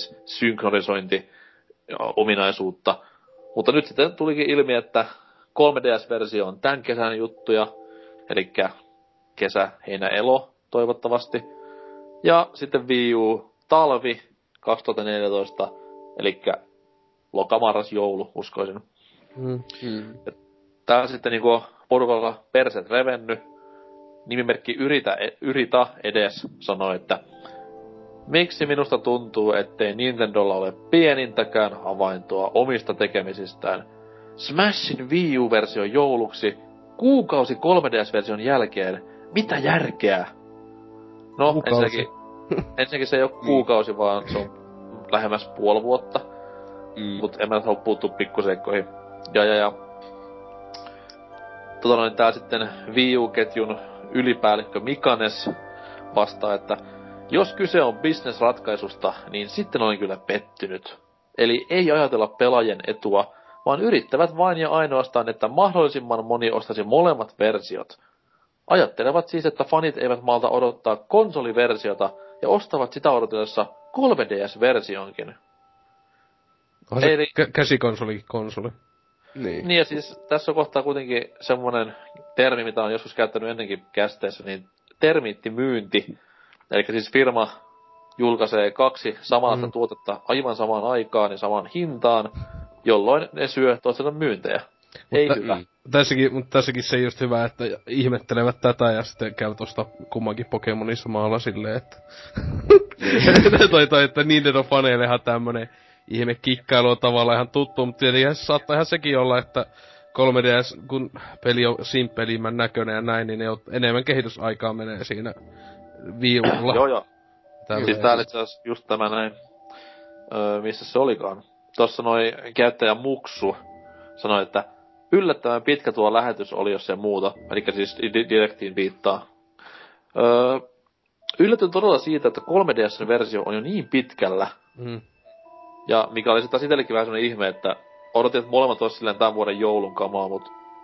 yhteissynkronisointi-ominaisuutta. Mutta nyt sitten tulikin ilmi, että kolme D S-versio on tän kesän juttuja, elikkä kesä, heinä, elo, toivottavasti. Ja sitten Wii U talvi kaksituhattaneljätoista, elikkä loka, marras, joulu, uskoisin. Mm. Mm. Tää sitten niinku porukalla perset revenny. Nimimerkki Yritä, Yritä edes sanoi, että miksi minusta tuntuu, ettei Nintendolla ole pienintäkään havaintoa omista tekemisistään. Smashin Wii U-versio jouluksi, kuukausi kolme D S-version jälkeen. Mitä järkeä? No, kuukausi. ensinnäkin, ensinnäkin se ei ole kuukausi, vaan se on lähemmäs puoli vuotta. Mm. Mut en mä halua puuttua pikkuseikkoihin. Ja, ja, ja. Tota noin, tää sitten Wii U-ketjun ylipäällikkö Mikanes vastaa, että jos kyse on business-ratkaisusta, niin sitten olen kyllä pettynyt. Eli ei ajatella pelaajien etua, vaan yrittävät vain ja ainoastaan, että mahdollisimman moni ostaisi molemmat versiot. Ajattelevat siis, että fanit eivät malta odottaa konsoliversiota ja ostavat sitä odotellessa kolme D S-versionkin. On se Eli kä- käsikonsoli konsoli. Niin. Niin ja siis tässä on kohtaa kuitenkin semmonen termi, mitä on joskus käyttänyt ennenkin kästeessä, niin termiittimyynti. Eli siis firma julkaisee kaksi samanlaista mm. tuotetta aivan samaan aikaan ja samaan hintaan, jolloin ne syö toisensa myyntejä. Ei mutta, hyvä. Mm. Tässäkin, mutta tässäkin se just hyvä, että ihmettelevät tätä ja sitten käy tosta kummankin Pokemonin samalla silleen, että toi, toi, että Nintendo faneillehan tämmönen ihme kikkailu on tavallaan ihan tuttu, mutta tietenkin se saattaa ihan sekin olla, että kolme D S, kun peli on simppelimmän näköinen ja näin, niin ne on enemmän kehitysaikaa menee siinä viivulla. Joo, joo. Tälleen. Siis täällä itse asiassa just tämä näin, öö, missä se olikaan. Tossa noi käyttäjä Muksu sanoi, että yllättävän pitkä tuo lähetys oli, jos se muuta. Elikkä siis di- direktiin viittaa. Öö, yllätyn todella siitä, että kolme D S-versio on jo niin pitkällä. Mm. Ja mikä oli sitä itsellekin vähän semmonen ihme, että odotin, että molemmat olisi silleen tämän vuoden joulun kamaa, mut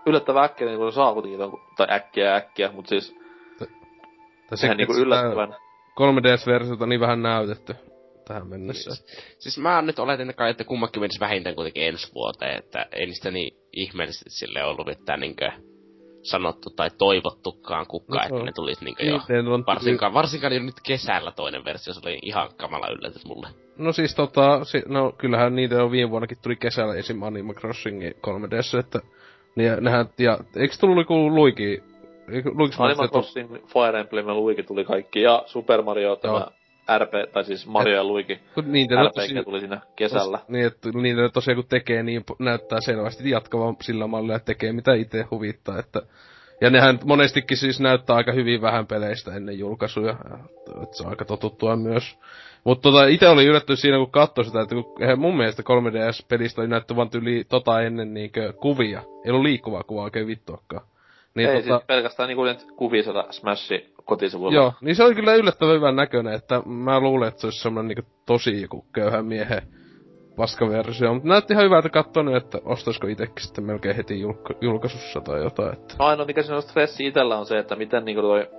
yllättävän äkkiä niinku se saavutinkin ton, tai äkkiä äkkiä, mut siis... Tai sehän niinku yllättävän... kolme D S-versiota niin vähän näytetty tähän mennessä. Siis, siis mä nyt oletin kai, että kummakin menis vähintään kuitenkin ensi vuoteen, että ei niistä niin ihmeellisesti sille ollut mitään niinkö sanottu tai toivottukaan kukaan, no, että ne tulis niinkö jo. On varsinkaan, varsinkaan jo nyt kesällä toinen versio, se oli ihan kamala yllätys mulle. No siis tota, si- no kyllähän niitä jo viime vuonnakin tuli kesällä esim. Animal Crossingin kolme D S, että niin, nehän, ja eiks tullu joku Luigi? Animal Crossing, Fire Emblem ja Luigi tuli kaikki, ja Super Mario tämä R P, tai siis Mario ja Luigi R P G tuli siinä kesällä. Tos, niin, että niitä tosiaan kun tekee, niin näyttää selvästi jatkavan sillä mallilla, että tekee mitä itse huvittaa, että... Ja nehän monestikin siis näyttää aika hyvin vähän peleistä ennen julkaisuja, että se on aika totuttua myös. Mutta tota, ite oli yllättynyt siinä, kun katsoi sitä, että kun, mun mielestä kolme D S-pelistä oli näyttö vaan tyli tota ennen niinkö kuvia. Ei ollut liikkuvaa kuvaa oikein vittuakaan. Niin, ei tota, siis pelkästään niinku nyt kuvia sieltä Smashin kotisivuilla. Joo, niin se oli kyllä yllättävän hyvän näköinen, että mä luulen, että se olisi semmonen niinku tosi joku köyhän miehen paskaversio. Mutta näytti ihan hyvältä katsoa, että ostaisiko itekin sitten melkein heti julk- julkaisussa tai jotain. Että... No ainoa mikä siinä on stressi itellä on se, että miten niinku toi...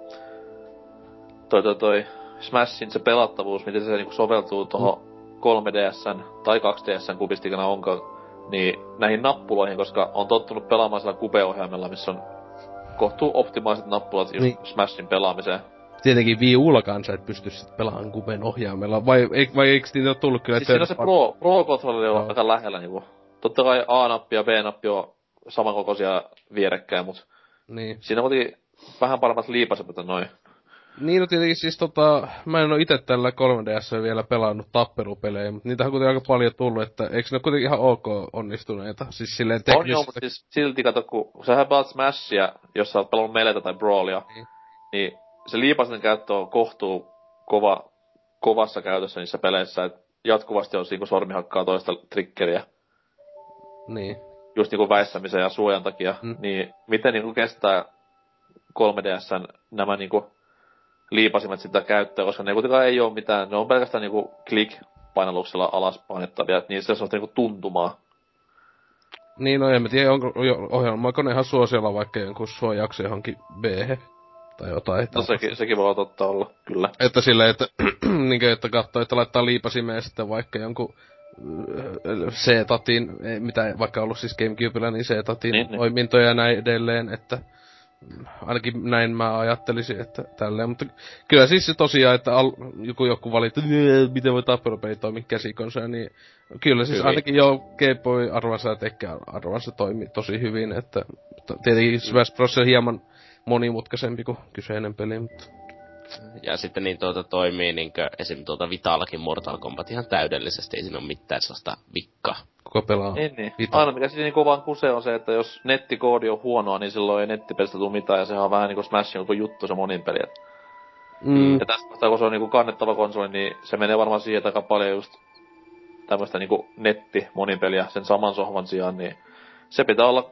Toi toi toi... Smashin se pelattavuus, miten se niinku soveltuu tohon mm. kolme D S:n tai kaksi D S:n kubistikana onkaan, niin näihin nappuloihin, koska on tottunut pelaamaan sillä Cube-ohjaimella, missä on kohtuu optimaaliset nappulat just niin. Smashin pelaamiseen. Tietenkin Wii Ulla kanssa et pysty sit pelaamaan Cuben ohjaimella, vai, vai, vai eikö niitä oo tullut kyllä... Siis siinä on se Pro, Pro-kontrolli on aika lähellä niinku. Totta kai A-nappi ja B-nappi on samankokoisia vierekkäin, mut... Niin. Siinä oli vähän paremmat liipasemat noin. Niin, no tietenkin siis tota, mä en oo ite tällä kolme D S vielä pelannut tappelupelejä, mutta niitä on kuitenkin aika paljon tullut, että eikö ne ole kuitenkin ihan ok onnistuneita? Siis silleen teknisesti... On joo, mutta siis silti kato, kun sähän pelaat Smashia, jos sä oot pelannut Meletä tai Brawlia, niin, niin se liipasen käyttö on kohtuu kova, kovassa käytössä niissä peleissä, että jatkuvasti on siinä, kun sormi hakkaa toista triggeriä. Niin. Just niinku väistämisen ja suojan takia, mm. niin miten niinku kestää kolme D S:n nämä niinku liipasimet sitä käyttöä, koska ne kuitenkaan ei oo mitään, ne on pelkästään niinku click-painalluksella alas painettavia, että niissä on niinku tuntumaa. Niin, no en mä tiedä, onko ohjelmaako ne ihan suosiolla vaikka jonkun suojaksi johonkin B-he tai jotain. No sekin, sekin voi totta olla, kyllä. Että silleen, että, niinkö, että katsoo, että laittaa liipasimeen sitten vaikka jonkun C-tatin, mitä vaikka ollut siis GameCubella, niin C-tatin niin, toimintoja ja näin edelleen, että ainakin näin mä ajattelisin, että tälleen, mutta kyllä siis se tosiaan, että al, joku joku valittaa, miten voi tappelupeli toimia käsikonsa, niin kyllä siis Hyvin. Ainakin jo Game Boy Advance ja Tekken Advance toimii tosi hyvin, että tietenkin Smash Bros. On hieman monimutkaisempi kuin kyseinen peli, mutta... Ja sitten niin tuota toimii niinkö esim. Tuota Vitallakin Mortal Kombat ihan täydellisesti, ei siinä oo mitään sellaista vikkaa. Kuka pelaa? Niin, niin. Aina mikä siinä niinku vaan kuse on se, että jos nettikoodi on huonoa, niin silloin ei nettipelistä tuu mitään, ja sehän on vähän niinku Smashin joku juttu se monin peli. Mm. Ja tästä kohtaa, kun se on niinku kannettava konsoli, niin se menee varmaan siihen aika paljon just tämmöstä niinku netti monin peliä sen saman sohvan sijaan, niin se pitää olla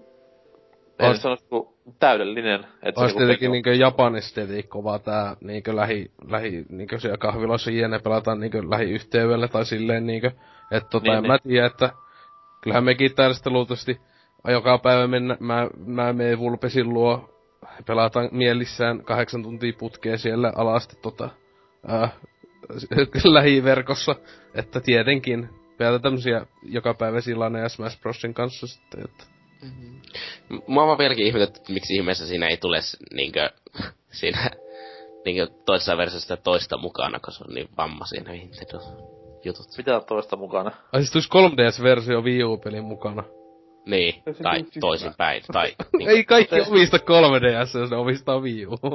ei se on täydellinen. Ois tietenkin niinkö Japanissa tietenkin kovaa tää niinkö lähi, lähi niinkö siellä kahviloissa jne pelataan niinkö lähiyhteydellä tai silleen niinkö. Et tota niin, en niin. Mä tiedä, että kyllähän mekin täällä sitten luultavasti joka päivä mennä, mä, mä menen Vulpesin luo, pelataan mielissään kahdeksan tuntia putkea siellä alasti tota ää, lähiverkossa. Että tietenkin pelataan tämmösiä joka päivä Silana ja Smash Brosin kanssa sitten, että Mm-hmm. Mua vaan vieläkin ihmetyt, että miksi ihmeessä siinä ei tule niinkö siinä niinkö toisessa versiossa toista mukana, kun se on niin vamma siinä Nintendo-jutut. Mitä toista mukana? Ai siis tulis kolme D S-versio Wii U-pelin mukana. Niin, tai toisinpäin, tai... Niin. Ei kaikki omista kolme D S, jos ne omistaa Wii U.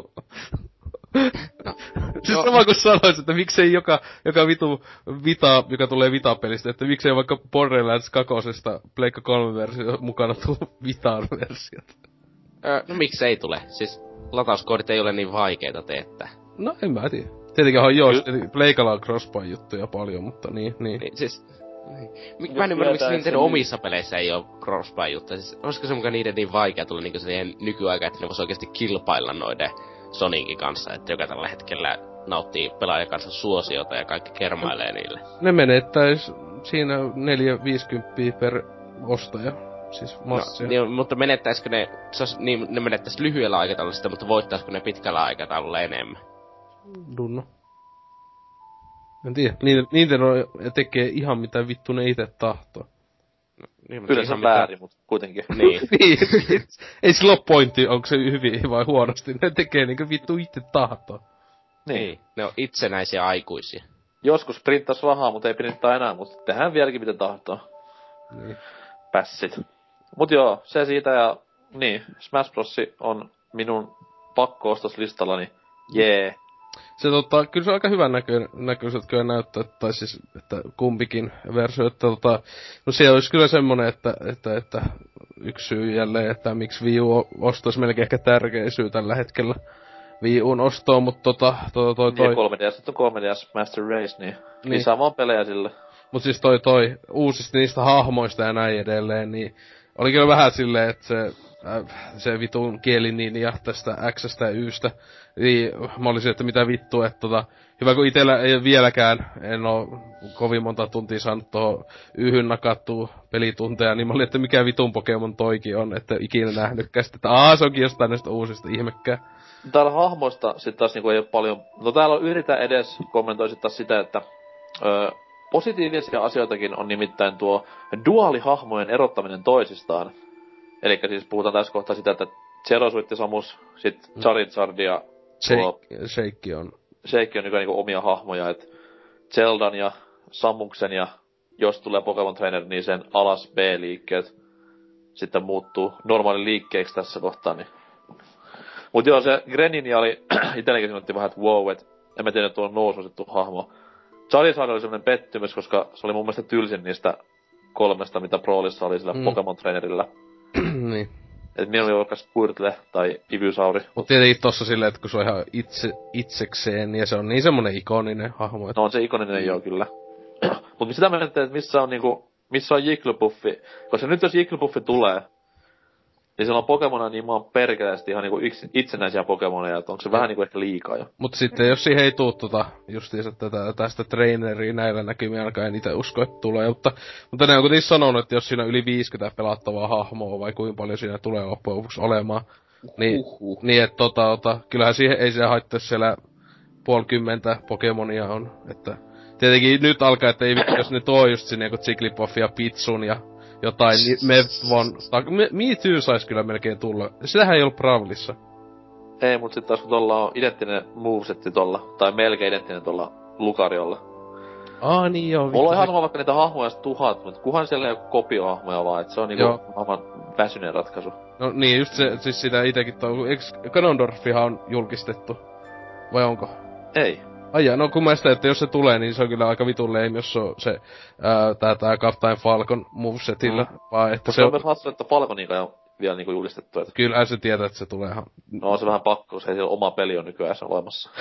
No, siis no. Sama kuin sanois, että miksei joka, joka vitu Vita, joka tulee Vita-pelistä, että miksei vaikka Borderlands kakosesta Pleikka kolme versio mukana tuu Vitaan-versiot. Öö, no miksei tule? Siis latauskoodit ei ole niin vaikeita teettää. No en mä tiedä. Tietenkin on joo, Pleikalla on crossbuy-juttuja paljon, mutta niin, niin. niin siis... Niin. Mä en ymmärrä, miksi Nintendo omissa peleissä ei oo crossbuy-juttuja. Siis olisiko se mukaan niiden niin vaikea tulla niinku siihen nykyaikaan, että ne vois oikeesti kilpailla noiden Sonicin kanssa, että joka tällä hetkellä nauttii pelaajan kanssa suosiota ja kaikki kermailee niille. Ne menettäis siinä neljä viisikymmentä per ostaja. Siis massia. No, niin, mutta menettäisikö ne, se olisi, niin, ne menettäis lyhyellä aikataululla sitä, mutta voittaisiko ne pitkällä aikataululla enemmän? Dunno. En tiedä, Nintendo tekee ihan mitä vittu ne ite tahtoo. No, niin, Kyllä se on väärin, mitä... mutta kuitenkin. Niin. niin, ei sillä ole pointti, onko se hyvin vai huonosti. Ne tekee niinku vittu itse tahtoo. Niin. niin. Ne on itsenäisiä aikuisia. Joskus printtas rahaa, mutta ei printtaa enää, mutta tehdään vieläkin mitä tahtoo. Niin. Pässit. Mut joo, se siitä ja... Niin, Smash Bros. On minun pakko-ostoslistallani. Jee. Yeah. Se tota, kyllä se on aika hyvän näkö, näköiset kyllä näyttää, tai siis, että kumpikin versio, että tota, no siellä olisi kyllä semmonen, että, että, että yksi syy jälleen, että miksi Wii U ostoisi melkein ehkä tärkeä syy tällä hetkellä Wii U:n ostoon, mutta tota, toi, toi, toi. Ja kolme D S on kolme D S Master Race, niin, niin. lisää vaan pelejä sille. Mut siis toi toi, uusista niistä hahmoista ja näin edelleen, niin oli kyllä vähän silleen, että se, äh, se vitun kielininja tästä X:stä ja Ystä, niin mä olisin, että mitä vittua, että tota, hyvä kun itellä ei vieläkään, en oo kovin monta tuntia saanut tohon Yhyn nakattua pelitunteja, niin mä olin, että mikä vitun Pokemon toikin on, että ikinä nähnytkään sitä, että aah, se onkin jostain näistä uusista ihmekkää. Täällä hahmoista sit taas niinku ei oo paljon, no täällä on yritä edes kommentoi sit taas sitä, että öö, positiivisia asioitakin on nimittäin tuo duaalihahmojen erottaminen toisistaan. Elikkä siis puhutaan tässä kohtaa sitä, että Zerosuitti Samus, sit Charizard ja tuo... Shake on... Shake on niinku, niinku omia hahmoja, et Zeldan ja Samuksen ja jos tulee Pokemon Trainer, niin sen alas B-liikkeet sitten muuttuu normaali liikkeeksi tässä kohtaa, niin... Mut joo, se Greninja oli itsellekin sanottiin vähän, että wow, et en mä tiedä, että tuo on nousuosittu hahmo. Charizard oli semmonen pettymys, koska se oli mun mielestä tylsin niistä kolmesta, mitä Brawlissa oli sillä mm. Pokemon Trainerilla. niin. Et minä oli vaikka Squirtle tai Ivysauri. Mut tietenkin tossa silleen, että kun se on ihan itse, itsekseen, ja se on niin semmonen ikoninen hahmo. Että... No on se ikoninen joo, kyllä. Mut sitä mä mietin, että missä on niinku, missä on Jigglypuffi. Koska nyt jos Jigglypuffi tulee, niin siellä on Pokemona niin maan perkeleesti ihan niinku itsenäisiä Pokemoneja, että onko se vähän niinku ehkä liikaa jo. Mut sitten jos siihen ei tuu tota, justiinsa tätä, tästä traineria näillä näkymiä alkaa, en ite usko, että tulee. Mutta, mutta ne on kuitenkin sanonut, että jos siinä on yli viisikymmentä pelattavaa hahmoa, vai kuinka paljon siinä tulee loppujen lopuksi olemaan, niin, uhuh. niin että tota, tota, kyllähän siihen ei se haittaa siellä puolikymmentä Pokemonia on, että tietenkin nyt alkaa, että ei, jos ne tuo just sinne joku Jigglypuff ja Pitsun ja jotain, niin Mevtvon, Me, Mewtwo sais kyllä melkein tulla. Sitähän ei ollut Bravlissa. Ei, mut sit taas kun tuolla on identtinen movesetti tolla, tai melkein identtinen tolla Lucariolla. Aa niin joo. Mulla on ihan sama vaikka niitä hahmoja tuhat, mut kuhan siellä ei oo kopiohahmoja vaan, et se on niinku aivan väsyneen ratkaisu. No niin, just se, siis sitä itekin toi, eiks Ganondorfihan on julkistettu? Vai onko? Ei. Ai no kun mä sitä, että jos se tulee, niin se on kyllä aika vitun leim, jos se on se, ää, tää, tää Captain Falcon movesetillä. Mm. Vai että se, se on... myös hassu, että Falconika ei oo vielä niinku julistettu. Että... Kyllä se tietää, että se tulee ihan... No on se vähän pakko, koska ei siellä oma peli on nykyään olemassa.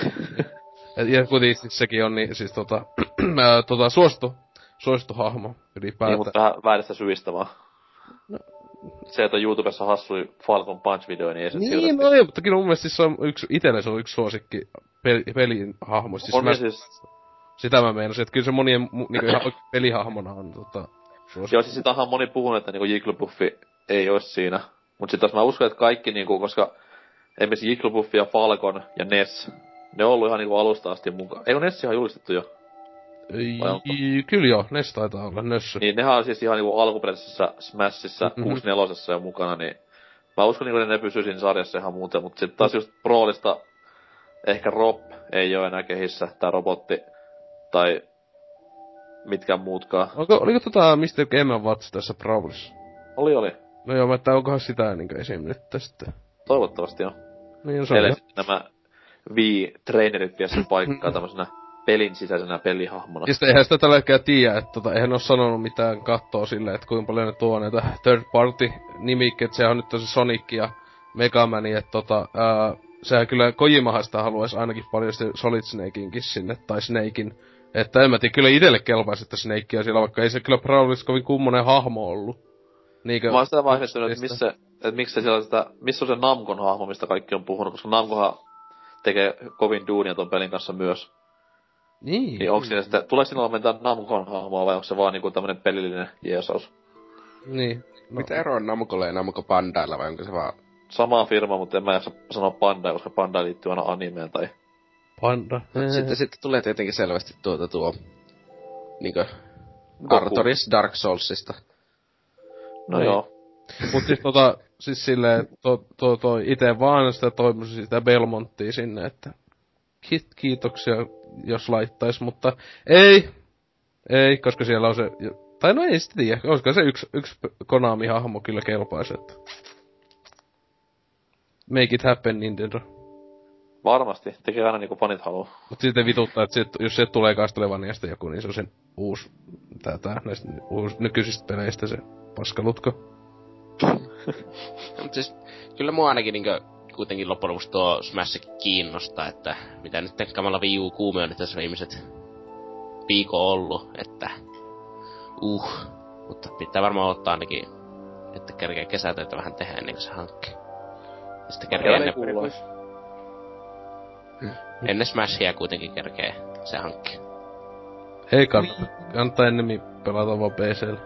ja kuitenkin sekin on niin, siis tota, ää, tota suosittu, suosittu hahmo ylipäätään. Niin, mutta vähän vääristä syistä vaan. No. Se, että YouTubessa hassui Falcon Punch-video, niin ei se Niin, no ei, mutta kyllä mun mielestä siis se on yksi, itelle se on yksi suosikki peli, pelin hahmoista. Siis on mä, siis... Sitä mä meinasin, että kyllä se monien niinku ihan pelihahmona on tota, suosikki. Joo, siis sitähän moni puhunut, että niinku Jigglypuffi ei ois siinä. Mut sit taas mä uskon, että kaikki niinku, koska esimerkiksi Jigglypuffi ja Falcon ja Ness, ne on ollut ihan niinku alusta asti mukaan. Eikö Ness ihan julistettu jo? Ei, kyllä joo, Ness taitaa olla, Nössö. Niin, nehän on siis ihan niinku alkuperäisessä Smashissa, mm-hmm. kuusikymmentäneljä jo mukana, niin mä uskon niinku, että ne pysyy siinä sarjassa ihan muuten, mut sit taas just Brawlista ehkä Rob ei oo enää kehissä, tää robotti, tai mitkään muutkaan. Onko, oliko tota mister Game and Watch tässä Brawlissa? Oli, oli. No joo, mutta onkohan sitä niinkö esim. Nyt sitten? Toivottavasti joo. Niin se on jo. Nämä Wii-trainerit vie sen paikkaa tämmösenä pelin sisäisenä pelihahmona. Ja sitten eihän sitä tällä hetkellä tiedä, että tota, eihän oo sanonut mitään kattoo silleen, että kuinka paljon ne tuo näitä third party nimikkeet. Sehän on nyt se Sonic ja Mega Man, että tota, ää, sehän kyllä Kojimahan sitä haluais ainakin paljon sitten Solid Snakeinkin sinne, tai Snakein. Että en mä tiedä, kyllä itelle kelpaisi, että Snakea siellä, vaikka ei se kyllä Brawlissa kovin kummonen hahmo ollut. Niinkö... Mä oon sitä vaihdettunut, että missä, että missä siellä sitä, missä on se Namcon hahmo, mistä kaikki on puhunut, koska Namcohan tekee kovin duunia ton pelin kanssa myös. Niin. Niin onks siinä sitten, tuleeko siinä olla mitään Namcon hahmoa vai onko se vaan niinku tämmönen pelillinen jeesaus? Niin. No. Mitä eroa on Namcolla ja Namco Bandailla, vai onko se vaan... Sama firma, mutta en mä jaksa sanoa Bandai, koska Bandai liittyy aina animeen tai... Panda. Sitten, sitten tulee tietenkin selvästi tuota tuo... Niinkö... Artoris Dark Soulsista. No Ei. joo. Mut siis tota, siis silleen, to, to, to, ite vaan sitä toimuisi sitä Belmonttia sinne, että... Ki- kiitoksia, jos laittais, mutta ei. Ei, koska siellä on se... Tai no ei sitä tiedä, koska se yksi, yksi Konami-hahmo kyllä kelpaisi, että... Make it happen, Nintendo. Varmasti, tekee aina niinku fanit haluu. Mut sitten vituttaa, että sit, jos se tulee Castlevaniasta joku, niin se on sen uusi... Tää tää, näistä uus, nykyisistä peleistä se paskalutko. No, mut siis, kyllä mua ainakin niinkö kuitenkin loppujen lopuksi tuo Smash kiinnostaa, että mitä nyt kamala Wii U kuume on nyt tässä viimeiset viikon ollut, että... Uh, mutta pitää varmaan ottaa ainakin, että kerkee kesätöitä vähän tehdä ennen kuin se hankkii. Ja sitten kerkee ennen... Ennen Smashia kuitenkin kerkee se hankki. Ei kannata, kannattaa ennemmin pelata vaan P C:llä.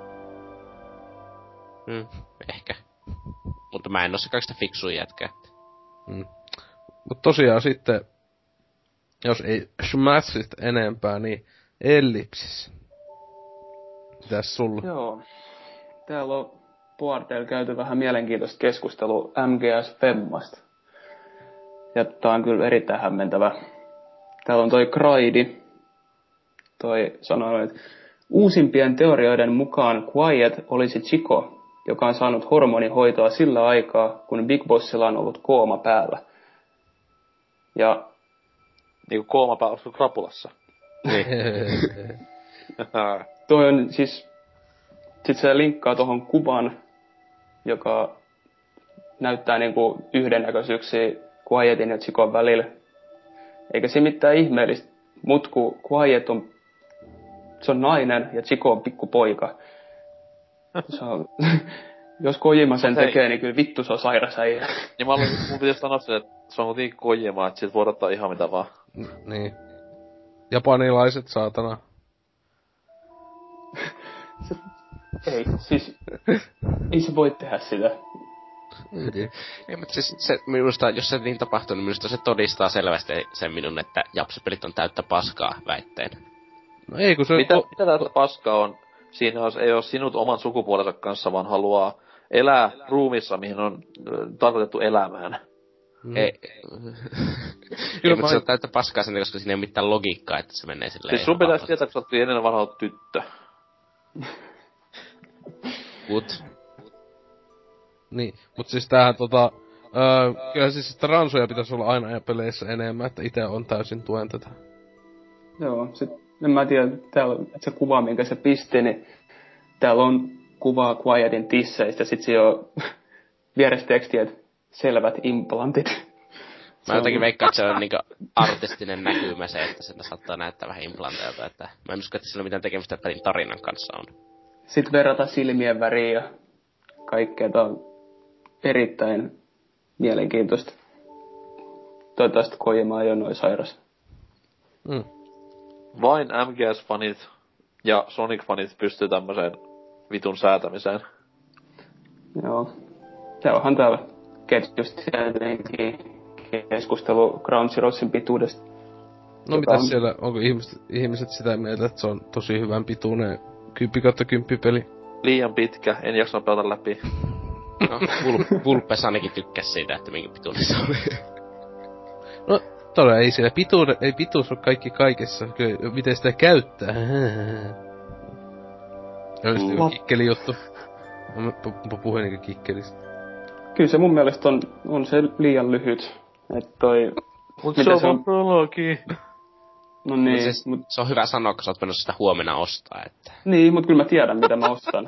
Hmm, ehkä. Mutta mä en oo se kaikista fiksuin jätkä. Hmm. Mut tosiaan sitten, jos ei Smashista enempää, niin Ellipsis. Mitäs sulla? Joo. Täällä on Puarteilla käyty vähän mielenkiintoista keskustelua M G S Femmasta. Ja tää on kyllä erittäin hämmentävä. Täällä on toi Kraidi. Toi sanoi, että uusimpien teorioiden mukaan Quiet olisi Chico, joka on saanut hormonihoitoa sillä aikaa, kun Big Bossilla on ollut kooma päällä. Ja... Niinku kooma päällä, onko krapulassa? Niin. Toi on siis... Sit se linkkaa tohon kuvan, joka näyttää niinku yhdennäköisyyksiä Quietin ja Chicon välillä. Eikä se mitään ihmeellistä, mut kun Quiet on, se on nainen ja Chico on pikkupoika. Se on, jos Kojima sen Hei. tekee, niin kyllä vittu se on sairas äijä. Niin mä haluaisin, mun pitäis sanoa sen, että se on kuitenkin Kojima, että sit voi odottaa ihan mitä vaan. N- niin. Japanilaiset, saatana. Ei, siis, ei se voi tehdä sitä. Ei, mutta siis se, minusta, jos se niin tapahtuu, niin minusta se todistaa selvästi sen minun, että japsipelit on täyttä paskaa väitteen. No ei, kun se... Mitä, o- mitä tästä paskaa on? Siinä os, ei oo sinut oman sukupuolensa kanssa, vaan haluaa elää ruumissa, mihin on ö, tarkoitettu elämään. Mm. Ei, ei mutta se on täyttä paskaa sen, koska siinä ei ole mitään logiikkaa, että se menee silleen... Siis sun pitäis tietää, kun sä oot ennen vanhaa ollut tyttö. Mut. Niin, mut siis tämähän tota... Öö, kyllä siis transoja pitäis olla aina peleissä enemmän, että ite on täysin tuen tätä. Joo, sit, en mä tiedä, täällä, että se kuva, minkä se pisti, niin täällä on kuvaa Quietin tisseistä, sit siinä on vieressä tekstiä, että selvät implantit. Mä jotenkin veikkaan, että se on niinku artistinen näkymä se, että sen saattaa näyttää vähän implanteilta, että mä en usko, että sillä on mitään tekemistä pelin tarinan kanssa on. Sitten verrata silmien väriä ja kaikkea, tää on erittäin mielenkiintoista. Toivottavasti Kojima ei ole noin sairas. Mm. Vain M G S-fanit ja Sonic-fanit pystyy tämmöiseen vitun säätämiseen. Joo. Ja onhan täällä ketjusti tietenkin keskustelu Ground Zeroesin pituudesta. No mitäs on... siellä, onko ihmiset, ihmiset sitä mieltä, että se on tosi hyvän pituinen kymppi kautta kymppi peli? Liian pitkä, en jaksa pelata läpi. No, Vul- Vulpes ainakin tykkäs siitä, että minkä pituinen se oli. No, todella ei siellä pituuden, ei pituus ole kaikki kaikessa. Kyllä, miten sitä käyttää? Ja just joku kikkeli juttu. Mä pu- puhuin niinku kikkelistä. Kyllä se mun mielestä on, on se liian lyhyt. Että toi... Mut Mitä se on prologi. No niin, Mut se, mut... se on hyvä sanoa, kun sä oot menossa sitä huomenna ostaa, että... Niin, mut kyllä mä tiedän, mitä mä ostan.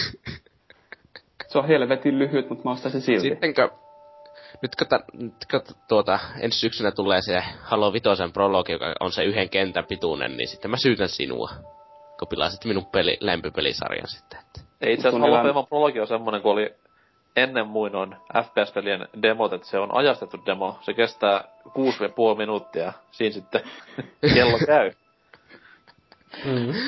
Se on helvetin lyhyt, mut mä ostan se silti. Sittenkö... Nyt kun, ta, nyt kun tuota, ensi syksynä tulee se Halo Vitosen prologi, joka on se yhden kentän pituinen, niin sitten mä syytän sinua. Kun pilasit minun peli, lämpöpelisarjan sitten. Että. Ei itse asiassa Halo Viton prologi on semmonen, kun oli ennen muinoin F P S-pelien demot, että se on ajastettu demo. Se kestää kuusi ja puoli minuuttia. Siinä sitten kello käy. Mm.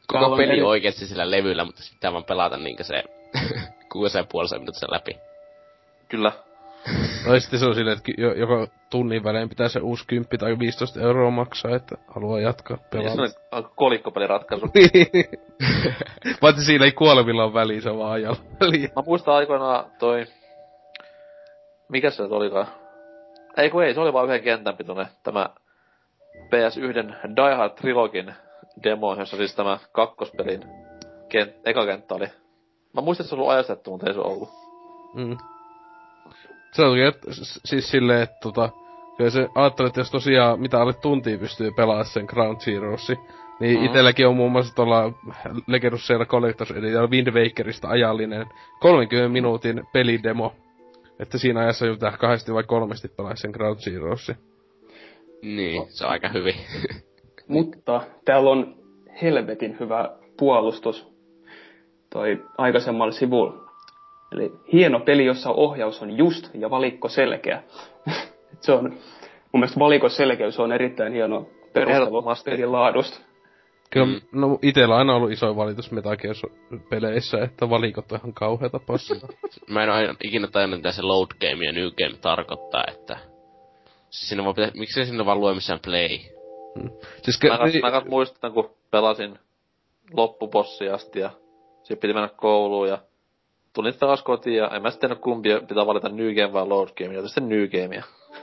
koko peli eri... oikeesti sillä levyllä, mutta sit pitää vaan pelata niinkö se kuusi ja puoli minuuttia läpi. Kyllä. Tai sitten se on silleen, että joka tunnin välein pitää se uusi kymppi tai viisitoista euroa maksaa, että haluaa jatkaa pelaamaan. Se on kolikkopeliratkaisu. Paitsi siinä ei kuolemilla ole väliä, se on vaan ajalla väliä. Mä muistan aikoinaan toi... Mikä se olikaan? Ei kun ei, se oli vaan yhden kentän pituinen. Tämä P S yksi Die Hard Trilogin demo, jossa siis tämä kakkospelin kent- eka kenttä oli. Mä muistan, että se on ollut ajastettu, mutta ei se ollut. Mm. Se on että siis silleen, että tota... Kyllä se ajattelee, että jos tosiaan mitä alle tuntia pystyy pelaamaan sen Ground Zeroesi, niin mm-hmm. itelläkin on muun muassa tuolla Legend of Zelda Collector's Edition Wind Wakerista ajallinen kolmenkymmenen minuutin pelidemo. Että siinä ajassa jo pitää kahdesti vai kolmesti pelaa sen Ground Zeroesi. Niin, se on aika hyvin. Mutta täällä on helvetin hyvä puolustus toi aikaisemmalle sivulla. Eli hieno peli, jossa ohjaus on just ja valikko selkeä. Se on, mun mielestä valikon selkeys on erittäin hieno perustelu pelin laadusta. Kyllä, mm. no itellä on aina ollut iso valitus Metal Gear-peleissä, että valikot on ihan kauheata passia. Mä en ole ikinä tajunnut, mitä se load game ja new game tarkoittaa, että... Siinä vaan pitä... Miksi sinne vaan lue missään play? Mm. Siis ke- mä, kas, mä kas muistan, kun pelasin loppupossia asti ja sitten piti mennä kouluun ja tulin taas kotiin ja en mä sitten tiedä kumpia pitää valita new game vai load game, joten sitten new gamea.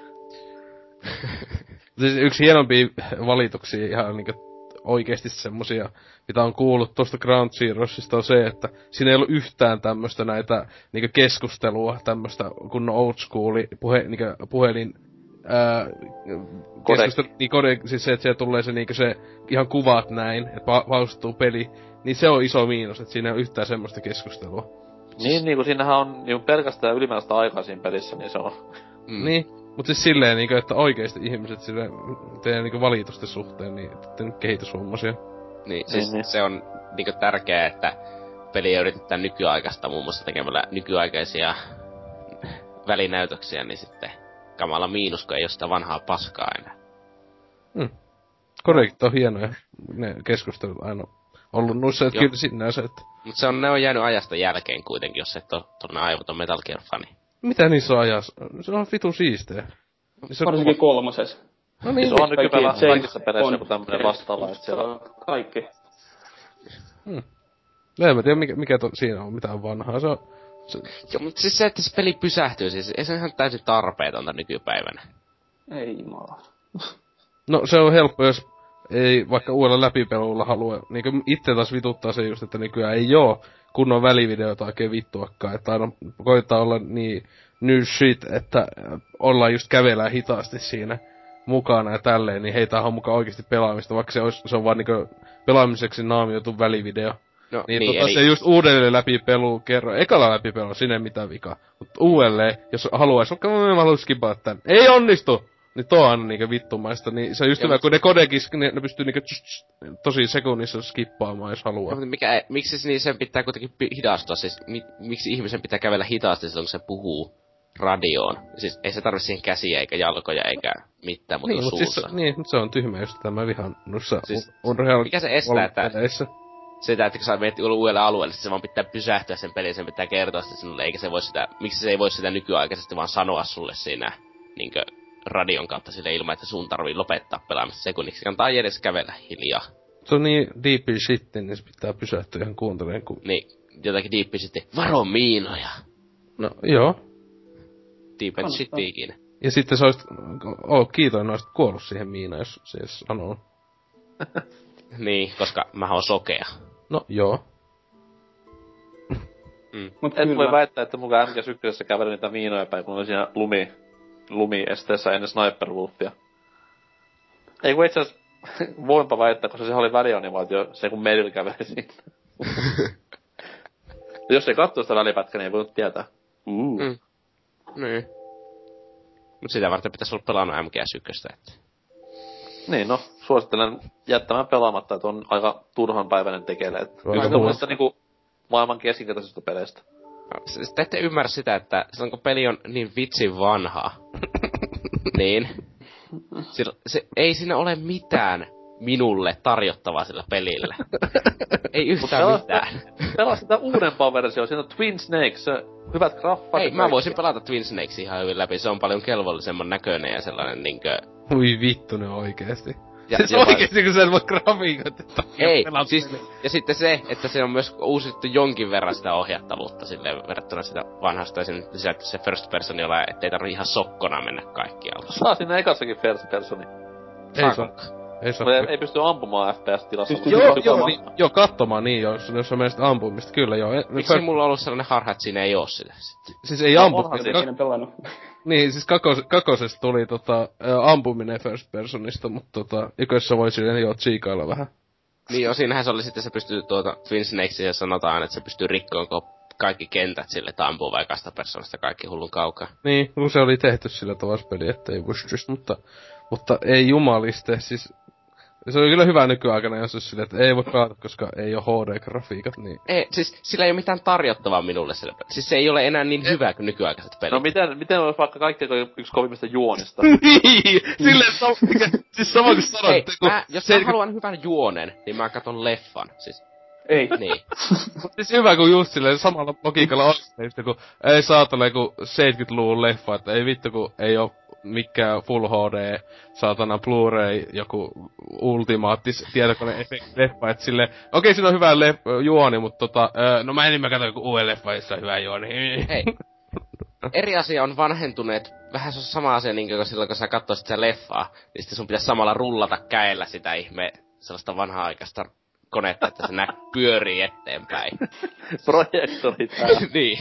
Siis yksi hienompia valituksia ihan niinku oikeesti semmosia, mitä on kuullut tosta Ground Zeroesista on se, että siinä ei ollut yhtään tämmöstä näitä niinku keskustelua, tämmöstä kunnon old schooli puhe, niinku puhelin ää, keskustelu, niin kode, siis se, että siellä tulee se niinku se ihan kuvat näin, että pa- paustuu peli, niin se on iso miinus, että siinä ei ole yhtään semmoista keskustelua. Niin, niinku siinähän on niinku pelkästään ylimääräistä aikaa siinä pelissä, niin se on... Mm. Niin. Mut siis silleen niinku, että oikeesti ihmiset silleen teidän niinku valitusten suhteen, niin teidän kehitysvammaisia. Niin, siis niin, se on niinku tärkeää, että peliä yritetään nykyaikaista muun muassa tekemällä nykyaikaisia välinäytöksiä, niin sitten kamala miinus, kun ei oo sitä vanhaa paskaa enää. Hmm. Korrekit on hienoja, ne keskustelut aina ollut noissa, että kyllä sinänsä, että... Mut se on, ne on jäänyt ajasta jälkeen kuitenkin, jos et oo tuonne aivoton Metal Gear-fani. Mitä niissä on ajas? Se on vitun siisteä. Varsinkin kolmoses. No niin, se on nykypäivä kaikissa peleissä joku tämmönen vastaava, että siellä on kaikki. Hmm. En mä tiedä mikä, mikä to, siinä on mitään vanhaa, se on... Se... Joo, mutta siis se, että se peli pysähtyy, siis ei se ihan täysin tarpeetonta nykypäivänä. Ei jumala. No se on helppo, jos ei vaikka uudella läpipelulla halua, niinku itse taas vituttaa se just, että nykyään ei oo kunnon välivideota oikein vittuakaan, että aina koittaa olla niin new shit, että ollaan just kävelään hitaasti siinä mukana ja tälleen, niin heitä on mukaan oikeesti pelaamista, vaikka se, olisi, se on vaan niinku pelaamiseksi naamioitu välivideo. No, niin, niin tota eli... se just uudelleen läpipelu kerran, ekalla läpipelu, sinne ei mitään vikaa. Mut uudelleen, jos haluais, vaikka mä haluais skipaa tän, ei onnistu! Niin tuo on aina niinku vittumaista, niin se on just ja hyvä, kun ne kodekis, ne, ne pystyy niinku tss, tss, tosi sekunnissa skippaamaan, jos haluaa. Ja, mutta mikä, miksi niin sen pitää kuitenkin hidastua, siis mi, miksi ihmisen pitää kävellä hitaasti silloin, kun se puhuu radioon? Siis ei se tarvi siihen käsiä eikä jalkoja eikä mitään, mutta niin, suussa. Mut siis, niin, mutta se on tyhmä just tämä vihan noissa siis, Unreal mikä se estää, että sitä, että kun sä menet uudelle alueelle, se vaan pitää pysähtyä sen pelin, sen pitää kertoa sitä sinulle, eikä se voi sitä, miksi se ei voi sitä nykyaikaisesti vaan sanoa sulle siinä, niinkö, radion kautta sille ilman, että sun tarvii lopettaa pelaamista sekunniksi. Kannattaa edes kävellä hiljaa. Se on niin deep shit, niin se pitää pysähtyä ihan kuuntelemaan. Kun... Niin, jotakin deep sitten. Varo miinoja! No, joo. Deep shittiikin. Ja sitten se olisi... Oh, kiitoin, olisit kuollut siihen miinaan, jos se edes sanoo. Niin, koska mä oon sokea. No, joo. Mm. Mut et voi väittää, että mukaan M G S yksi käveli niitä miinoja päin, kun oli siinä lumi... lumiesteessä ennen Sniper Wolfia. Ei kun itse asiassa voinpa väittää, koska se oli välianimaatio, se kun Meril käveli siitä. Jos ei katsoo sitä välipätkää, niin ei voinut tietää. Uh. Mm. Niin. Mut sitä varten pitäis olla pelannut M G S yksi, että... Niin, no, suosittelen jättämään pelaamatta, että on aika turhanpäiväinen tekele. Yksi tuollaista niinku maailman keskinkertaisista peleistä. Siis te ette ymmärrä sitä, että silloin kun peli on niin vitsin vanha, niin sillä, se, ei siinä ole mitään minulle tarjottavaa sillä pelillä? Ei yhtään pelaa mitään. Pelaa sitä uudempaa versiota, siinä on Twin Snakes, se hyvät graffat. Ei, mä voisin pelata Twin Snakes ihan hyvin läpi, se on paljon kelvollisemman näköinen ja sellainen niinkö... Hui vittu ne oikeesti. Ja, siis jopa... oikeesti kun sä et voi grafiikoita Ei, siis, ja sitten se, että se on myös uusittu jonkin verran sitä ohjattavuutta silleen verrattuna sitä vanhasta ja sen lisätty se first person, jolla ettei tarvii ihan sokkona mennä kaikkialle. Saa siinä ekassakin first personi. Ei saa. Ei saa. Ei, ei pysty ampumaan F P S-tilassa. Pystyy joo, joo, niin, joo, katsomaan niin, jos, jos on mielestä ampumista, kyllä joo. Miksi first... mulla on ollut sellainen harha, että siinä ei oo sitä sitten? Siis ei ampu. Onhan se siinä pelannut. Niin, siis kakos, kakosesta tuli tota, ä, ampuminen first personista, mutta tota, ykössä voi silleen joo tsiikailla vähän. Niin joo, siinähän se oli sitten, se pystyy tuota Twin Snakesia sanotaan, että se pystyy rikkoon kaikki kentät sille, että ampuu vaikasta persoonasta kaikki hullun kaukaa. Niin, kun se oli tehty sillä tavalla peli, ettei pystyisi, mutta, mutta ei jumaliste, siis se oli kyllä hyvä nykyaikana, jos olisi silleen, että ei voi pelata, koska ei oo H D-grafiikat, niin... Ei, siis sillä ei oo mitään tarjottavaa minulle sillä peli. Siis se ei ole enää niin hyvä kuin nykyaikaiset pelit. No miten, miten olisi vaikka kaikki yksi kovimmista juonista? Niin, silleen sam- siis sama kuin sanoit, ei, kun... Mä, jos se, mä haluan hyvän juonen, niin mä katon leffan, siis... Ei. Niin. Siis hyvä kun just silleen samalla logiikalla on, kun ei saatana kun seitsemänkymmentäluvun leffa, että ei vittu kun ei oo mikään Full H D, saatana Blu-ray, joku ultimaattis tietokone-efekti leffa, et silleen, okei okay, siinä on hyvä leff- juoni, mutta tota, öö, no mä enimmän katson joku uuden leffa, jossa on hyvä juoni. Ei. Eri asia on vanhentuneet, vähän se on sama asia niin kuin silloin, kun sä katsoisit sitä leffaa, niin sitten sun pitäisi samalla rullata käellä sitä ihme, sellaista vanha-aikaista konetta, että se nä pyörii eteenpäin. Projektori täällä. Niin.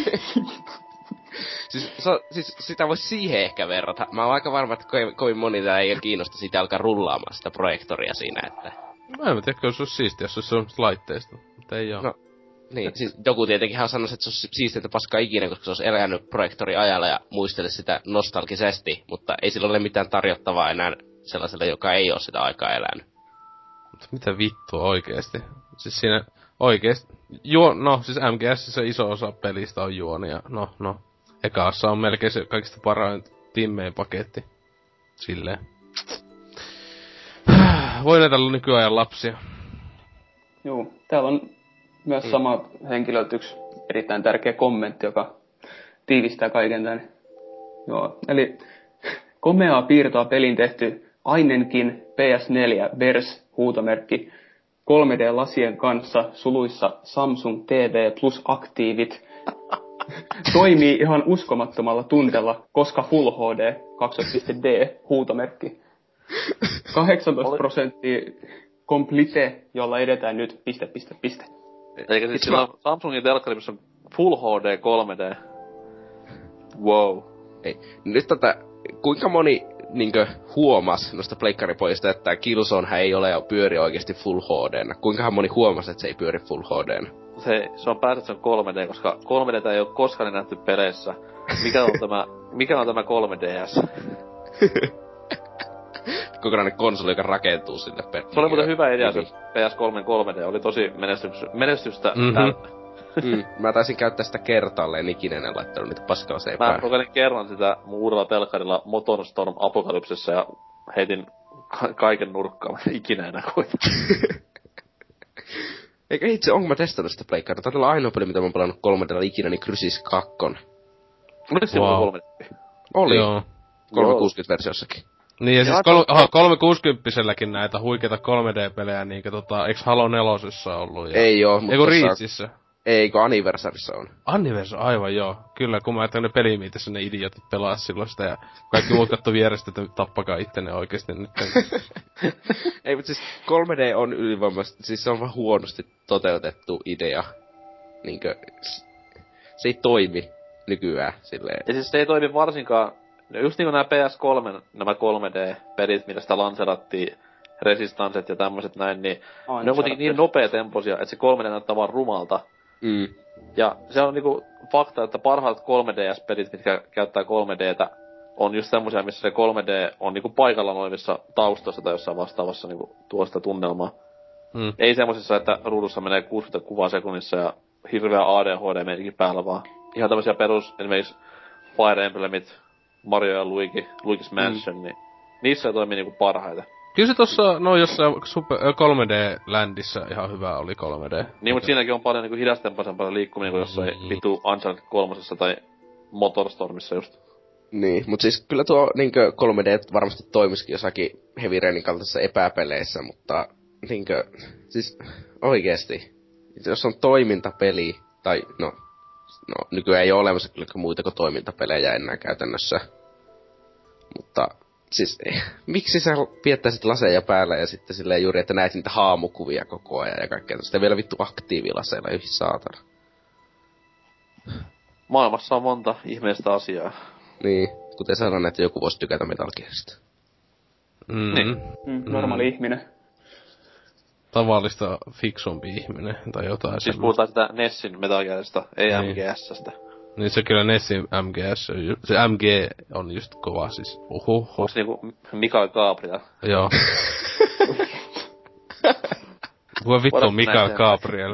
Siis, so, siis sitä voisi siihen ehkä verrata. Mä oon aika varma, että kovin, kovin moni tää ei kiinnosta siitä alkaa rullaamaan sitä projektoria siinä, että... Mä en tiedä, jos se olisi siistiä, jos se olisi sellaista laitteista, mutta ei oo. No, niin, siis joku tietenkin sanoisi, että se olisi siistiä paskaa ikinä, koska se olisi elänyt projektori ajalla ja muistele sitä nostalgisesti, mutta ei sillä ole mitään tarjottavaa enää sellaiselle, joka ei oo sitä aikaa elänyt. Mutta mitä vittua oikeesti? Siis siinä oikeesti... Juo, no, siis M G S se iso osa pelistä on juonia. No, no. Ekaassa on melkein se kaikista parain timmein paketti. Silleen. Voi näitä olla nykyajan lapsia. Juu, täällä on myös mm. sama henkilöltä yksi erittäin tärkeä kommentti, joka tiivistää kaiken tän. Joo, eli komeaa piirtoa pelin tehty Ainenkin P S neljä Vers huutomerkki kolme D-lasien kanssa suluissa Samsung T V Plus aktiivit toimii ihan uskomattomalla tunteella, koska Full H D kaksi piste D huutomerkki. kahdeksantoista prosenttia complete, jolla edetään nyt piste, piste, piste. Eikä siis sillä on Samsungin telkkari, missä on Full H D kolme D. Wow. Ei. Nyt tätä, kuinka moni niinkö huomas noista pleikkaripojista, että Killzone ei ole ja pyöri oikeesti Full H D:nä. Kuinkahan moni huomas, että se ei pyöri Full H D:nä? Se, se on päässä, että se on kolme D, koska kolme D ei oo koskaan nähty peleissä. Mikä on tämä, mikä on tämä kolme D S? Kokonainen konsoli, joka rakentuu sinne per... Se oli muuten hyvä idea, se P S kolme kolme D oli tosi menestys, menestystä mm-hmm. täynnä. Mm, mä taisin käyttää sitä kertaalleen ikinä en laittanut niitä paskaa seipään. Mä kokeilin kerran sitä mun uudella telkkarilla Moton Storm Apokalypsessa ja heitin ka- kaiken nurkkaan, ikinä enää kuitenkin. Eikä itse, onko mä testannut sitä pleikkaria? Taitaa olla ainoa peli, mitä mä oon pelannut kolme D ikinä, niin Crysis kaksi. Oliko se wow. kolme D? Oli. Joo. kolmesataakuusikymmentä-versiossakin. Niin ja, ja siis kol- aha, kolmesataakuusikymmentäselläkin näitä huikeita kolme D-pelejä, niinkö tota, eiks Halo nelosessa ollut? Ja... Ei oo, mutta... Eiku Reachissä? Eikö Anniversarissa on? Anniversary, aivan joo. Kyllä, kun mä ajattelin ne pelimiitissä ne idiotit pelaa silloin sitä ja kaikki muut kattoo vierestä, että tappakaa ittenne oikeesti nyt. Ei, mutta siis kolme D on ylivoimaisesti, siis se on vaan huonosti toteutettu idea. Niinkö, se ei toimi nykyään silleen. Ja siis se ei toimi varsinkaan, just niinku nää P S kolme, nämä kolme D-pelit, millä sitä lanserattiin, Resistancet ja tämmöset näin, niin Aina ne on kuitenkin niin nopeatempoisia, että se kolme D näyttää vaan rumalta. Mm. Ja se on niinku fakta, että parhaat kolme D S-pelit, mitkä käyttää kolme D:tä, on just semmosia, missä se kolme D on niinku paikallaan olevissa taustoissa tai jossain vastaavassa niinku tuo sitä tunnelmaa. Mm. Ei semmosissa, että ruudussa menee kuusikymmentä kuvaa sekunnissa ja hirveä A D H D meininkin päällä, vaan ihan tämmösiä perus, esimerkiksi Fire Emblemit, Mario ja Luigi, Luigi's Mansion, mm. niin niissä se toimii niinku parhaiten. Kyllä se tossa, no jossain super, kolme D-ländissä ihan hyvä oli kolme D. Niin, mut siinäkin on paljon niinku hidastempasempaa liikkuminen kuin jossain mm. vitu Uncharted kolmosessa tai Motorstormissa just. Niin, mut siis kyllä tuo niinkö kolme D varmasti toimisikin jossakin Heavy Rainin kaltaisissa epäpeleissä, mutta niinkö, siis oikeesti, jos on toimintapeli, tai no, no nykyään ei oo olemassa kyllä muita kuin toimintapelejä enää käytännössä. Mutta siis, eh, miksi sä piettäisit laseja päällä ja sitten silleen juuri, että näet niitä haamukuvia koko ajan ja kaikkea tästä vielä vittu aktiivilaseilla, yhi saatana. Maailmassa on monta ihmeistä asiaa. Niin, kuten sanon, että joku voisi tykätä Metal Gearista. Mm. Niin. Mm, normaali mm. ihminen. Tavallista fiksumpi ihminen tai jotain. Siis semmoista. puhutaan sitä Nessin Metal Gearista, ei niin. M G S:stä. Niin se kyllä Nessin M G S, se M G on just kova siis. Uhuhu. Onks niinku Mikael Gabriel? Joo. Kuka vittu on Mikael Gabriel?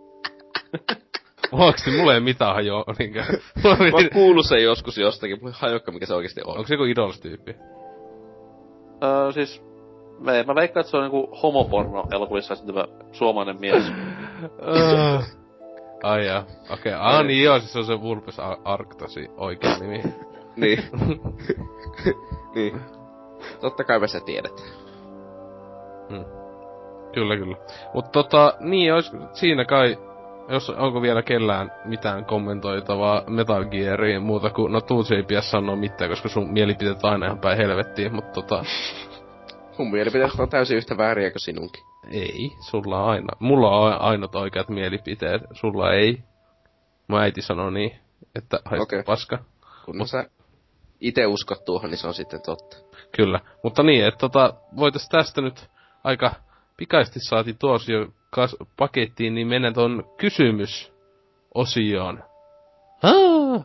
Onks mulla ei mitään hajoa niinkään? Mä oon kuullut sen joskus jostakin, mulla ei hajokka mikä se oikeesti on. Onks se joku Idols-tyyppi? Öö, siis... Me, mä veikkaan, että se on niinku homoporno-elokuvissa syntyvä suomalainen mies. uh, ai jaa, okei. Okay. Ah niin joo, siis se on se Vulpes Arctosi oikea nimi. Niin. Niin. Totta kai me se tiedät. Hmm. Kyllä, kyllä. Mut tota, niin ois siinä kai, jos onko vielä kellään mitään kommentoitavaa Metal Geariin muuta kuin, no Tuutsi ei pidä sanoa mitään, koska sun mielipiteet on aina ihan päin helvettiin, mut tota... Mun mielipiteet on täysin yhtä vääriä kuin sinunkin. Ei, sulla on aina. Mulla on ainoat oikeat mielipiteet, sulla ei. Mun äiti sanoi niin, että haista okay. Paska. Kun Mut... sä ite uskot tuohon, niin se on sitten totta. Kyllä, mutta niin, että tota, voitais tästä nyt aika pikaisesti saatiin tuossa jo kas- pakettiin, niin mennään ton kysymysosioon. Haa!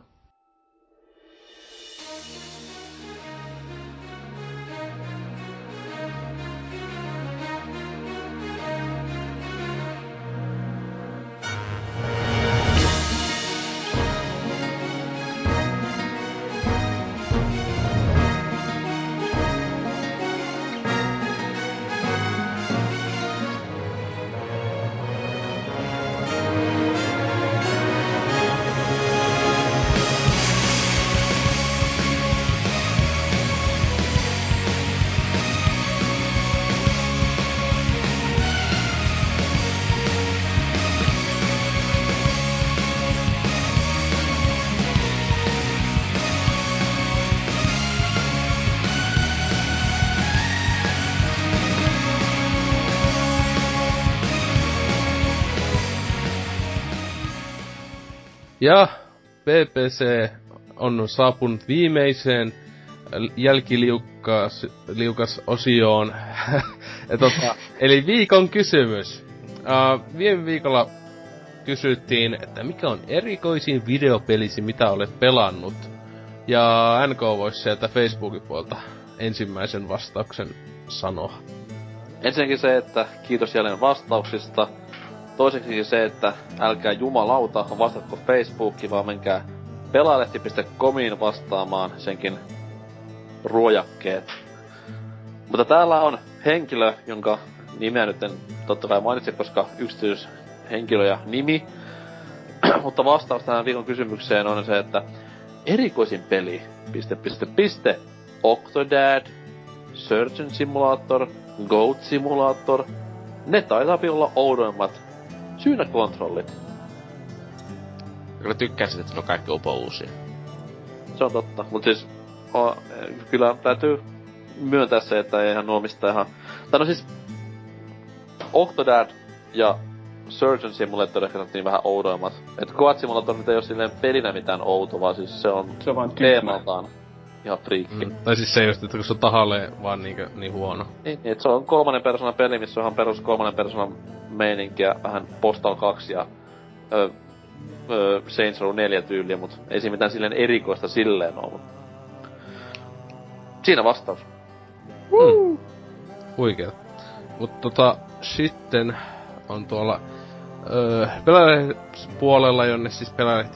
Ja B B C on saapunut viimeiseen jälkiliukas liukas osioon. tota, eli viikon kysymys. Uh, viime viikolla kysyttiin, että mikä on erikoisin videopelisi, mitä olet pelannut. Ja N K voisi sieltä Facebookin puolta ensimmäisen vastauksen sanoa. Ensinnäkin se, että kiitos jälleen vastauksista. Toiseksi se, että älkää jumalauta vastatko Facebookiin, vaan menkää pelaalehti piste comiin vastaamaan senkin ruojakkeet. Mutta täällä on henkilö, jonka nimeä nyt en totta kai mainitse, koska yksityishenkilö ja nimi. Mutta vastaus tähän viikon kysymykseen on se, että erikoisin peli, piste, piste, piste, Octodad, Surgeon Simulator, Goat Simulator, ne taitaa olla oudoimmat syynäkontrollit. Kyllä tykkäsit, että ne on kaikki upo uusia. Se on totta, mut siis o, kyllä täytyy myöntää se, että eihän nuo mistä ihan... Tai no siis Octodad ja Surgeon Simulator ehkä sanottiin vähän oudoimmat. Et Goat Simulator nyt ei oo silleen pelinä mitään outo, vaan siis se on, se on teemaltaan ihan friikki. Mm. Tai siis se just, että kun se on tahalleen vaan niinkö niin huono. Niin, et se on kolmannen persoonan peli, missä on ihan perus kolmannen persoonan meininkiä, vähän Postal kaksi ja ö, ö, Saints Row neljä tyyliä, mut ei siinä mitään silleen erikoista silleen ollut. Siinä vastaus. Hmm. Huikeet. Mut tota, sitten on tuolla öö, pelaajapuolella, jonne siis pelaajalehti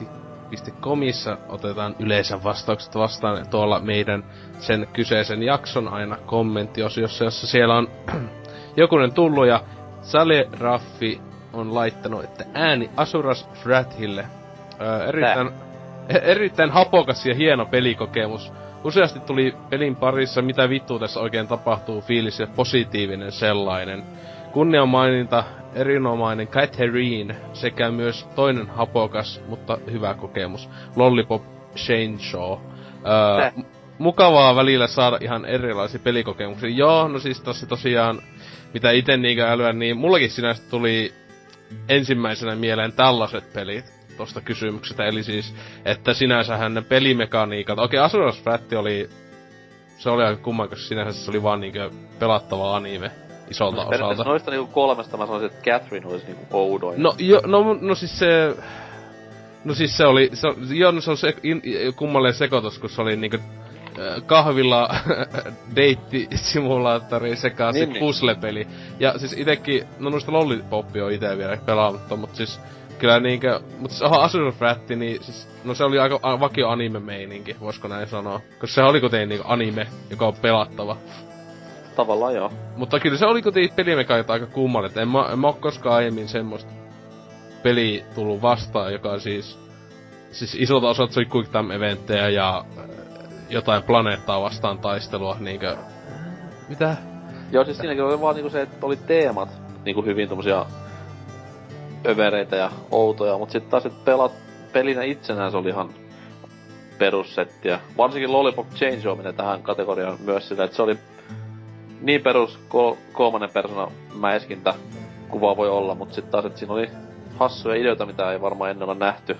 piste comissa otetaan yleisön vastaukset vastaan tuolla meidän sen kyseisen jakson aina kommenttiosiossa, jossa siellä on jokunen tullut ja Sale Raffi on laittanut, että ääni Asuras Frathille. Öö, erittäin, erittäin hapokas ja hieno pelikokemus. Useasti tuli pelin parissa, mitä vittua tässä oikein tapahtuu, fiilis ja positiivinen sellainen. Kunnian maininta, erinomainen Catherine sekä myös toinen hapokas, mutta hyvä kokemus, Lollipop Chainsaw. Öö, m- mukavaa välillä saada ihan erilaisia pelikokemuksia. Joo, no siis tossa tosiaan, mitä ite niinkö älyä, niin mullakin sinänsä tuli ensimmäisenä mieleen tällaiset pelit tosta kysymyksestä, eli siis, että sinänsähän ne pelimekaniikat, okei, okay, Asuras Frat oli, se oli aika kumman, koska sinänsä se oli vaan niinkö pelattava anime isolta no, osalta. Noista niinku kolmesta mä sanoisin, että Catherine olisi niinku oudoin. No, jo, no, no siis se, no siis se oli, se, joo, no se on se, in, kummalleen sekoitus, kun se oli niinkö kahvilla deittisimulaattori sekä niin, sit puzzle-peli. Ja siis itekin, no noista Lollipoppi on ite vielä pelaamatta, mut siis kyllä niinkö, mut siis aha Asuras Frat, niin siis, no se oli aika a, vakio anime-meininki, voisiko näin sanoa. Koska se oli kuitenkin niinku anime, joka on pelattava. Tavallaan joo. Mutta kyllä se oli kuitenkin pelimekaita aika kummallinen, en mä, en mä oo koskaan aiemmin semmoista peliä tullut vastaan, joka siis, siis isolta osalta se oli Quick Time eventtejä ja jotain planeettaa vastaan taistelua, niinkö... Mitä? Joo, siis siinäkin oli vaan niinku se, että oli teemat niinku hyvin tommosia övereitä ja outoja, mut sit taas, et pelat pelinä itsenään se oli ihan perussettiä. Varsinkin Lollipop Chainsaw menee tähän kategoriaan myös sillä, että se oli niin perus kol- kolmannen persona mäiskintä kuva voi olla, mut sit taas, et siinä oli hassuja ideoita, mitä ei varmaan ennen ole nähty.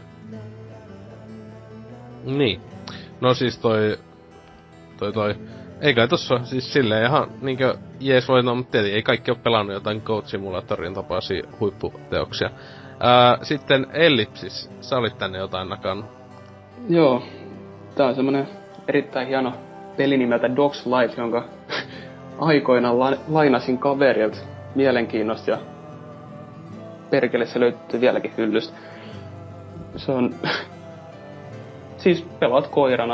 Niin. No siis toi... Toi toi... Ei kai tossa siis silleen ihan niinkö jees voittaa, mutta tietenkin ei kaikki oo pelannut jotain Goat Simulatorin tapaisia huipputeoksia. Ää, sitten Ellipsis, sä olit tänne jotain nakannut. Joo. Tää on semmonen erittäin hieno peli nimeltä Dogs Life, jonka aikoinaan la- lainasin kaverilta mielenkiinnosta ja perkele se löytyy vieläkin hyllystä. Se on... siis pelaat koirana.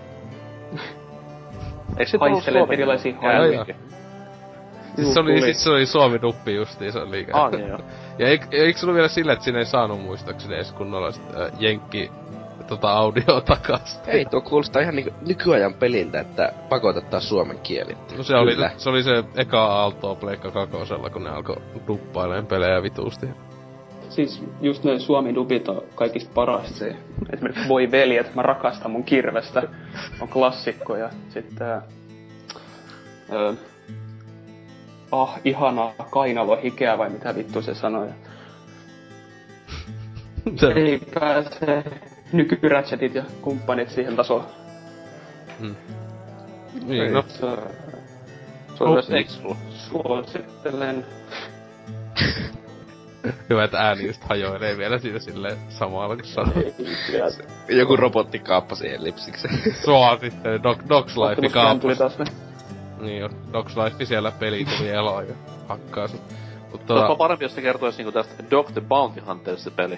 Haistelet erilaisia hajuja. Siis se oli, siis se oli Suomi-duppi justiin, se oli liikaa. Ah, niin joo. Ja eik, eikö se ollut vielä sillä, että siinä ei saanut muistaakseni edes kunnolla sit, äh, jenkki tota audio takasta? Ei, tuo kuulostaa ihan niinku nykyajan peliltä, että pakotetaan suomen kieli. No se oli, se oli se eka aaltoa Pleikka kakosella, kun ne alkoi duppaileen pelejä vituusti. Siis just ne Suomi-dubit on kaikista parasta se. Esimerkiksi Voi veljet, mä rakastan mun kirvestä. On klassikko ja sitten ää, ää, ah, ihanaa kainalo hikeä vai mitä vittu se sanoi. Ei pääse nykyratchetit ja kumppanit siihen tasoon. Hmm. Niin, no. Se, se on oh. myös Exclu. Suosittelen. Hyvä, että ääni just hajoilee vielä siinä silleen samalla kun sanoo. Joku robotti kaappasi Ellipsiksen. Soa sitten, Dog, Dogs Life kaappasi. Ne. Niin jo, Dogs Life siellä peli tuli eloon ja hakkaa sut. Mutta tota... Olisipa parempi, jos se kertois niinku tästä Dog the Bounty Hunter se peli.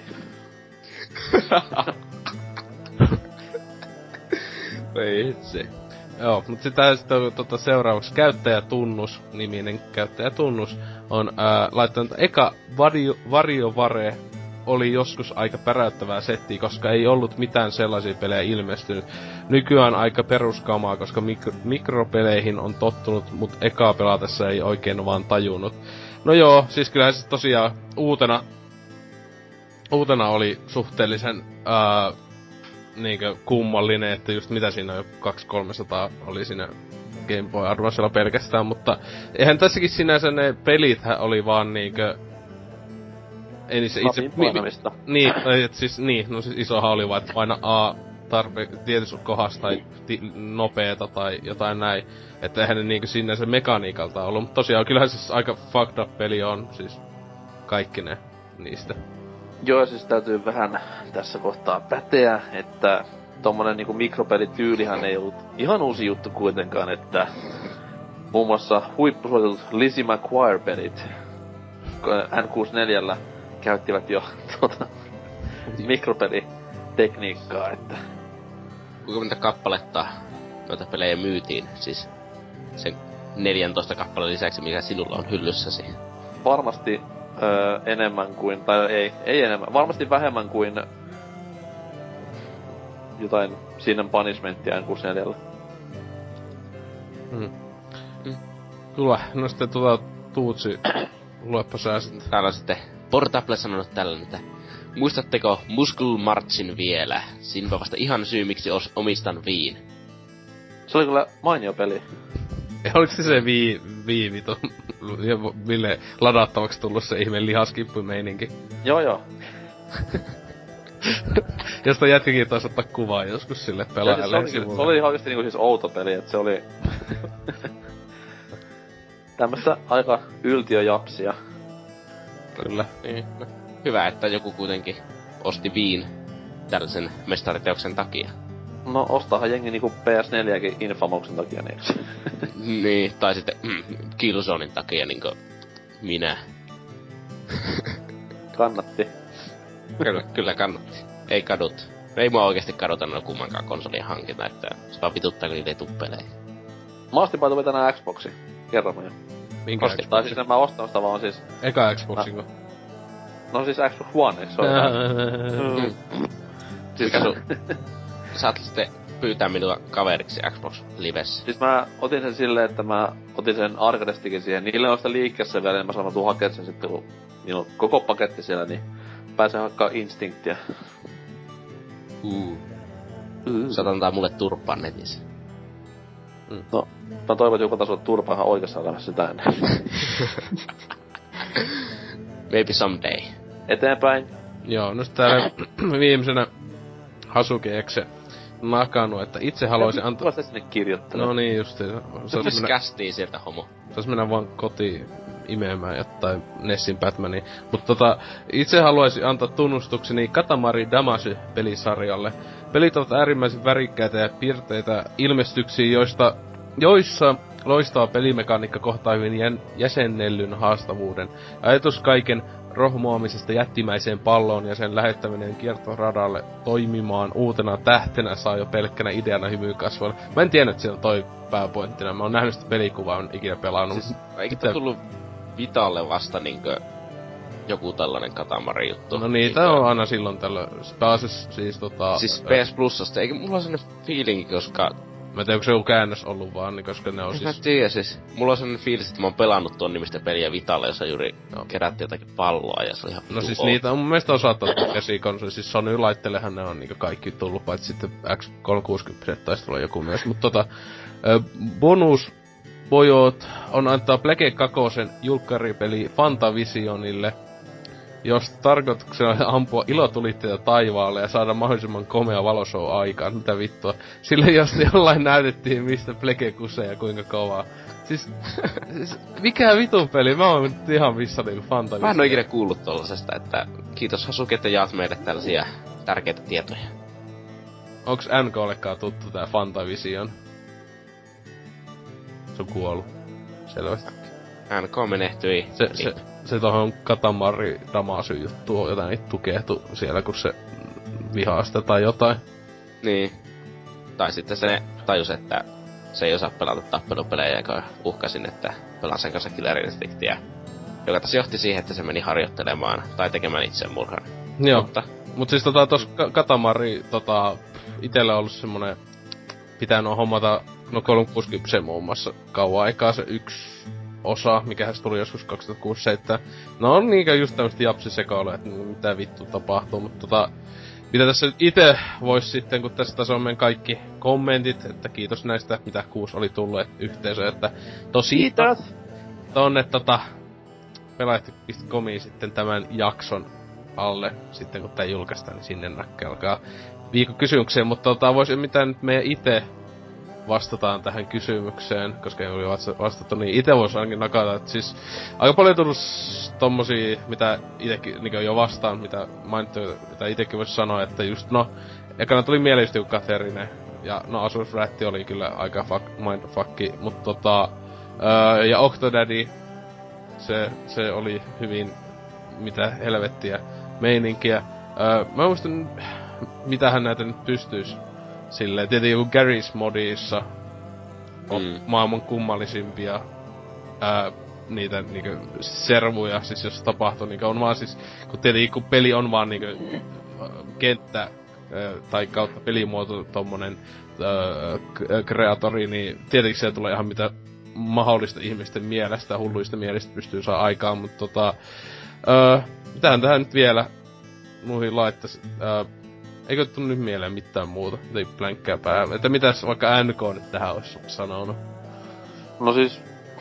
Ei itse. Joo, mut sitä sitten tota, seuraavaksi käyttäjätunnus, niminen käyttäjätunnus, on ää, laittanut, eka Vario, Variovare oli joskus aika päräyttävää settiä, koska ei ollut mitään sellaisia pelejä ilmestynyt. Nykyään aika peruskamaa, koska mikro, mikropeleihin on tottunut, mut ekaa pelatessa ei oikein vaan tajunnut. No joo, siis kyllähän se tosiaan uutena, uutena oli suhteellisen ää, niinkö kummallinen, että just mitä siinä on jo kaksi kolmesataa oli siinä Game Boy Advancella pelkästään, mutta eihän tässäkin sinänsä ne pelithän oli vaan niinkö... Ei niissä itse... Mi, mi, niin, et siis, niin, no siis isohan oli vaan, että paina A tarpe tietyssä kohdassa tai ti, nopeeta tai jotain näin. Että eihän ne niinkö sinänsä mekaniikalta ollut, mutta tosiaan kyllähän siis aika fucked up peli on, siis kaikki ne niistä. Joo, siis täytyy vähän tässä kohtaa päteä, että tommonen niinku mikropelityylihän ei ollut ihan uusi juttu kuitenkaan, että muun muassa huippusuositut Lizzie McGuire-pelit N kuusikymmentäneljä käyttivät jo tuota mikropeli tekniikkaa, että... Kuinka monta kappaletta noita pelejä myytiin, siis sen neljäntoista kappaleen lisäksi, mikä sinulla on hyllyssäsi? Varmasti öö, enemmän kuin, tai ei, ei enemmän, varmasti vähemmän kuin jotain Sin Punishmentia N kuusikymmentäneljä. Hmm. Hmm. Kyllä, no sitten tuota Tuutsi, luepa sä sitten. Täällä on sitten Portable sanonut tällä, että muistatteko Muscle Marchin vielä? Siinäpä vasta ihan syy, miksi os, omistan Viin. Se oli kyllä mainio peli. Ja oliko se se vii, viivito, mille ladattavaksi tullut se ihme lihaskippu-meininki? Joo joo. Josta jätkäkin taisi ottaa kuvaa joskus sille pelaajalle. Siis se, oli, se oli ihan oikeesti niinku siis outo peli, et se oli... tämmöstä aika yltiöjapsia. Kyllä. Niin. Hyvä, että joku kuitenkin osti Viin tällaisen mestariteoksen takia. No ostaahan jengi niinku P S neljäkin Infamouksen takia, niin niin, tai sitten mm, Killzonein takia niinku minä. Kannatti. Kyllä, kyllä kannatti. Ei kadut. Ei mua oikeesti kaduta noin kummankaan konsolien hankinta, että se vaan vituttaa, kun niitä ei tuu pelejä. Mä ostin paitsi tänään Xboxi. Kerran mä jo. Minkä Xboxi? Tai siis en mä ostanut sitä vaan siis... Eka Xboxin ko? No siis Xbox One, eikö se ole? Siis sun... Saat sitten pyytää minua kaveriksi Xbox Livessä. Siis mä otin sen silleen, että mä otin sen arcade-stickin siihen. Niille on sitä liikkeessä vielä, niin mä sanon, tuu hakea sen sitten, kun niillä on koko paketti siellä, niin pääsen hakkaa Instinctia. Uh. Uh. Saat antaa mulle turpaan netissä. Mm. No, mä toivon, että joku taas on turpaa ihan oikeassa elämässä sitä ennen. Maybe someday. Eteenpäin. Joo, no sit täällä viimeisenä Hasuke Exe nakannut, että itse haluaisin antaa... Kuka sinne kirjoittelee? No niin just se. Sais mennä... kästii sieltä homo. Sais mennä vaan kotiin imeämään jotain Nessin Batmania. Mutta tota, itse haluaisin antaa tunnustukseni Katamari Damacy-pelisarjalle. Pelit ovat äärimmäisen värikkäitä ja piirteitä ilmestyksiä, joista, joissa loistava pelimekaniikka kohtaa hyvin jän, jäsennellyn haastavuuden. Ajatus kaiken rohmoamisesta jättimäiseen palloon ja sen lähettäminen kiertoradalle toimimaan uutena tähtenä saa jo pelkkänä ideana hymyä kasvoilla. Mä en tiennyt, että siinä on toi pääpointtina. Mä oon nähnyt sitä pelikuvaa, on ikinä pelannut. Siis, eikö tää tullut Vitalle vasta niinkö joku tällainen Katamari-juttu? No niitä niinkö... on aina silloin tällöin. Pääsis siis tota... Siis P S Plusasta, eikö mulla on sellainen fiilinki, koska... Mä en tiedä, onko se joku käännös ollut vaan, niin koska ne on en siis... Mä tiedä siis. Mulla on sellainen fiilis, että mä oon pelannut ton nimistä peliä Vitalle, jossa juuri no. kerättiin jotakin palloa ja se oli ihan... No siis oot. Niitä on mun mielestä osattu käsikonsoli. Siis Sony-laitteillehan ne on niinku kaikki tullut, paitsi sitten X kolmesataakuusikymmentä taisi tulla joku myös. Mut tota... Bonus pojot on antaa Plege kakosen julkkaripeli Fantavisionille, jos tarkoituksena on ampua ilotulitteita taivaalle ja saada mahdollisimman komea valoshow aikaan. Mitä vittua. Sille jos jollain näytettiin, mistä Plege kusee ja kuinka kovaa. Siis, siis mikä vitun peli? Mä oon nyt ihan vissani kuin Fantavision. Mä en oo ikinä kuullut tollasesta, että kiitos Hasuki, että jaat meille tällaisia tärkeitä tietoja. Onks N K:llekaan tuttu tää Fantavision? Se on kuollut. Selvästi. N K menehtyi. Se, se, se tohon Katamari Damacy juttu on jotain tukehtu siellä, kun se vihaa sitä tai jotain. Niin. Tai sitten se tajus, että se ei osaa pelata tappelupelejä, joka uhkasin, että pelaan sen kanssa Killer Instinctia. Joka taas johti siihen, että se meni harjoittelemaan tai tekemään itsemurhan. Joo. Mutta Mut siis tota tos Katamari tota itellä on ollut semmonen pitänyt hommata no kolmesataakuusikymmentä muun muassa kauan aikaa se yksi osa, mikähän se tuli joskus kaksituhattakuusi seitsemän. No on niinkö just tämmöstä japsisekoilua, että mitä vittu tapahtuu, mutta tota... Mitä tässä nyt ite vois sitten, kun tästä on meidän kaikki kommentit, että kiitos näistä, mitä kuusi oli tullut et, yhteisöön, että tosi... Kiitos! Tonne tota... Pelaajat piste comiin sitten tämän jakson alle, sitten kun tää julkaistaan, niin sinne nakkelkaa viikon kysymykseen, mutta tota, vois mitä nyt meidän ite vastataan tähän kysymykseen, koska ei ole vastattu, niin ite vois ainakin nakata, että siis aika paljon tullut tommosia, mitä itekin niin jo vastaan, mitä mainittu, mitä itekin vois sanoa, että just no, ekana tuli mieleen just joku Katerine, ja no Asusrätti oli kyllä aika fuck, mindfucki, mutta tota, öö, ja Octodaddy, se, se oli hyvin, mitä helvettiä meininkiä. Öö, mä muistan, mitähän näitä nyt pystyis silleen. Tietenkin joku Garry's-modissa on mm. maailman kummallisimpia ää, niitä niinku servuja, siis jos tapahtuu niinku on vaan siis, kun tietenkin kun peli on vaan niinku kenttä ää, tai kautta pelimuoto tommonen ää, kreatori, niin tietenkin siellä tulee ihan mitä mahdollista ihmisten mielestä, hulluista mielestä pystyy saa aikaan, mutta tota ää, mitähän tähän nyt vielä muihin laittais, ää, eikö tullut nyt mieleen mitään muuta, ei plänkkää päällä, että mitäs vaikka N K nyt tähän ois sanonut? No siis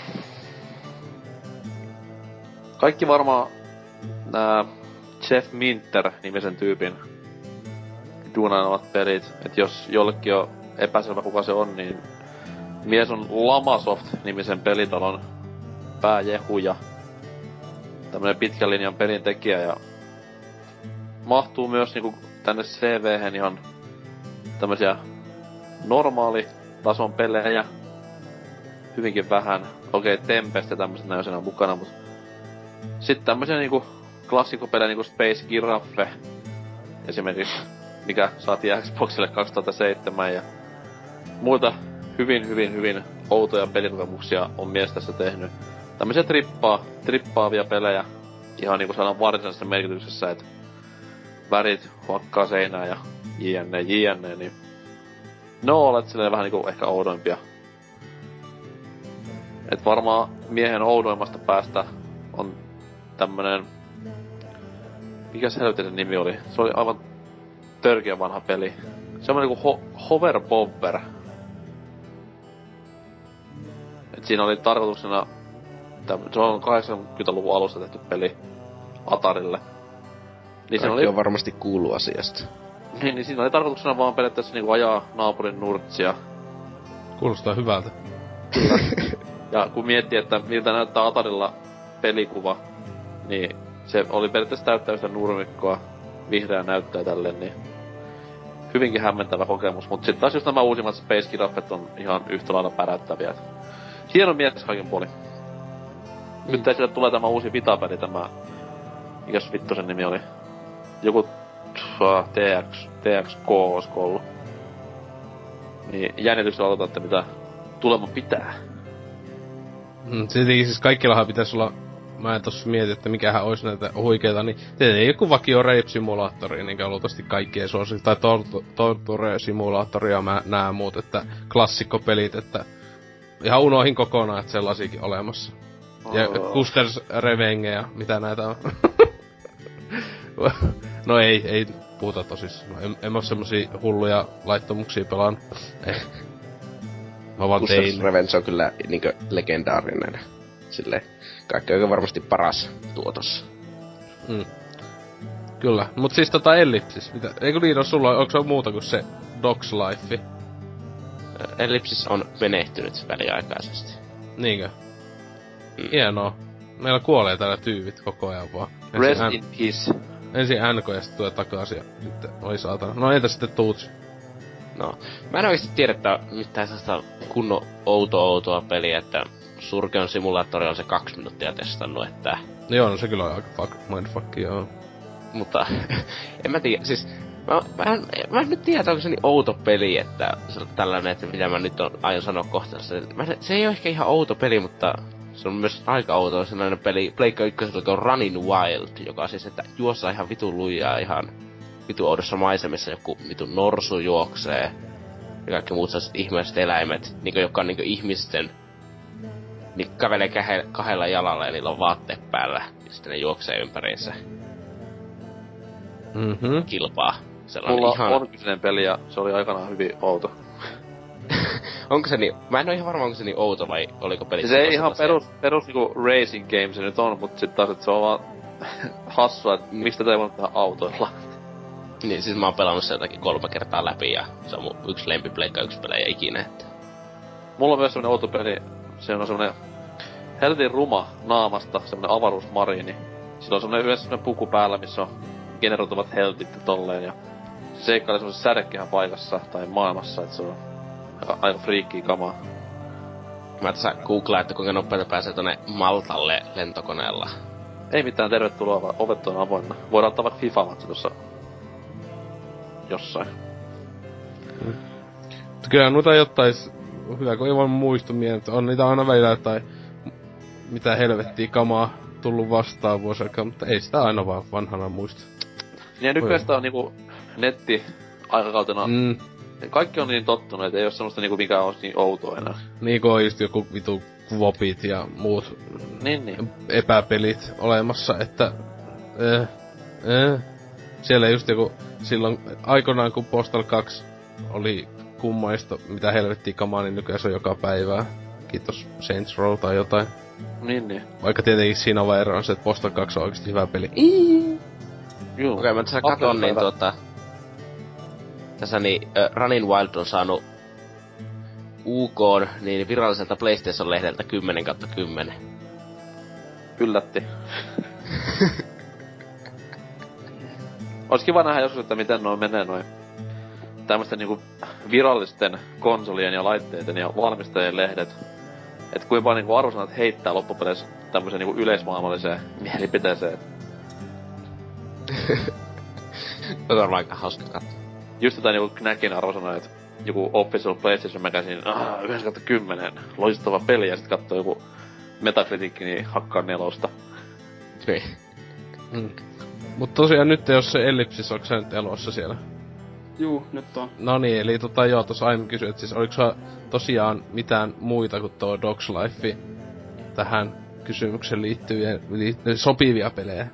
kaikki varmaan nää Jeff Minter-nimisen tyypin duunailevat pelit, et jos jollekin on epäselvä kuka se on, niin mies on Lamasoft-nimisen pelitalon pääjehuja. Tämmönen pitkän linjan pelin tekijä ja mahtuu myös niinku tänne C V:hen ihan tämmösiä normaali tason pelejä. Hyvinkin vähän. Okei, okay, Tempest ja tämmöset näin on siinä mukana, mut sitten tämmösiä niinku klassikkopelejä niinku Space Giraffe esimerkiksi, mikä saatiin Xboxille kaksituhattaseitsemän ja muita hyvin hyvin hyvin outoja pelikokemuksia on mies tässä tehnyt. Tämmösiä trippaa, trippaavia pelejä ihan niinku sanan varsinaisessa merkityksessä, et värit huokkaa seinään ja jne jne, niin no olet silleen vähän niinku ehkä oudoimpia. Et varmaan miehen oudoimmasta päästä on tämmönen, mikä se helvetin nimi oli? Se oli aivan törkeä vanha peli. Semmonen niinku ho- Hover Bobber. Et siinä oli tarkoituksena, se on kahdeksankymmentäluvun alusta tehty peli Atarille. Niin Kaikki oli, on varmasti kuullut asiasta. Niin, niin siinä oli tarkoituksena vaan periaatteessa niinku ajaa naapurin nurtsia. Kuulostaa hyvältä. Kyllä. Ja kun miettii, että miltä näyttää Atarilla pelikuva, niin se oli periaatteessa täyttää sitä nurmikkoa, vihreää näyttää tälleen, niin hyvinkin hämmentävä kokemus. Mut sit taas just nämä uusimmat Space Giraffet on ihan yhtä lailla päräyttäviä. Hieno mies kaiken puolin. Mm. Nyt sille tulee tämä uusi Vita-peli, tämä, mikäs vittu sen nimi oli? Joku T X, T X K olisiko ollut. Niin jännityksellä odotan, että mitä tulema pitää. Mm, tietenkin siis kaikkillahan pitäis olla, mä en tossa mieti, että mikähän ois näitä huikeita, niin tietenkin joku vakio Rape-simulaattori, niin luultavasti kaikkien suosikki, tai Torture-simulaattori ja mä nää muut, että klassikkopelit, että ihan unohin kokonaan, että sellaisiakin olemassa. Ja oh. Custer's Revenge ja mitä näitä on. No ei, ei puhuta tosissaan. No, en, en mä oo semmosia hulluja laittomuksia pelannut. Ei. Mä vaan tein. Custer's Revenge on kyllä niinkö legendaarinen. Silleen, kaikki on varmasti paras tuotossa. Mm. Kyllä, mut siis tota Ellipsis, mitä, eikö niin oo sulla, onko se muuta kuin se Dogs Life? Ellipsis on menehtynyt väliaikaisesti. Niinkö? Mm. Hienoa. Meillä kuolee täällä tyypit koko ajan vaan. Ensin Rest N- in peace. Ensin N K ja sit tulee takaisin ja sitten, oi saatana. No entä sitten Tuutsi? No, mä en oikeesti tiedä, että mitään sellaista kunnon outo-outoa peliä, että Surgeon Simulaattori on se kaksi minuuttia testannut, että... No joo, no se kyllä on aika fuck, mindfuck, joo. Mutta, en mä tiedä, siis... Mä, mä, en, mä en nyt tiedä, onko se niin outo peli, että se on tällainen, että mitä mä nyt on, aion sanoa kohta. Se, mä, se ei ole ehkä ihan outo peli, mutta se on myös aika outo sellainen peli. Pleikka ykkösellä on Running Wild, joka on siis, että juossa ihan vitun lujaa ihan vitun oudossa maisemissa, joku vitun norsu juoksee. Ja kaikki muut sellaiset ihmeelliset eläimet, niinku, jotka on niinku ihmisten... Niin kävelee kähe, kahdella jalalla ja niillä on vaatteet päällä. Ja sitten ne juoksee ympäriinsä. Mhm. Kilpaa. Sellainen Mulla ihan... on kyseinen peli ja se oli aikanaan hyvin outo. Onko se niin... Mä en oo ihan varma, onko se niin outo vai oliko peli... Se ei ihan perus, perus niinku racing game se nyt on, mut sit taas, et se on vaan hassua, et mistä te voinut tehdä autoilla. Niin, siis mä oon pelannut se jotakin kolme kertaa läpi ja se on mun yksi lempipleikka yksi pelejä ikinä, että... Mulla on myös semmonen outo peli, se on semmonen helvetin ruma naamasta, semmonen avaruusmariini. Sillä on semmonen yhdessä semmonen puku päällä, missä on generoituvat heltit ja tolleen, ja se seikkailee semmosessa sädekehän paikassa tai maailmassa, et se on aika, aika friikkiä kamaa. Mä tässä googlaan, että kuinka nopeeta pääsee tonne Maltalle lentokoneella. Ei mitään, tervetuloa, vaan ovet on avoinna. Voidaan ottaa vaikka FIFA-matsi tossa. jossain. Kyllä noita jottais, hyvä kun ei vaan muistu mieleen, että on niitä aina välillä tai mitä helvettiä kamaa tullut vastaan vuosiaikaa, mutta ei sitä aina vaan vanhana muista. Ja nykyään sitä on niinku netti aikakautena. Mm. Kaikki on niin tottunut, että ei oo semmoista niinku mikä on niin outoa enää. Niin kun on just joku vitu Kvopit ja muut niin, niin. epäpelit olemassa, että eh, eh. Siellä just joku silloin aikanaan kun Postal kaksi oli kummaista, mitä helvettiä kamaa, niin nykyään se on joka päivää. Kiitos Saints Row tai jotain. Niin, niin. Vaikka tietenkin siinä vaan ero on se, että Postal kaksi on oikeesti hyvä peli. Joo. Okei, okay, mä tässä katon, niin tuota... Tässä niin, uh, Running Wild on saanut U K:n niin viralliselta PlayStation-lehdeltä kymmenen kautta kymmenen. Yllätti. Ois kiva nähdä joskus, että miten noin menee noin tämmösten niinku virallisten konsolien ja laitteiden ja valmistajien lehdet. Et kuinka vaan niinku arvosanat heittää loppupeleissä tämmösen niinku yleismaailmalliseen mielipiteeseen. On varmaan aika hauska katsoa. Just tätä niinku Knäkin arvosana, et joku Official PlayStation Magazine, aah, yhdeksän kautta kymmenen, loistava peli, ja sit kattoo joku Metacritic, niin hakkaa nelosta. Niin. Mm. Mut tosiaan nyt jos se Ellipsis, onko sä nyt elossa siellä? Juu, nyt on. No niin, eli tota joo, tossa aiemmin kysyin, että siis oliko sulla tosiaan mitään muita kuin tuo Dogs Life tähän kysymykseen liittyviä, liittyviä sopivia pelejä?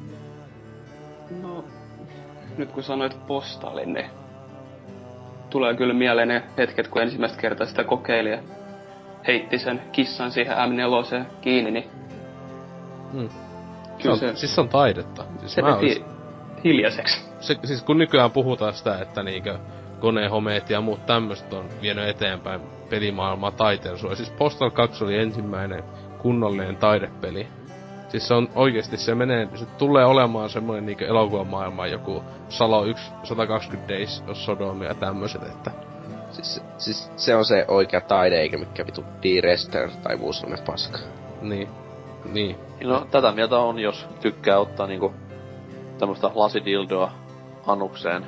No, nyt kun sanoit Postalin, niin tulee kyllä mieleen ne hetket, kun ensimmäistä kertaa sitä kokeili ja heitti sen kissan siihen M neljä kiinni, niin... Hmm. Se on, se, siis se on taidetta. Siis se veti olis... hiljaiseksi. Se, siis kun nykyään puhutaan sitä, että niinkö konehomeet ja muut tämmöset on vienyt eteenpäin pelimaailmaa taiteellisuutta. Siis Postal kaksi oli ensimmäinen kunnollinen taidepeli. Siis se on oikeesti, se menee, se tulee olemaan semmoinen niinkö elokuvamaailma, joku Salo yksi sata kaksikymmentä Days of Sodom ja tämmöset, että... Siis, siis se on se oikea taide, eikä mikä vitu D-Rester tai muu semmonen paska. Niin. Niin. No, tätä mieltä on, jos tykkää ottaa niinku tämmöstä lasidildoa anukseen.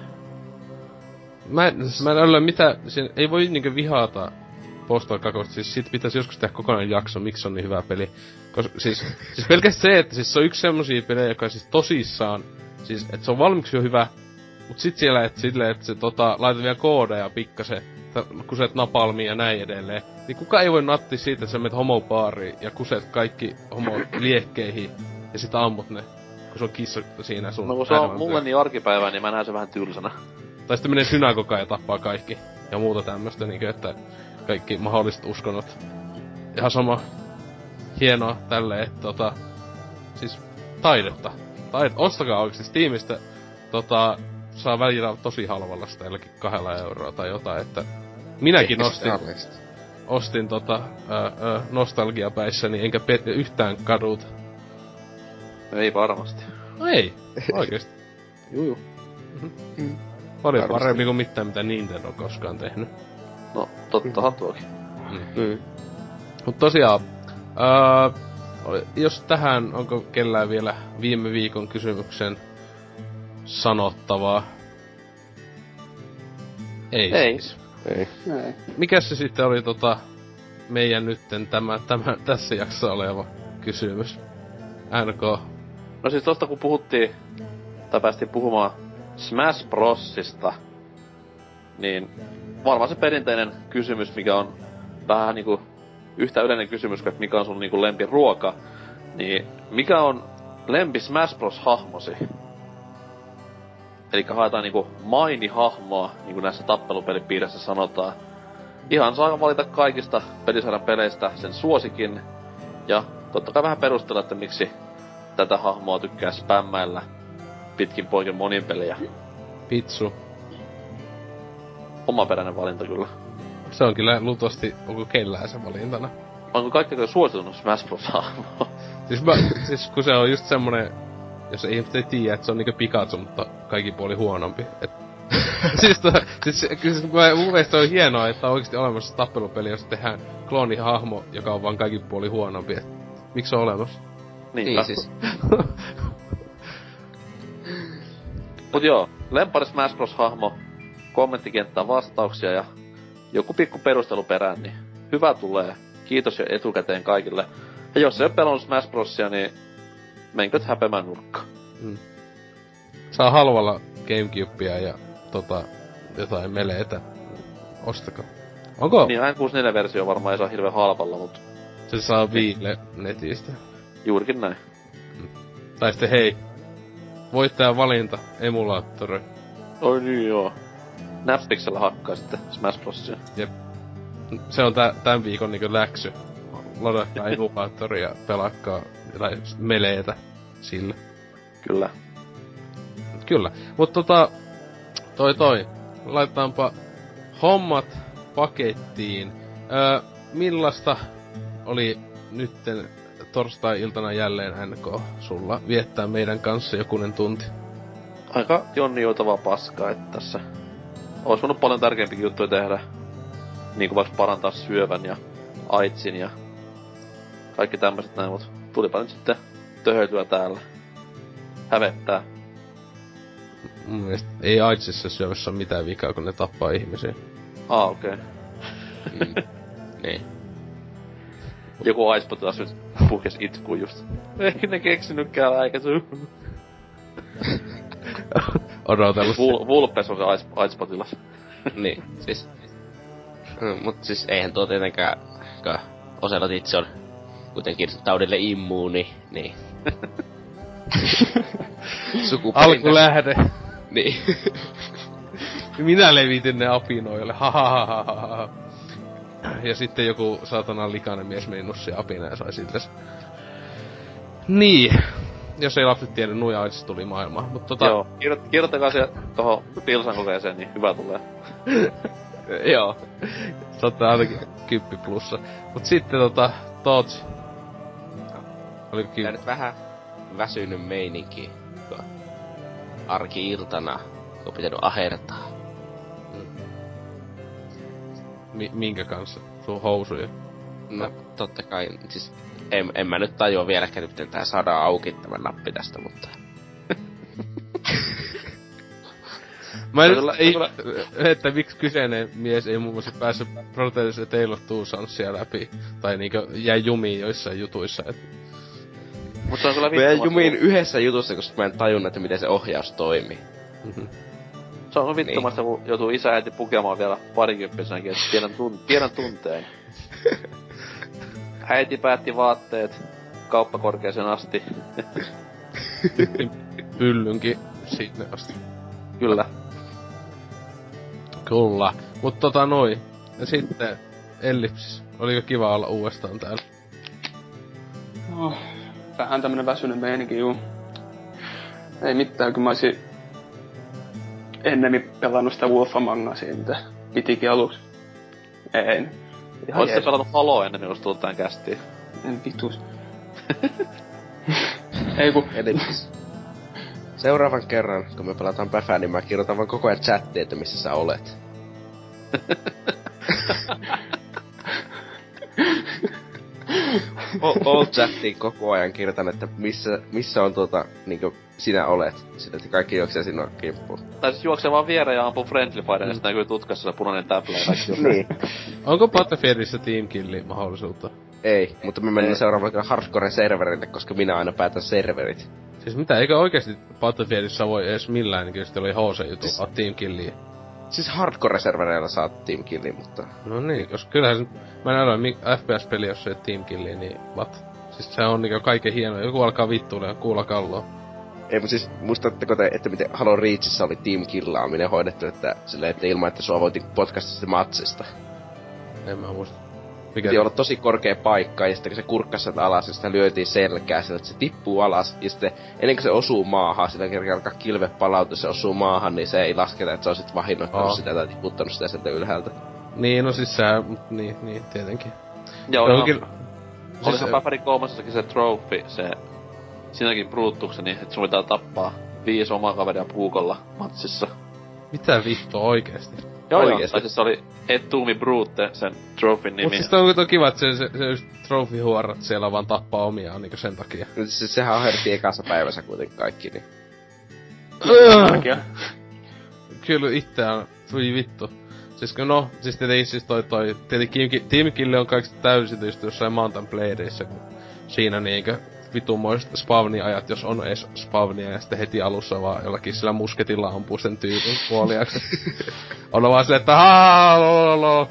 Mä en, mä en ole mitä, sen ei voi niinkö vihata Postal kakosta, siis sit pitäis joskus tehdä kokonainen jakso, miksi on niin hyvä peli. Kos, siis, siis pelkästään se, että siis se on yksi semmosia pelejä, joka siis tosissaan, siis et se on valmiiksi jo hyvä, mut sit siellä et silleen, että se tota, laitat vielä koodeja pikkasen, kuset napalmiin ja näin edelleen. Niin kuka ei voi nattia siitä, että sä menet homobaariin ja kuset kaikki homoliekkeihin ja sit ammut ne, kun se on kissa siinä sun... No kun se on mulle niin arkipäivää, niin mä näen sen vähän tylsänä. Tai sitten menee synagogaan ja tappaa kaikki. Ja muuta tämmöstä niinkö, että kaikki mahdolliset uskonnot. Ihan sama hienoa tälleen, että tota... Siis taidetta. Taide, ostakaa oikeesti Steamista tota... Saa välillä tosi halvalla sitä jollakin kahdella euroa tai jotain, että... Minäkin ostin... Ostin tota... Ö, ö, nostalgiapäissäni, enkä pe- yhtään kaduta. Ei varmasti. No ei, oikeesti. Juu juu. Mm-hmm. Paljon varmasti. Paremmin kuin mitään, mitä Nintendo on koskaan tehnyt. No, tottahan tuokin. Mm. Mm. Mut tosiaan, öö, jos tähän, onko kellään vielä viime viikon kysymyksen sanottavaa? Ei. Ei. Siis. Ei. Ei. Mikäs se sitten oli tota meidän nytten tämä, tämä tässä jaksossa oleva kysymys? N K. No siis tosta kun puhuttiin, tai päästiin puhumaan Smash Brosista, niin varmaan se perinteinen kysymys, mikä on vähän niinku yhtä yleinen kysymys, että mikä on sun niinku lempiruoka, niin mikä on lempi Smash Bros-hahmosi? Elikkä haetaan niinku maini-hahmoa, niinku näissä tappelupelipiirissä sanotaan. Ihan saa valita kaikista pelisarjan peleistä sen suosikin, ja totta kai vähän perustella, että miksi tätä hahmoa tykkää spämmäillä pitkin poikin monin pelejä. Pitsu. Omaperäinen valinta kyllä. Se on kyllä luultavasti, onko kellään se valintana. Onko kaikki kyllä suositellut Smash Bros-hahmoa? Siis, mä, siis kun se on just semmonen, jos ihmiset ei tiedä, että se on niinku Pikachu, mutta kaikin puoli huonompi. Et, siis, to, siis, siis mä, mun mielestä on hienoa, että on oikeesti olemassa tappelupeli, jossa tehdään kloonihahmo, joka on vaan kaikin puoli huonompi. Et, miksi se on olemassa? Niin, niin siis. Mut joo, lempari Smash Bros-hahmo, kommenttikenttään vastauksia ja joku pikku perustelu perään, niin hyvä tulee. Kiitos jo etukäteen kaikille. Ja jos ei oo pelannut Smash Brosia, niin menköt häpemään nurkkaan. Mm. Saa halvalla Gamecubea ja tota, jotain meleitä. Ostakaa. Onko? Niin, N kuusikymmentäneljä-versio varmaan ei saa hirveen halvalla, mut... Se saa viille netistä. Juurikin näin. Mm. Tai sitten hei, voittajan valinta, emulaattori. Oi niin joo. Näppiksellä hakkaa sitten Smash Brosia. Jep. Se on tä- tän viikon niinku läksy. Ladataan emulaattori ja pelakkaa tai meleetä sillä. Kyllä. Kyllä. Mut tota, toi toi. Laitetaanpa hommat pakettiin. Öö, millaista oli nytten torstai-iltana jälleen N K sulla viettää meidän kanssa jokunen tunti? Aika jonnijoutavaa paskaa, että tässä ois voinut paljon tärkeämpikin juttuja tehdä. Niinku vaikka parantaa syövän ja aitsin ja kaikki tämmöset näin, mut tulipa nyt sitten töhöityä täällä. Hävettää. Mun mielestä ei aitsissa syövässä ole mitään vikaa, kun ne tappaa ihmisiä. Aa, okei. Okay. Mm. Niin. Joku aispotilas nyt puhkes itkuun just. Ei ne keksinytkään lääkäsy. Odotellut. Vul- Vulpes on se ais- aispotilas. Niin, siis... Mm, mut siis eihän tuo tietenkään... Kun Oselot itse on kuitenkin taudille immuuni, niin... Alkulähde. Niin. Minä levitin ne apinoille, hahaha. Ja sitten joku saatanan likainen mies meni nussia apina ja sai siltä se. Niin. Jos ei lapset tiedä, nuja aitsis tuli maailmaan, mut tota... Joo, kirjoit- kirjoittakaa se tohon Pilsan kokeeseen, niin hyvä tulee. Joo. Saattaa ainakin kymppi plussa. Mut sitten tota, Tootsi. Oliko kiva? Tää nyt vähän väsynyt meininki, kun arki-iltana on pitänyt ahertaa. Mi- minkä kanssa? Sun housuja? No, totta kai, siis en, en mä nyt tajua vieläkään, miten tää saadaan auki tämä nappi tästä, mutta... Mä en, Kyllä, ei, kyllä. että miksi kyseinen mies ei muun muassa päässyt Proteus ja Tale of Two Sunsia läpi. Tai niinkö jäi jumiin joissain jutuissa, et... Mut se on kyllä Mä jäin vittumasta, jumiin kun... yhdessä jutussa, koska mä en tajunnut, että miten se ohjaus toimii. Mm-hmm. Se on vittumasta, niin. Kun joutuu isä äiti pukemaan vielä parikymppisenäkin, että tiedän, tun- tiedän tunteen. Äiti päätti vaatteet kauppakorkeeseen asti. Pyllynkin sinne asti. Kyllä. Kyllä. Mut tota noin. Ja sitten Ellipsis. Oliko kiva olla uudestaan täällä? Oh, vähän tämmönen väsynyt meininki, juu. Ei mitään, kun mä oisin ennemmin pelannut sitä Wolf Among Usia, mitä pitikin aluksi. Ei. Oletko pelannut Haloa ennen, jos tullut tän kästiin? En vitus. Ei ku... Eli seuraavan kerran, kun me pelataan Päfää, niin mä kirjoitan vaan koko ajan chattiin, että missä sä olet. All chattiin koko ajan kirjoitan, että missä, missä on tuota, niinkö sinä olet. Sitten että kaikki juoksee sinua kimppuun. Tai siis juoksee vaan viereen ja ampuu Friendly Fire, mm. ja sit näkyy tutkassa se punainen täplä ja kaikki Niin. Onko Battlefieldissä Team Killi mahdollisuutta? Ei, mutta me mennään seuraavalla hardcore-serverille, koska minä aina päätän serverit. Siis mitä, eikö oikeesti Battlefieldissa voi edes millään, niin sitten oli H C-jutu, siis... Team Killiä? Siis hardcore-servereillä saat Team Killi, mutta... No niin, koska kyllähän se... Mä en ole F P S-peli, jos se ei Team Killiä, niin what? Siis se on niinku kaiken hieno. Joku alkaa vittuille ja kuulla kalloa. Ei, mutta siis muistatteko te, että miten Halo Reachissa oli Team Killaaminen hoidettu, että silleen, että ilman, että sua voitiin podcastista matsista. En mä muista. Mikä Piti olla tosi korkea paikka, ja sitten kun se kurkkasi sieltä alas, niin sitä lyötiin selkää sillä, että se tippuu alas, ja sitten ennen kuin se osuu maahan, sillä kerran alkaa kilve palautua, se osuu maahan, niin se ei lasketa, että se on sit vahinnoittanut oh. sitä tai tipputtanut sitä sieltä ylhäältä. Niin, no siis sä, niin, niin, tietenkin. Joo, joo. Onkin... Siis se Päfärin kolmosessakin se trophy, se... Siinäkin bruuttukseni, että sun pitää tappaa viisi omaa kaveria puukolla matsissa. Mitä vittua oikeesti? Joo, joo. Tai siis se oli Et Tuumi Brute, sen trofin nimi. Mut siis on kuitenkin kiva, että se, se, se just trofihuorat siellä vaan tappaa omiaan niinku sen takia. Nyt siis sehän hoidettiin ekassa päivässä kuitenkin kaikki, niin... Energiaa. Kyllä itseään, tuli vittu. Siis no, siis tietenkin siis toi toi, tietenkin Team Kill on kaikista täysitystä jossain Mountain Bladeissa, kun siinä niinkö vitumoiset spawni-ajat, jos on edes spawnia, ja sitten heti alussa vaan jollakin sillä musketilla ampuu sen tyypin kuoliaksi. On vaan silleen, että haalololo.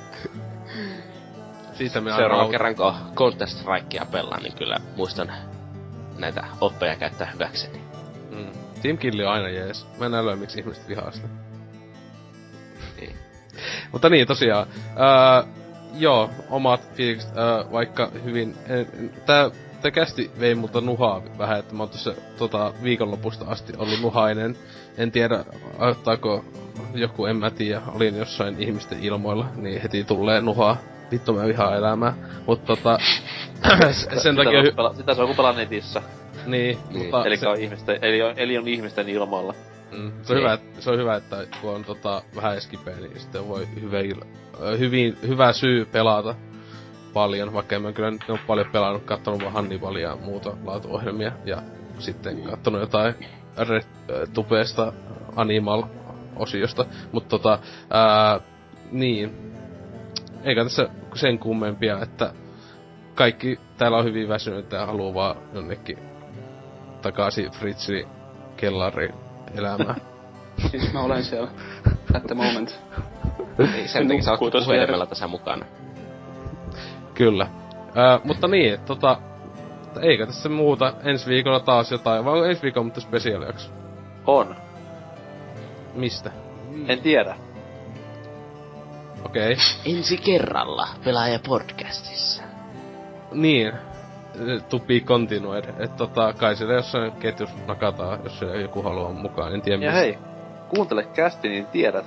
Siitä minä Seuraavan nautin. kerran, kun Counter Strikea pelaan, niin kyllä muistan näitä oppeja käyttää hyväkseni. Mm. Team Kill on aina jees. Mä en älyä, miksi ihmiset vihaa sitä. Niin. Mutta niin, tosiaan. Öö, joo, omat fiilikset, öö, vaikka hyvin... En, tää, tää kästi vei multa nuhaa vähän, että mä oon tossa tota, viikonlopusta asti ollut nuhainen. En tiedä, aiheuttaako joku, en mä tiedä, olin jossain ihmisten ilmoilla, niin heti tulee nuhaa. Vittu mä vihaan elämää. Mut tota... sen sitä takia... Sitä, pela, sitä se on kun pelaa netissä. Niin, niin. mutta... Eli se... on ihmisten, eli, on, eli on ihmisten ilmoilla. Mm, se, on hyvä, että, se on hyvä, että kun on tota, vähän eskipeä, niin sitten voi hyvin, hyvin, hyvä syy pelata paljon, vaikka en mä kyllä nyt ole paljon pelannut, kattonut vaan Hannibalia ja muuta laatuohjelmia, ja sitten kattonut jotain Red Tubeesta Animal-osiosta, mutta tota, ää, niin, eikä tässä sen kummempia, että kaikki täällä on hyvin väsynyt ja haluaa vaan jonnekin takaisin Fritzin kellariin elämää. Siis mä olen siellä. At the moment. Ei, sen takia sä oot puhelimella tässä mukana. Kyllä. Ö, mutta niin, tota... Eikä tässä muuta. Ensi viikolla taas jotain. Vai onko ensi viikolla mutta spesiaalijakso? On. Mistä? En tiedä. Okei. Okay. Ensi kerralla Pelaaja-podcastissa. Niin. To be continued. Et tota, kai siellä jossain ketjus nakataan, jos joku haluaa mukaan. En tiedä Ja missä. hei, kuuntele kästi, niin tiedät.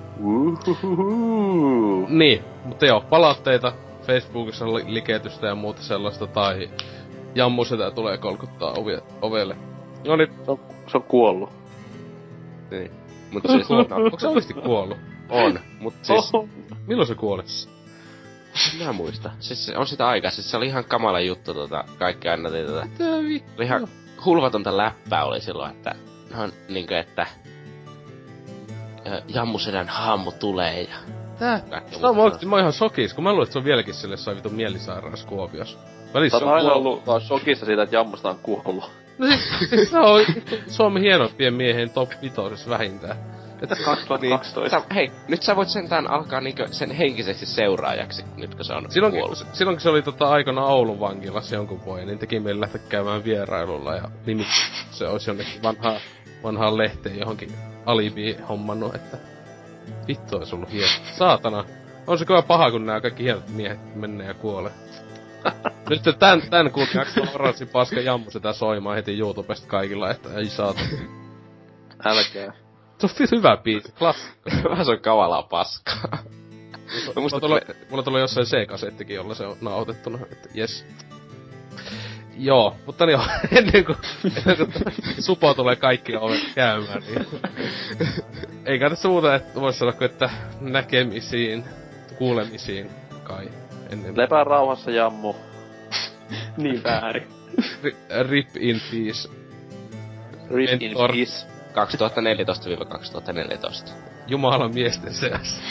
Uhuhuhu. Niin, mutta joo, palautteita Facebookissa li- liketystä ja muuta sellaista, tai Jammu sitä tulee kolkuttaa ovie, ovelle. No niin. Se on, se on kuollut. Niin. Mut siis, no, Onko se oikeesti kuollut? on. Mut siis, Milloin se kuoli? en mä muista. Siis se on sitä aikaa, siis se oli ihan kamala juttu tota, kaikki aina tota. Mitä vittu? Oli ihan hulvatonta läppää oli silloin, että, no niinkö, että Jammusedän hahmo tulee ja... Tää? Tää on oikeesti, mä oon ihan shokis, kun mä luulen, että se on vieläkin sille sai vitun mielisairaus Kuopiossa. Välissä Sä on oot aina kuollut. ollut vaan shokissa siitä, että Jammusta on kuollut. No siis, siis se on Suomen hienoimpien miehen top vitosessa vähintään. Että kaksituhattakaksitoista. Sä, hei, nyt sä voit sentään alkaa niinkö sen henkiseksi seuraajaksi, nyt kun se on Silloin, kuollut. silloin kun se oli tota aikana Oulun vankilassa jonkun vuoden, niin teki meille lähteä käymään vierailulla ja nimi se olisi jonnekin vanhaa, vanhaan lehteen johonkin alibiin hommannut, että vittu olisi ollut hieno. Saatana. On se kyllä paha, kun nää kaikki hienot miehet menee ja kuolee. Nyt tän, tän kunniaksi mä varasin paska Jammu sitä soimaan heti YouTubesta kaikilla, että ei saata. Älkää. Se on vittu hyvä biisi, klassikko. Vähän se on kavalaa paskaa. Mulla tuolla, mulla tuolla jossain C-kasettikin, jolla se on nauhoitettuna, että jes. Joo, mutta niin, ennen kuin, ennen kuin Supo tulee kaikki ovet käymään, niin... Eikä tässä muuta, että vois sanoa kuin, että näkemisiin, kuulemisiin kai. Ennen... Lepää rauhassa, Jammu. Niin väärin. R- rip in peace. Rip in Mentor. peace. kaksituhattaneljätoista kaksituhattaneljätoista. Jumalan miesten seassa.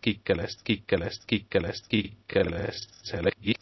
kikkeleest, kikkeleest, kikkeleest, kikkeleest, siellä